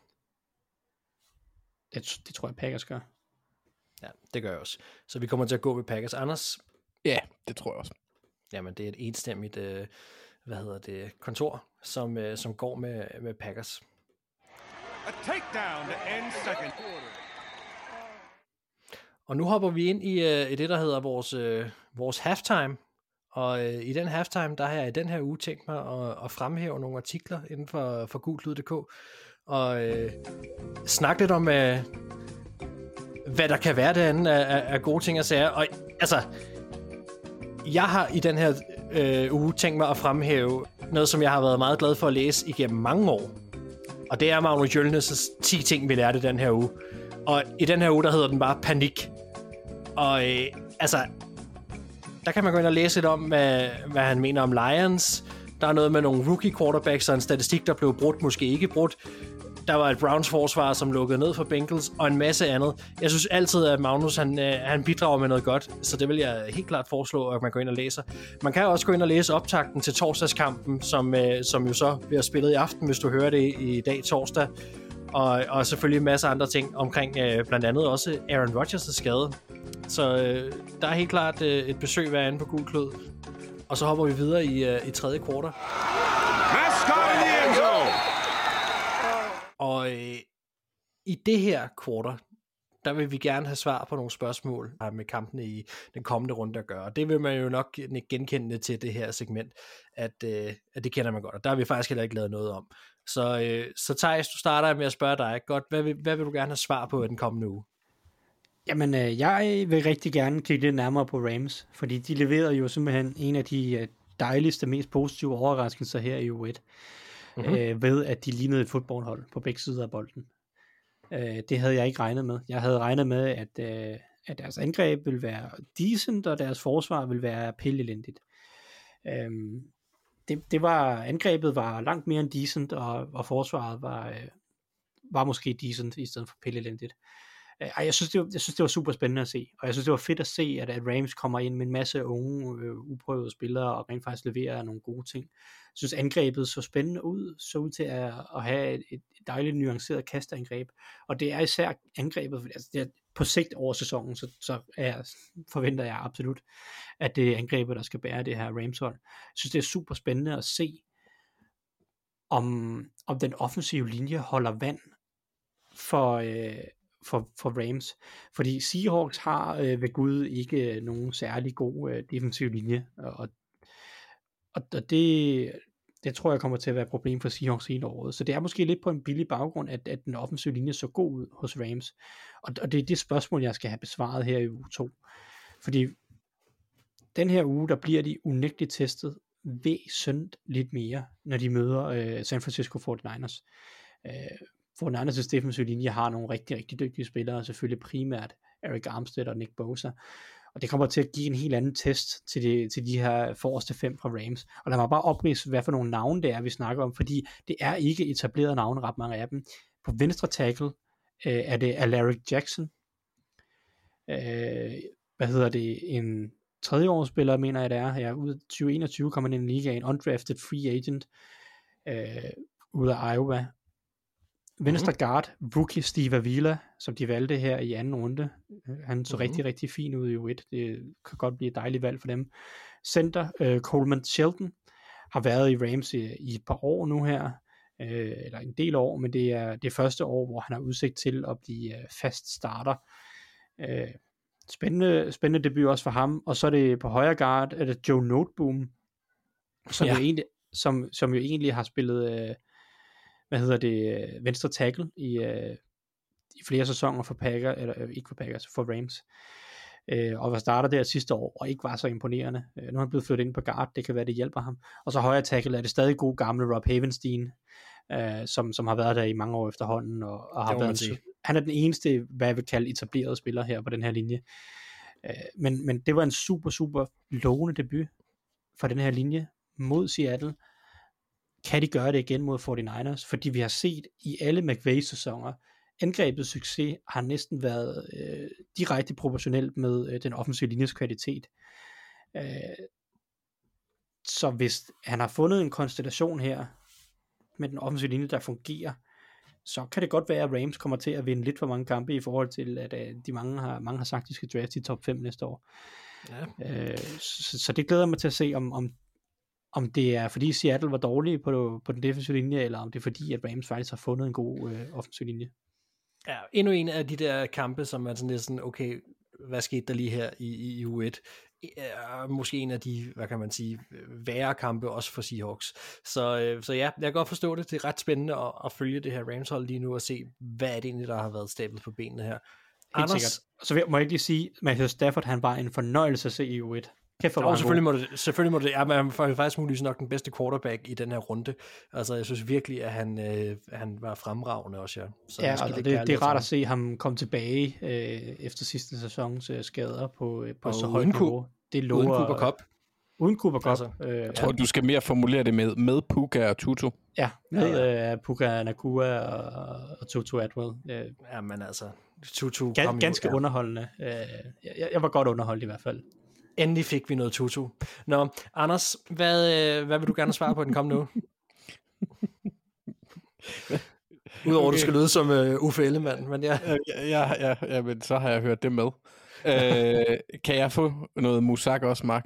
Det tror jeg Packers gør. Ja, det gør jeg også. Så vi kommer til at gå med Packers. Anders? Ja, det tror jeg også. Jamen, det er et enstemmigt kontor, som går med Packers. A takedown to end second. Og nu hopper vi ind i det, der hedder vores halftime. Og i den halftime, der har jeg i den her uge tænkt mig at fremhæve nogle artikler inden for gulklyd.dk og snakke lidt om, hvad der kan være derinde af gode ting at sige. Og altså, jeg har i den her uge tænkt mig at fremhæve noget, som jeg har været meget glad for at læse igennem mange år. Og det er Magnus Jølnes' 10 ting, vi lærte den her uge. Og i den her uge, der hedder den bare Panik. Og der kan man gå ind og læse lidt om, hvad han mener om Lions. Der er noget med nogle rookie quarterbacks og en statistik, der blev brudt, måske ikke brudt. Der var et Browns forsvar, som lukkede ned for Bengals, og en masse andet. Jeg synes altid, at Magnus han bidrager med noget godt, så det vil jeg helt klart foreslå, at man går ind og læser. Man kan også gå ind og læse optakten til torsdagskampen, som jo så bliver spillet i aften, hvis du hører det i dag torsdag. Og selvfølgelig en masse andre ting omkring blandt andet også Aaron Rodgers' skade. Så der er helt klart et besøg hver anden på Gul Klud. Og så hopper vi videre i tredje kvartal. Mascot in the end zone. Og i det her kvartal, der vil vi gerne have svar på nogle spørgsmål med kampene i den kommende runde at gøre. Og det vil man jo nok genkende til det her segment, at det kender man godt. Og der har vi faktisk heller ikke lavet noget om. Så Theis, du starter med at spørge dig. Godt, hvad vil du gerne have svar på i den kommende uge? Jamen, jeg vil rigtig gerne kigge lidt nærmere på Rams, fordi de leverede jo simpelthen en af de dejligste, mest positive overraskelser her i U1, ved at de lignede et fodboldhold på begge sider af bolden. Det havde jeg ikke regnet med. Jeg havde regnet med, at deres angreb ville være decent, og deres forsvar ville være pillelendigt. det var, angrebet var langt mere end decent, og forsvaret var måske decent, i stedet for pillelendigt. Jeg synes, det var super spændende at se, og jeg synes, det var fedt at se, at Rams kommer ind med en masse unge, uprøvede spillere, og rent faktisk leverer nogle gode ting. Jeg synes, angrebet så spændende ud, så ud til at have et dejligt nuanceret kastangreb, og det er især angrebet, altså det er på sigt over sæsonen, så forventer jeg absolut, at det er angrebet, der skal bære det her Rams-hold. Jeg synes, det er super spændende at se, om den offensive linje holder vand for Rams, fordi Seahawks har ved Gud ikke nogen særlig god defensiv linje, og det tror jeg kommer til at være et problem for Seahawks hele året, så det er måske lidt på en billig baggrund, at den offensive linje så god ud hos Rams, og det er det spørgsmål, jeg skal have besvaret her i uge 2, fordi den her uge, der bliver de unægteligt testet væsentligt mere, når de møder San Francisco 49ers. 49ers' defensive linje har nogle rigtig, rigtig dygtige spillere, selvfølgelig primært Eric Armstead og Nick Bosa, og det kommer til at give en helt anden test til de her forreste 5 fra Rams, og lad mig bare opridse, hvad for nogle navne det er, vi snakker om, fordi det er ikke etablerede navne, ret mange af dem. På venstre tackle er det Alaric Jackson, en tredjeårsspiller, mener jeg det er, her ud af 2021 kommer ind i ligaen, undrafted free agent, ud af Iowa. Venstre guard, rookie Steve Avila, som de valgte her i anden runde. Han så rigtig, rigtig fin ud i U1. Det kan godt blive et dejligt valg for dem. Center, Coleman Shelton, har været i Rams i et par år nu her, eller en del år, men det er det første år, hvor han har udsigt til at blive fast starter. Spændende debut også for ham. Og så er det på højre guard, er det Joe Noteboom, som jo egentlig har spillet... venstre tackle i flere sæsoner for Packers, eller ikke for Packers, for Rams, og var starter der sidste år, og ikke var så imponerende. Nu er han blevet flyttet ind på guard, det kan være, det hjælper ham. Og så højre tackle er det stadig gode gamle Rob Havenstein, som har været der i mange år efterhånden, og har været, han er den eneste, hvad jeg vil kalde etableret spiller her på den her linje. Men det var en super, super lovende debut for den her linje mod Seattle. Kan de gøre det igen mod 49ers? Fordi vi har set i alle McVays sæsoner, angrebets succes har næsten været direkte proportionelt med den offensive linjes kvalitet. Så hvis han har fundet en konstellation her med den offensive linje, der fungerer, så kan det godt være, at Rams kommer til at vinde lidt for mange kampe i forhold til, at de mange har sagt, at de skal draft i top 5 næste år. Ja. Så det glæder mig til at se, om det er fordi Seattle var dårlige på den defensive linje, eller om det er fordi, at Rams faktisk har fundet en god offensiv linje. Ja, endnu en af de der kampe, som er sådan lidt sådan, okay, hvad skete der lige her i U1? Måske en af de, hvad kan man sige, værre kampe også for Seahawks. Så ja, jeg kan godt forstå det. Det er ret spændende at følge det her Rams-hold lige nu og se, hvad er det egentlig, der har været stablet på benene her. Helt sikkert. Så må jeg ikke lige sige, Matthew Stafford, han var en fornøjelse at se i U1. Selvfølgelig må det. Ja, man får faktisk muligvis nok den bedste quarterback i den her runde. Altså, jeg synes virkelig, at han var fremragende også, ja. Så ja, og det er rart at se ham komme tilbage efter sidste sæsons skader på så højt niveau. Uden Cooper Kupp. Uden Cooper Kupp. Altså, jeg tror, du skal mere formulere det med Puka og Tutu. Ja, med Puka Nacua og Tutu Atwell. Ja, men altså, Tutu ganske underholdende. Jeg var godt underholdt i hvert fald. Endelig fik vi noget Tutu. Nå, Anders, hvad vil du gerne svare på den kommende uge? Udover at du skal lyde som Uffe Ellemann, men ja. Ja, men så har jeg hørt det med. Kan jeg få noget musak også, Mark?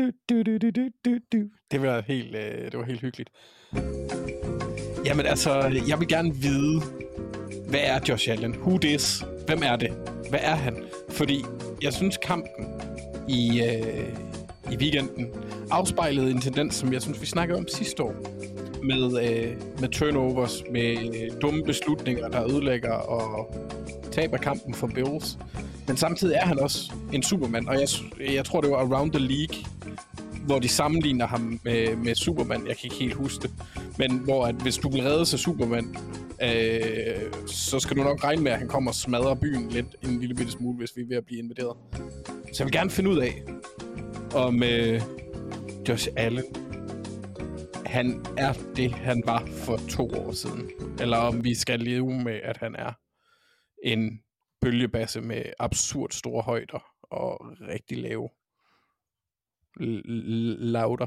Det var helt hyggeligt. Jamen altså, jeg vil gerne vide, hvad er Josh Allen? Who this? Hvem er det? Hvad er han? Fordi jeg synes kampen i weekenden afspejlede en tendens, som jeg synes, vi snakkede om sidste år, med turnovers, med dumme beslutninger, der ødelægger og taber kampen for Bills. Men samtidig er han også en Superman, og jeg tror, det var Around the League, hvor de sammenligner ham med Superman. Jeg kan ikke helt huske det. Men hvor at hvis du vil redde sig Superman, så skal du nok regne med, at han kommer og smadrer byen lidt en lille bitte smule, hvis vi er ved at blive invaderet. Så jeg vil gerne finde ud af, om Josh Allen han er det, han var for 2 år siden. Eller om vi skal leve med, at han er en bølgebasse med absurd store højder og rigtig lave lauter.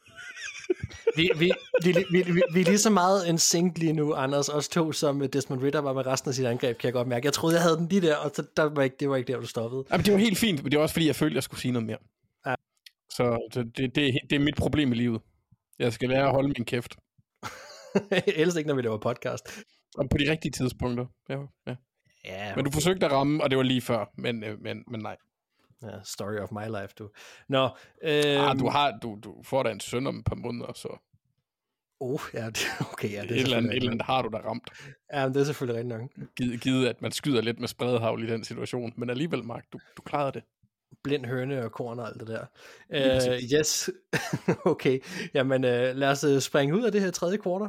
Vi er lige så meget en sync lige nu, Anders, os to, som Desmond Ridder var med resten af sit angreb, kan jeg godt mærke. Jeg troede, jeg havde den lige der, og så det var ikke der, du stoppede. Jamen, det var helt fint, men det var også fordi, jeg følte, jeg skulle sige noget mere. Ja. Så det er mit problem i livet. Jeg skal lære at holde min kæft. Ellers ikke, når vi laver podcast. Og på de rigtige tidspunkter. Ja. Ja, okay. Men du forsøgte at ramme, og det var lige før, men nej. Ja, story of my life, du. Nå, du får da en søn om et par måneder, så... ja, okay, ja. Det er et eller andet har du da ramt. Ja, men det er selvfølgelig rigtig nok. Givet, at man skyder lidt med spredhavl i den situation, men alligevel, Mark, du klarede det. Blind høne og korn og alt det der. Yes, okay. Jamen, lad os springe ud af det her tredje kvartal.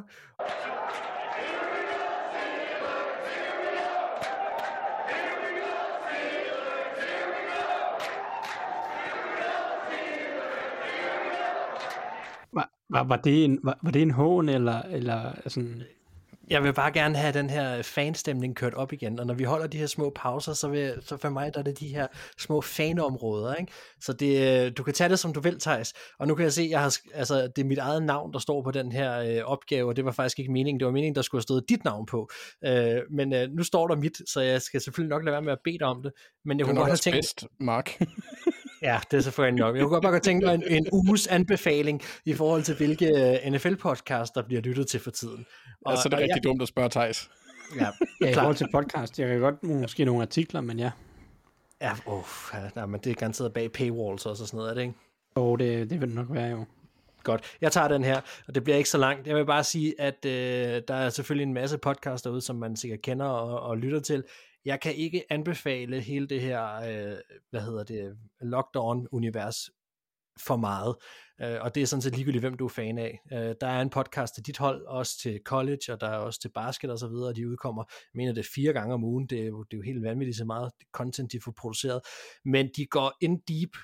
Var det en hån, eller sådan... Jeg vil bare gerne have den her fanstemning kørt op igen, og når vi holder de her små pauser, så for mig der er det de her små fanområder, ikke? Så du kan tage det som du vil, Theis. Og nu kan jeg se, det er mit eget navn, der står på den her opgave, og det var faktisk ikke meningen. Det var meningen, der skulle have stået dit navn på. Men nu står der mit, så jeg skal selvfølgelig nok lade være med at bede dig om det. Men jeg kunne godt have tænkt... bedst, Mark. Ja, det er selvfølgelig nok. Jeg kunne godt bare tænke mig en uges anbefaling i forhold til, hvilke NFL-podcast, der bliver lyttet til for tiden. Og så er det rigtig dumt at spørge Theis. Ja, i forhold til podcast. Jeg kan godt måske nogle artikler, men ja. Ja, men det er garanteret bag paywalls og sådan noget, er det ikke? Jo, det vil det nok være, jo. Godt. Jeg tager den her, og det bliver ikke så langt. Jeg vil bare sige, at der er selvfølgelig en masse podcasts derude, som man sikkert kender og lytter til. Jeg kan ikke anbefale hele det her, Locked On-univers for meget. Og det er sådan set ligegyldigt, hvem du er fan af. Der er en podcast til dit hold, også til college, og der er også til basket og så videre, og de udkommer, jeg mener det er 4 gange om ugen. Det er jo helt vanvittigt så meget content, de får produceret. Men de går in deep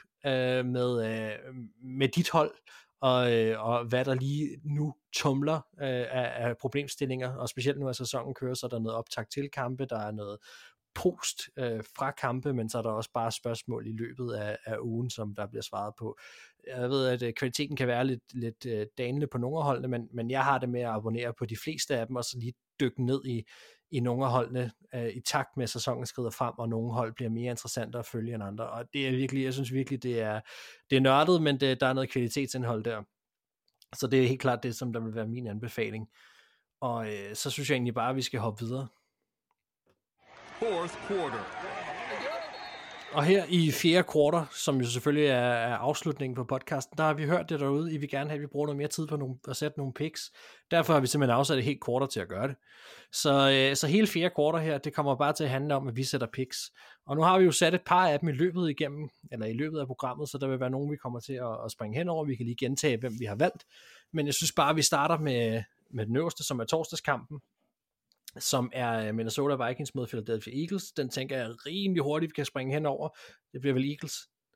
med dit hold, og hvad der lige nu tumler af problemstillinger, og specielt nu, at sæsonen kører, så er der noget optakt til kampe, der er noget post fra kampe, men så er der også bare spørgsmål i løbet af ugen, som der bliver svaret på. Jeg ved, at kvaliteten kan være lidt dalende på nogle af holdene, men jeg har det med at abonnere på de fleste af dem, og så lige dykke ned i nogle af holdene i takt med, at sæsonen skrider frem, og nogle hold bliver mere interessante at følge end andre. Og det er virkelig, jeg synes virkelig, det er nørdet, men der er noget kvalitetsindhold der. Så det er helt klart det, som der vil være min anbefaling. Og så synes jeg egentlig bare, at vi skal hoppe videre. Fourth quarter. Og her i fjerde kvartal, som jo selvfølgelig er afslutningen på podcasten, der har vi hørt det derude. I vil gerne have, at vi bruger noget mere tid på at sætte nogle picks. Derfor har vi simpelthen afsat et helt kvartal til at gøre det. Så hele fjerde kvartal her, det kommer bare til at handle om, at vi sætter picks. Og nu har vi jo sat et par af dem i løbet af programmet, så der vil være nogen, vi kommer til at springe hen over. Vi kan lige gentage, hvem vi har valgt. Men jeg synes bare, at vi starter med den øverste, som er torsdagskampen, som er Minnesota Vikings mod Philadelphia Eagles. Den tænker jeg rimelig hurtigt, vi kan springe hen over. Det bliver vel Eagles.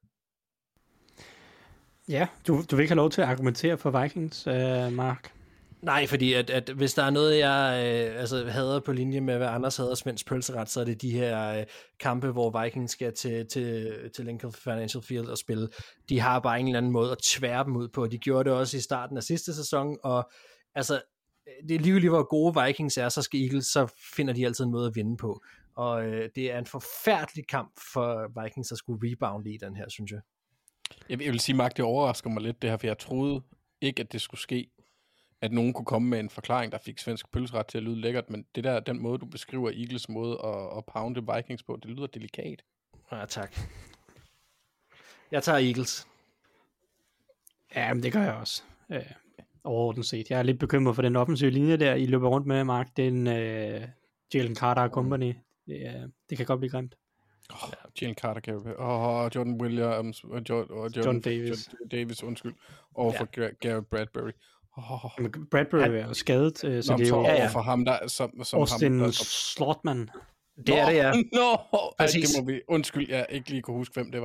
Ja, du vil ikke have lov til at argumentere for Vikings, Mark? Nej, fordi at hvis der er noget, jeg hader på linje med, hvad Anders hader Svends pølseret, så er det de her kampe, hvor Vikings skal til Lincoln Financial Field og spille. De har bare en eller anden måde at tvære dem ud på. De gjorde det også i starten af sidste sæson, og altså det er lige hvor gode Vikings er, så skal Eagles, så finder de altid en måde at vinde på. Og det er en forfærdelig kamp for Vikings at skulle rebounde i den her, synes jeg. Jeg vil sige, Mark, det overrasker mig lidt det her, for jeg troede ikke, at det skulle ske, at nogen kunne komme med en forklaring, der fik svensk pølseret til at lyde lækkert, men det der, den måde, du beskriver Eagles måde at pounde Vikings på, det lyder delikat. Ja, tak. Jeg tager Eagles. Ja, men det gør jeg også. Overordnet set. Jeg er lidt bekymret for den offensive linje der, I løber rundt med, Mark. Den Jalen Carter Company. Det kan godt blive grimt. Jalen Carter kan jo Jordan Williams og John Davis, undskyld. For Garrett Bradbury. Bradbury er skadet, så det er jo for ham der som Austin ham, Slotman. Det er det, ja. Det må vi. Undskyld, jeg ikke lige kunne huske, hvem det var.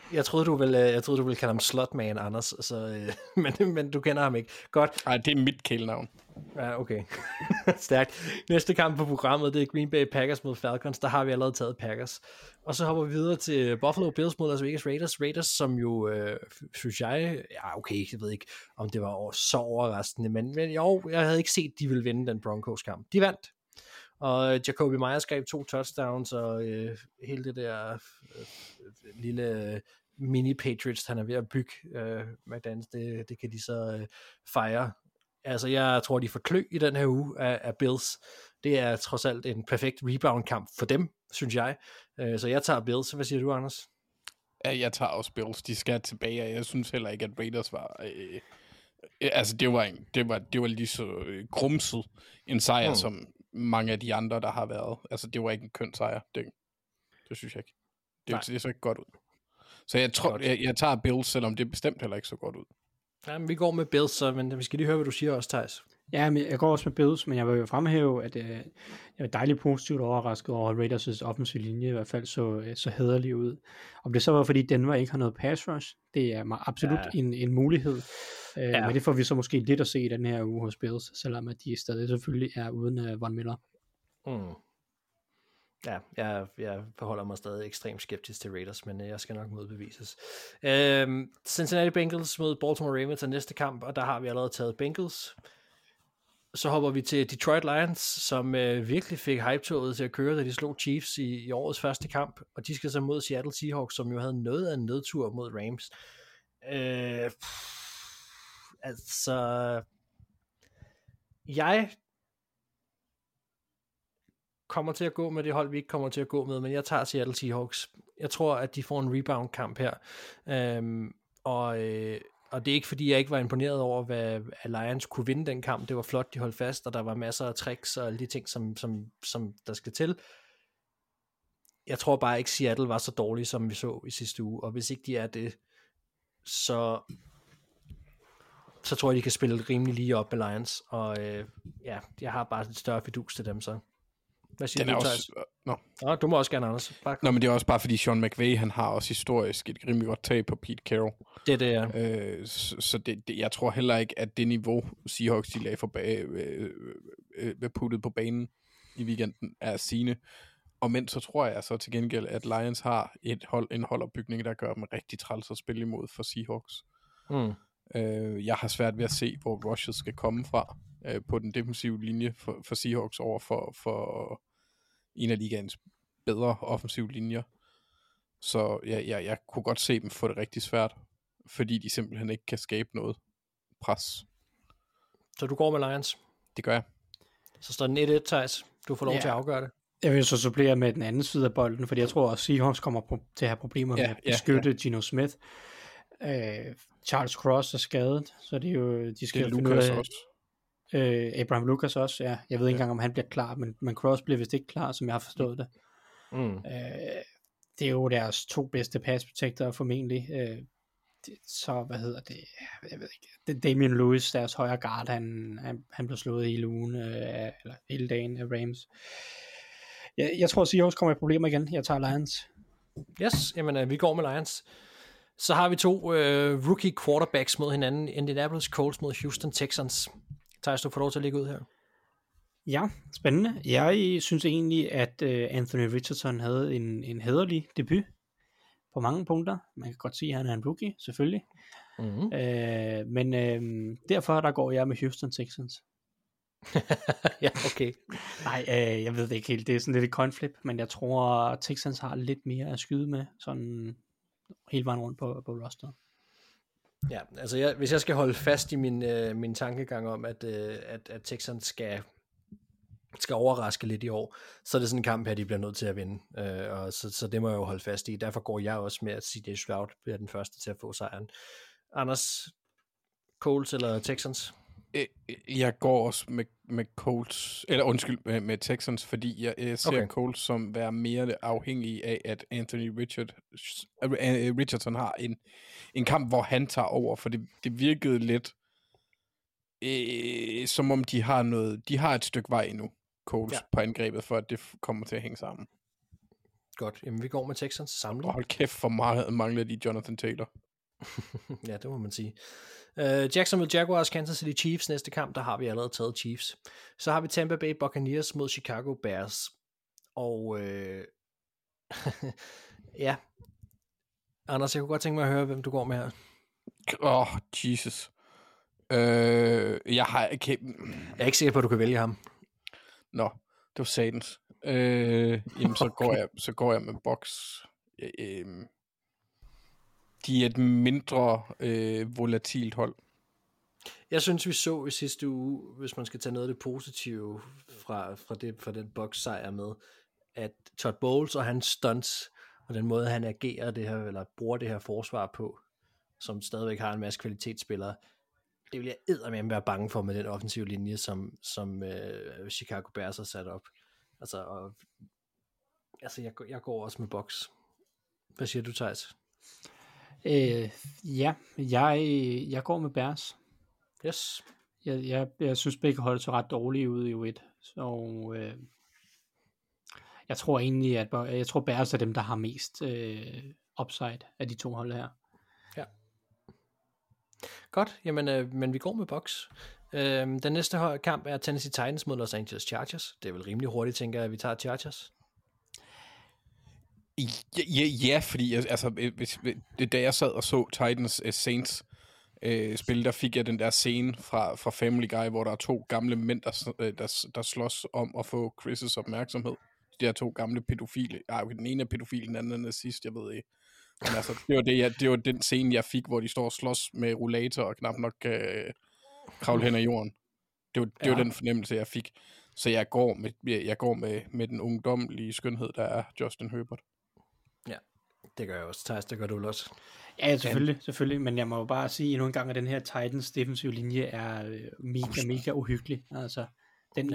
Jeg troede, du ville kalde ham Slotman, Anders, så, men du kender ham ikke. Godt. Nej, det er mit kælenavn. Ja, okay. Stærkt. Næste kamp på programmet, det er Green Bay Packers mod Falcons. Der har vi allerede taget Packers. Og så hopper vi videre til Buffalo Bills mod Las Vegas Raiders. Raiders, som jo, synes jeg, ja okay, jeg ved ikke, om det var så overraskende, men jo, jeg havde ikke set, de ville vinde den Broncos kamp. De vandt. Og Jacoby Myers greb 2 touchdowns, og hele det der lille mini-Patriots, han er ved at bygge McDaniels, det kan de så fejre. Altså, jeg tror, de får klø i den her uge af Bills. Det er trods alt en perfekt rebound-kamp for dem, synes jeg. Så jeg tager Bills. Hvad siger du, Anders? Ja, jeg tager også Bills. De skal tilbage, og jeg synes heller ikke, at Raiders var... altså, det var lige så grumset en sejr, som mange af de andre, der har været. Altså, det var ikke en køn sejr. Det synes jeg ikke. Det så ikke godt ud. Så jeg tror, jeg tager Bills, selvom det bestemt heller ikke så godt ud. Ja, vi går med Bills, så, men vi skal lige høre, hvad du siger også, Theis. Ja, men jeg går også med Bills, men jeg vil jo fremhæve, at jeg er dejligt positivt overrasket over, at Raiders' offensive linje i hvert fald så hæderlig ud. Om det så var, fordi Denver ikke har noget pass rush, det er absolut en mulighed. Men det får vi så måske lidt at se i den her uge hos Bills, selvom at de stadig selvfølgelig er uden Von Miller. Ja, jeg forholder mig stadig ekstremt skeptisk til Raiders, men jeg skal nok modbevises. Cincinnati Bengals mod Baltimore Ravens er næste kamp, og der har vi allerede taget Bengals. Så hopper vi til Detroit Lions, som virkelig fik hype-toget til at køre, da de slog Chiefs i årets første kamp, og de skal så mod Seattle Seahawks, som jo havde noget af en nedtur mod Rams. Altså, jeg kommer til at gå med det hold, vi ikke kommer til at gå med, men jeg tager Seattle Seahawks. Jeg tror, at de får en rebound-kamp her. Og det er ikke, fordi jeg ikke var imponeret over, hvad Lions kunne vinde den kamp. Det var flot, de holdt fast, og der var masser af tricks og alle de ting, som der skal til. Jeg tror bare ikke, Seattle var så dårlig, som vi så i sidste uge, og hvis ikke de er det, så tror jeg, de kan spille rimelig lige op med Lions, og jeg har bare et større fidus til dem, så. Hvad siger du, Theis? Nå, du må også gerne, Anders. Nå, men det er også bare, fordi Sean McVay, han har også historisk et rimelig godt tag på Pete Carroll. Det er. Så jeg tror heller ikke, at det niveau, Seahawks, de lagde for puttet på banen i weekenden, er sine. Og men så tror jeg så til gengæld, at Lions har en holdopbygning, der gør dem rigtig træls at spille imod for Seahawks. Jeg har svært ved at se, hvor rushes skal komme fra på den defensive linje for Seahawks over for en af ligaens bedre offensive linjer. Så jeg kunne godt se dem få det rigtig svært, fordi de simpelthen ikke kan skabe noget pres. Så du går med Lions? Det gør jeg. Så står den 1-1, Theis. Du får lov til at afgøre det. Jeg vil så supplere med den anden side af bolden, fordi jeg tror, at Seahawks kommer til at have problemer med at beskytte Geno Smith. Charles Cross er skadet, så det er jo... De skal det er Lucas også. Abraham Lucas også, ja. Jeg ved ikke engang, om han bliver klar, men Cross bliver vist ikke klar, som jeg har forstået det. Det er jo deres 2 bedste pass protector formentlig. Så, hvad hedder det? Jeg ved ikke. Det Damian Lewis, deres højre guard, han blev slået hele ugen, eller hele dagen af Rams. Jeg tror, Seahawks kommer i problemer igen. Jeg tager Lions. Yes, jamen vi går med Lions. Så har vi 2 rookie quarterbacks mod hinanden. Indianapolis Colts mod Houston Texans. Theis, du får lov til at ligge ud her. Ja, spændende. Jeg synes egentlig, at Anthony Richardson havde en hæderlig debut på mange punkter. Man kan godt sige, at han er en rookie, selvfølgelig. Men derfor der går jeg med Houston Texans. Ja, okay. Nej, jeg ved det ikke helt. Det er sådan lidt et coin flip, men jeg tror, at Texans har lidt mere at skyde med, sådan hele vejen rundt på roster. Ja, altså hvis jeg skal holde fast i min tankegang om, at Texans skal overraske lidt i år, så er det sådan en kamp her, de bliver nødt til at vinde. Og så det må jeg jo holde fast i. Derfor går jeg også med, at CJ Stroud bliver den første til at få sejren. Anders, Colts eller Texans? Jeg går også med Colts, eller undskyld, med Texans, fordi jeg ser Colts som være mere afhængig af, at Anthony Richardson har en kamp, hvor han tager over, for det virkede lidt som om de har et stykke vej endnu, Colts, på angrebet, for at det kommer til at hænge sammen. Godt. Jamen, vi går med Texans samlet. Hold kæft, for meget mangler de Jonathan Taylor. Ja, det må man sige. Jacksonville Jaguars, Kansas City Chiefs næste kamp, der har vi allerede taget Chiefs. Så har vi Tampa Bay Buccaneers mod Chicago Bears. Og ja, Anders, jeg kunne godt tænke mig at høre, hvem du går med her. Jesus. Jeg har ikke... Jeg er ikke sikker på, at du kan vælge ham. Nå, det var satans. Jamen, så går jeg med Bucks. De er et mindre volatilt hold. Jeg synes, vi så i sidste uge, hvis man skal tage noget af det positive fra den Bucks sejr med, at Todd Bowles og hans stunts, og den måde, han agerer det her, eller bruger det her forsvar på, som stadigvæk har en masse kvalitetsspillere, det vil jeg eddermame være bange for med den offensive linje, som Chicago Bears har sat op. Altså, jeg går også med Bucks. Hvad siger du, Theis? Ja, jeg går med Bears. Yes. Jeg synes begge hold så ret dårlige ud i U1, så jeg tror egentlig, at Bears er dem, der har mest upside af de to hold her. Ja. Godt, jamen, men vi går med Bucks. Den næste kamp er Tennessee Titans mod Los Angeles Chargers. Det er vel rimelig hurtigt, tænker jeg, at vi tager Chargers. Ja, fordi altså, da jeg sad og så Titans Saints spil, der fik jeg den der scene fra Family Guy, hvor der er to gamle mænd, der slås om at få Chris' opmærksomhed. De der to gamle pædofile. Okay, den ene er pædofil, den anden er nazist, jeg ved ikke. Men altså, det var den scene, jeg fik, hvor de står og slås med rollator og knap nok kravle hen ad jorden. Det var den fornemmelse, jeg fik. Så jeg går med den ungdomlige skønhed, der er Justin Herbert. Ja, det gør jeg også. Theis, det gør du også. Ja, selvfølgelig. Men jeg må jo bare sige endnu en gang, at den her Titans defensive linje er mega uhyggelig. Altså, den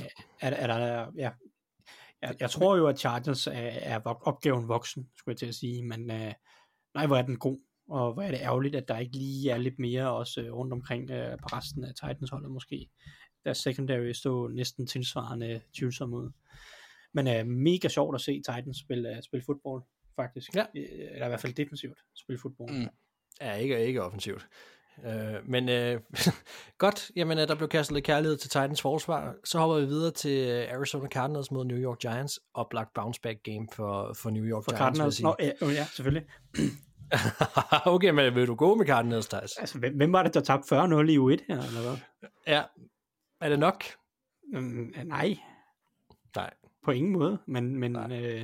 jeg tror jo, at Chargers er opgaven voksen, skulle jeg til at sige, men nej, hvor er den god, og hvor er det ærgerligt, at der ikke lige er lidt mere også rundt omkring på resten af Titans holdet måske. Deres secondary stod næsten tilsvarende tvivlsom ud. Men mega sjovt at se Titans spille fodbold, faktisk. Ja. Eller i hvert fald defensivt spille fodbold. Ja, ikke offensivt. Men godt, jamen der blev kastet lidt kærlighed til Titans forsvar. Så hopper vi videre til Arizona Cardinals mod New York Giants. Oplagt bounce back game for New York Giants. Cardinals? Ja, selvfølgelig. Okay, men vil du gå med Cardinals, Theis? Altså, hvem var det, der tabte 40-0 i U1 her, eller hvad? Ja, er det nok? Nej. Nej. På ingen måde, men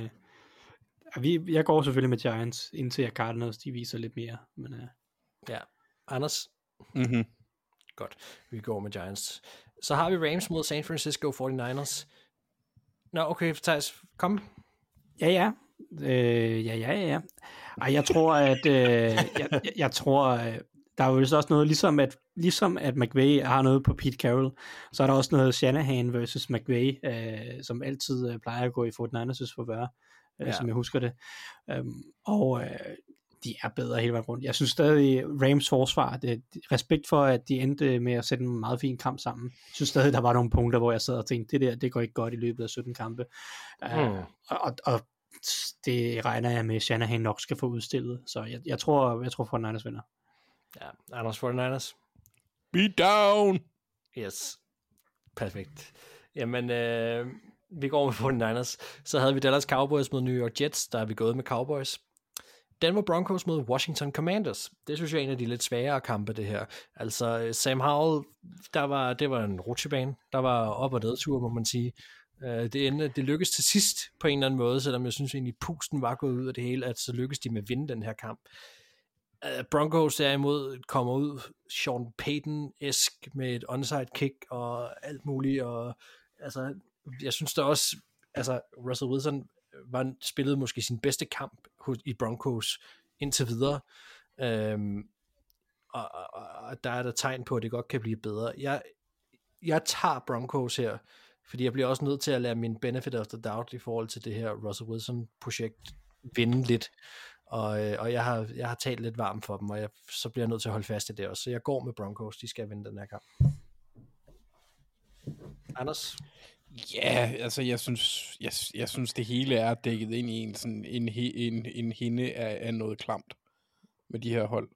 jeg går selvfølgelig med Giants, indtil Cardinals, de viser lidt mere. Men, ja, Anders? Mm-hmm. Godt, vi går med Giants. Så har vi Rams mod San Francisco 49ers. Nå, okay, Theis, kom. Ja. Ej, jeg tror, at der er jo også noget, ligesom at McVay har noget på Pete Carroll, så er der også noget Shanahan versus McVay, som altid plejer at gå i 49ers' forvør, som jeg husker det. De er bedre hele vejen rundt. Jeg synes stadig, Rams forsvar, respekt for, at de endte med at sætte en meget fin kamp sammen. Jeg synes stadig, der var nogle punkter, hvor jeg sad og tænkte, det går ikke godt i løbet af 17 kampe. Og det regner jeg med, at Shanahan nok skal få udstillet. Så jeg tror 49ers vinder. Ja, Anders 49ers. Beat down! Yes. Perfekt. Jamen, vi går med 49ers. Så havde vi Dallas Cowboys mod New York Jets. Der er vi gået med Cowboys. Denver Broncos mod Washington Commanders. Det synes jeg er en af de lidt sværere kampe, det her. Altså, Sam Howell, det var en rutsjebane. Der var op- og nedtur, må man sige. Det lykkedes til sidst på en eller anden måde, selvom jeg synes egentlig, pusten var gået ud af det hele, at så lykkedes de med at vinde den her kamp. Broncos derimod kommer ud Sean Payton-esk med et onside kick og alt muligt, og altså, jeg synes da også, altså Russell Wilson spillede måske sin bedste kamp i Broncos indtil videre, og der er der tegn på, at det godt kan blive bedre. Jeg tager Broncos her, fordi jeg bliver også nødt til at lade min benefit of the doubt i forhold til det her Russell Wilson-projekt vinde lidt, og jeg har talt lidt varmt for dem, og så bliver jeg nødt til at holde fast i det også. Så jeg går med Broncos, de skal vinde den her kamp. Anders? Ja, altså jeg synes det hele er dækket ind i en hinde af noget klamt med de her hold.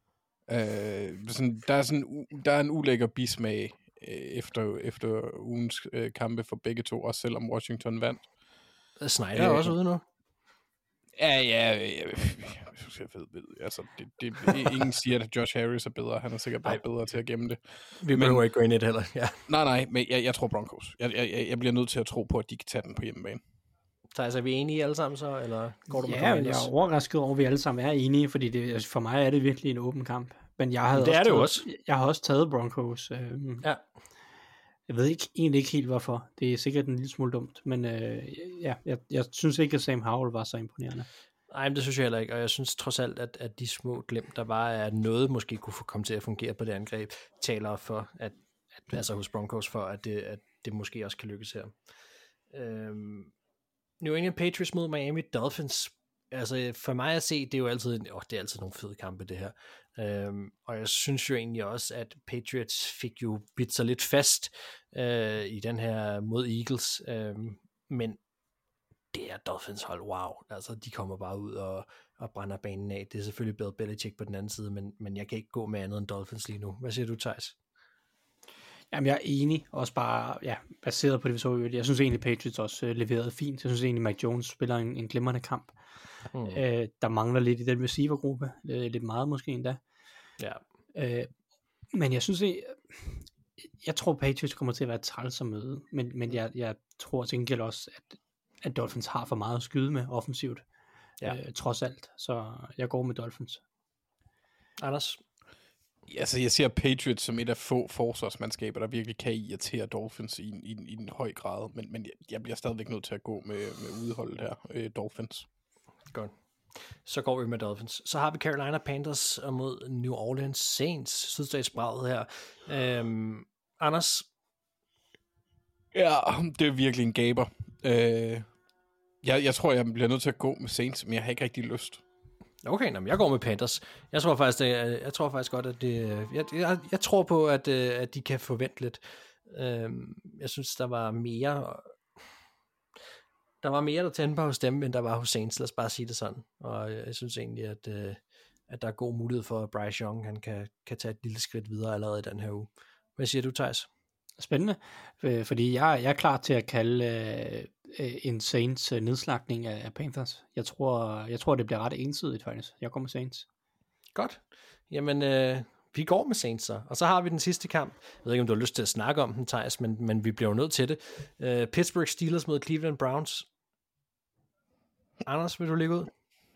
Der er en ulækker bismag efter ugens kampe for begge to, også selvom Washington vandt. Snyder er også ude nu. Ja, jeg ved. Altså, ingen siger, at Josh Harris er bedre. Han er sikkert bare bedre til at gemme det. Vi behøver ikke gå ind i det heller. Ja. Nej, men jeg tror Broncos. Jeg bliver nødt til at tro på, at de kan tage den på hjemmebane. Så er vi enige alle sammen så, eller går du med Ja, jeg er overrasket over, at vi alle sammen er enige, fordi for mig er det virkelig en åben kamp. Men jeg har også taget Broncos. Ja. Jeg ved egentlig ikke helt hvorfor. Det er sikkert en lille smule dumt, men jeg synes ikke, at Sam Howell var så imponerende. Nej, men det synes jeg heller ikke, og jeg synes trods alt, at de små glimt, der var, at noget måske kunne komme til at fungere på det angreb, taler for, at altså hos Broncos for, at det måske også kan lykkes her. New England Patriots mod Miami Dolphins. Altså for mig at se, det er jo altid, det er altid nogle fede kampe det her. Og jeg synes jo egentlig også, at Patriots fik jo bidt sig lidt fast i den her mod Eagles, men det er Dolphins hold, wow, altså de kommer bare ud og brænder banen af. Det er selvfølgelig Bill Belichick på den anden side, men jeg kan ikke gå med andet end Dolphins lige nu. Hvad siger du, Theis? Jamen jeg er enig, også bare baseret på det vi så. Jeg synes egentlig Patriots også leverede fint. Jeg synes egentlig Mac Jones spiller en glimrende kamp. Der mangler lidt i den receivergruppe, lidt meget måske endda. Ja. Men jeg synes jeg tror Patriots kommer til at være træls at møde, men jeg tror til gengæld også at Dolphins har for meget at skyde med offensivt, trods alt, så jeg går med Dolphins. Anders? Altså, jeg ser Patriots som et af få forsvarsmandskaber, der virkelig kan irritere Dolphins i en høj grad, men jeg bliver stadigvæk nødt til at gå med udholdet her, Dolphins. Godt. Så går vi med Dolphins. Så har vi Carolina Panthers mod New Orleans Saints, sydstatsbraget her. Anders? Ja, det er virkelig en gaber. Jeg tror, jeg bliver nødt til at gå med Saints, men jeg har ikke rigtig lyst. Okay, men jeg går med Panthers. Jeg tror faktisk godt, at det... Jeg tror på, at de kan forvente lidt. Jeg synes, der var mere... der tændte på hos dem, end der var hos Saints. Lad os bare sige det sådan. Og jeg synes egentlig, at der er god mulighed for, at Bryce Young han kan tage et lille skridt videre allerede i den her uge. Hvad siger du, Theis? Spændende, fordi jeg er klar til at kalde en Saints nedslagning af Panthers. Jeg tror, det bliver ret ensidigt faktisk. Jeg går med Saints. Godt. Jamen, vi går med Saints så. Og så har vi den sidste kamp. Jeg ved ikke, om du har lyst til at snakke om den, Theis, men vi bliver jo nødt til det. Pittsburgh Steelers mod Cleveland Browns. Anders, vil du ligge ud?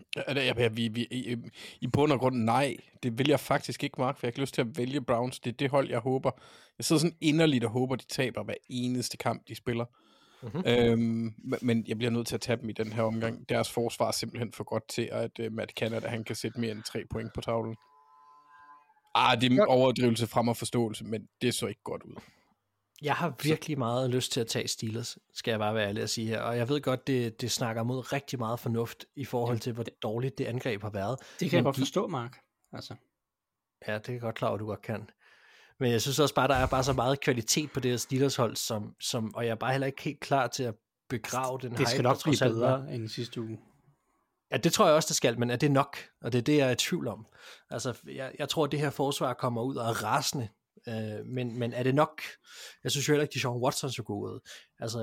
I bund og grund nej. Det vil jeg faktisk ikke, Mark, for jeg har ikke lyst til at vælge Browns. Det er det hold, jeg håber. Jeg sidder sådan inderligt og håber, de taber hver eneste kamp, de spiller. Men jeg bliver nødt til at tage dem i den her omgang. Deres forsvar er simpelthen for godt til, at Matt Canada, han kan sætte mere end 3 point på tavlen. Det er en overdrivelse frem og forståelse, men det så ikke godt ud. Jeg har virkelig meget lyst til at tage Steelers, skal jeg bare være ærlig at sige her. Og jeg ved godt, det snakker mod rigtig meget fornuft i forhold til, hvor dårligt det angreb har været. Det kan jeg godt forstå, Mark. Altså. Ja, det er jeg godt klar over, du godt kan. Men jeg synes også bare, der er bare så meget kvalitet på det her Steelers hold, som, og jeg er bare heller ikke helt klar til at begrave den hype. Det skal nok blive bedre end i sidste uge. Ja, det tror jeg også, det skal, men er det nok? Og det er det, jeg er i tvivl om. Altså, jeg tror, at det her forsvar kommer ud og er rasende. Men er det nok? Jeg synes jo heller ikke, de Sean Watson så gode ud. Altså,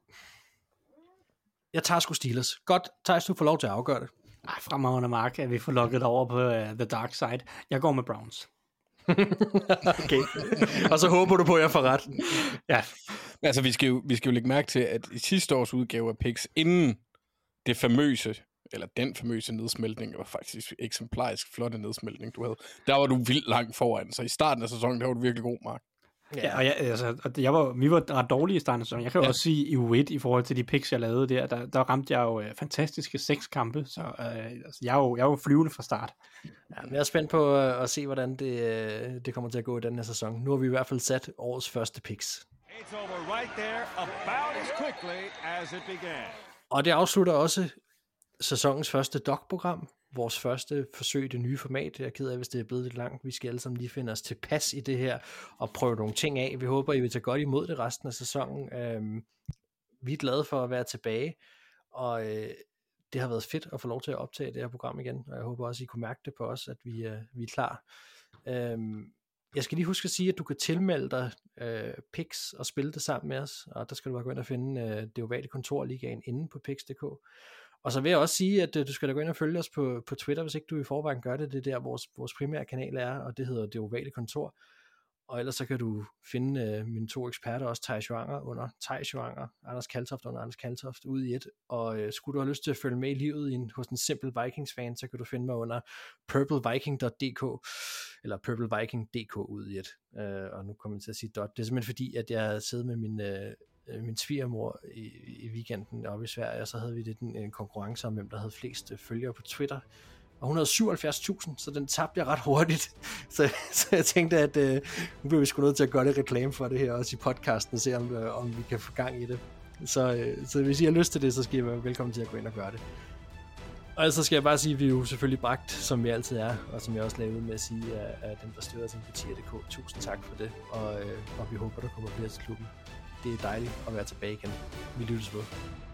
jeg tager sgu Steelers. Godt, Theis, du får lov til at afgøre det. Fremragende, Mark, at vi får lukket over på the dark side. Jeg går med Browns. Okay. Og så håber du på, at jeg får ret. Ja. Altså, vi skal jo lægge mærke til, at i sidste års udgave af Picks, inden det famøse, eller den famøse nedsmeltning, var faktisk eksemplarisk flotte nedsmeltning, du havde. Der var du vildt langt foran, så i starten af sæsonen, der var du virkelig god, Mark. Ja, og vi var ret dårlige i starten af sæsonen. Jeg kan jo også sige i U1, i forhold til de picks, jeg lavede der ramte jeg jo fantastiske 6 kampe, så jeg er jo flyvende fra start. Ja, jeg er spændt på at se, hvordan det kommer til at gå i den her sæson. Nu har vi i hvert fald sat årets første picks. It's over right there, about as quickly as it began. Og det afslutter også sæsonens første dog-program. vores første forsøg i det nye format. Jeg er ked af, hvis det er blevet lidt langt. Vi skal alle sammen lige finde os tilpas i det her, og prøve nogle ting af. Vi håber, I vil tage godt imod det resten af sæsonen. Vi er glade for at være tilbage, og det har været fedt at få lov til at optage det her program igen, og jeg håber også, I kunne mærke det på os, at vi er klar. Jeg skal lige huske at sige, at du kan tilmelde dig Pix og spille det sammen med os, og der skal du bare gå ind og finde det ovale kontorligaen inde på Pix.dk. Og så vil jeg også sige, at du skal da gå ind og følge os på Twitter, hvis ikke du i forvejen gør det. Det er der, vores primære kanal er, og det hedder Det Ovale Kontor. Og ellers så kan du finde mine 2 eksperter, også Theis Joanger under Theis Joanger, Anders Kaltoft under Anders Kaltoft, ude i et. Og skulle du have lyst til at følge med i livet hos en simpel Vikings-fan, så kan du finde mig under purpleviking.dk, eller purpleviking.dk ude i et. Og nu kommer jeg til at sige dot. Det er simpelthen fordi, at jeg har siddet med min svigermor i weekenden oppe i Sverige, og så havde vi lidt en konkurrence om, hvem der havde flest følgere på Twitter. Og hun havde 77.000, så den tabte jeg ret hurtigt. Så jeg tænkte, at nu bliver vi sgu nødt til at gøre lidt reklame for det her, også i podcasten, og se om vi kan få gang i det. Så hvis I har lyst til det, så skal I være velkommen til at gå ind og gøre det. Og så skal jeg bare sige, at vi er jo selvfølgelig bragt, som vi altid er, og som jeg også lavede med at sige, at dem, der støtter til tier.dk. Tusind tak for det, og vi håber, der kommer flere til klubben. Det er dejligt at være tilbage igen. Vi lyttes ved.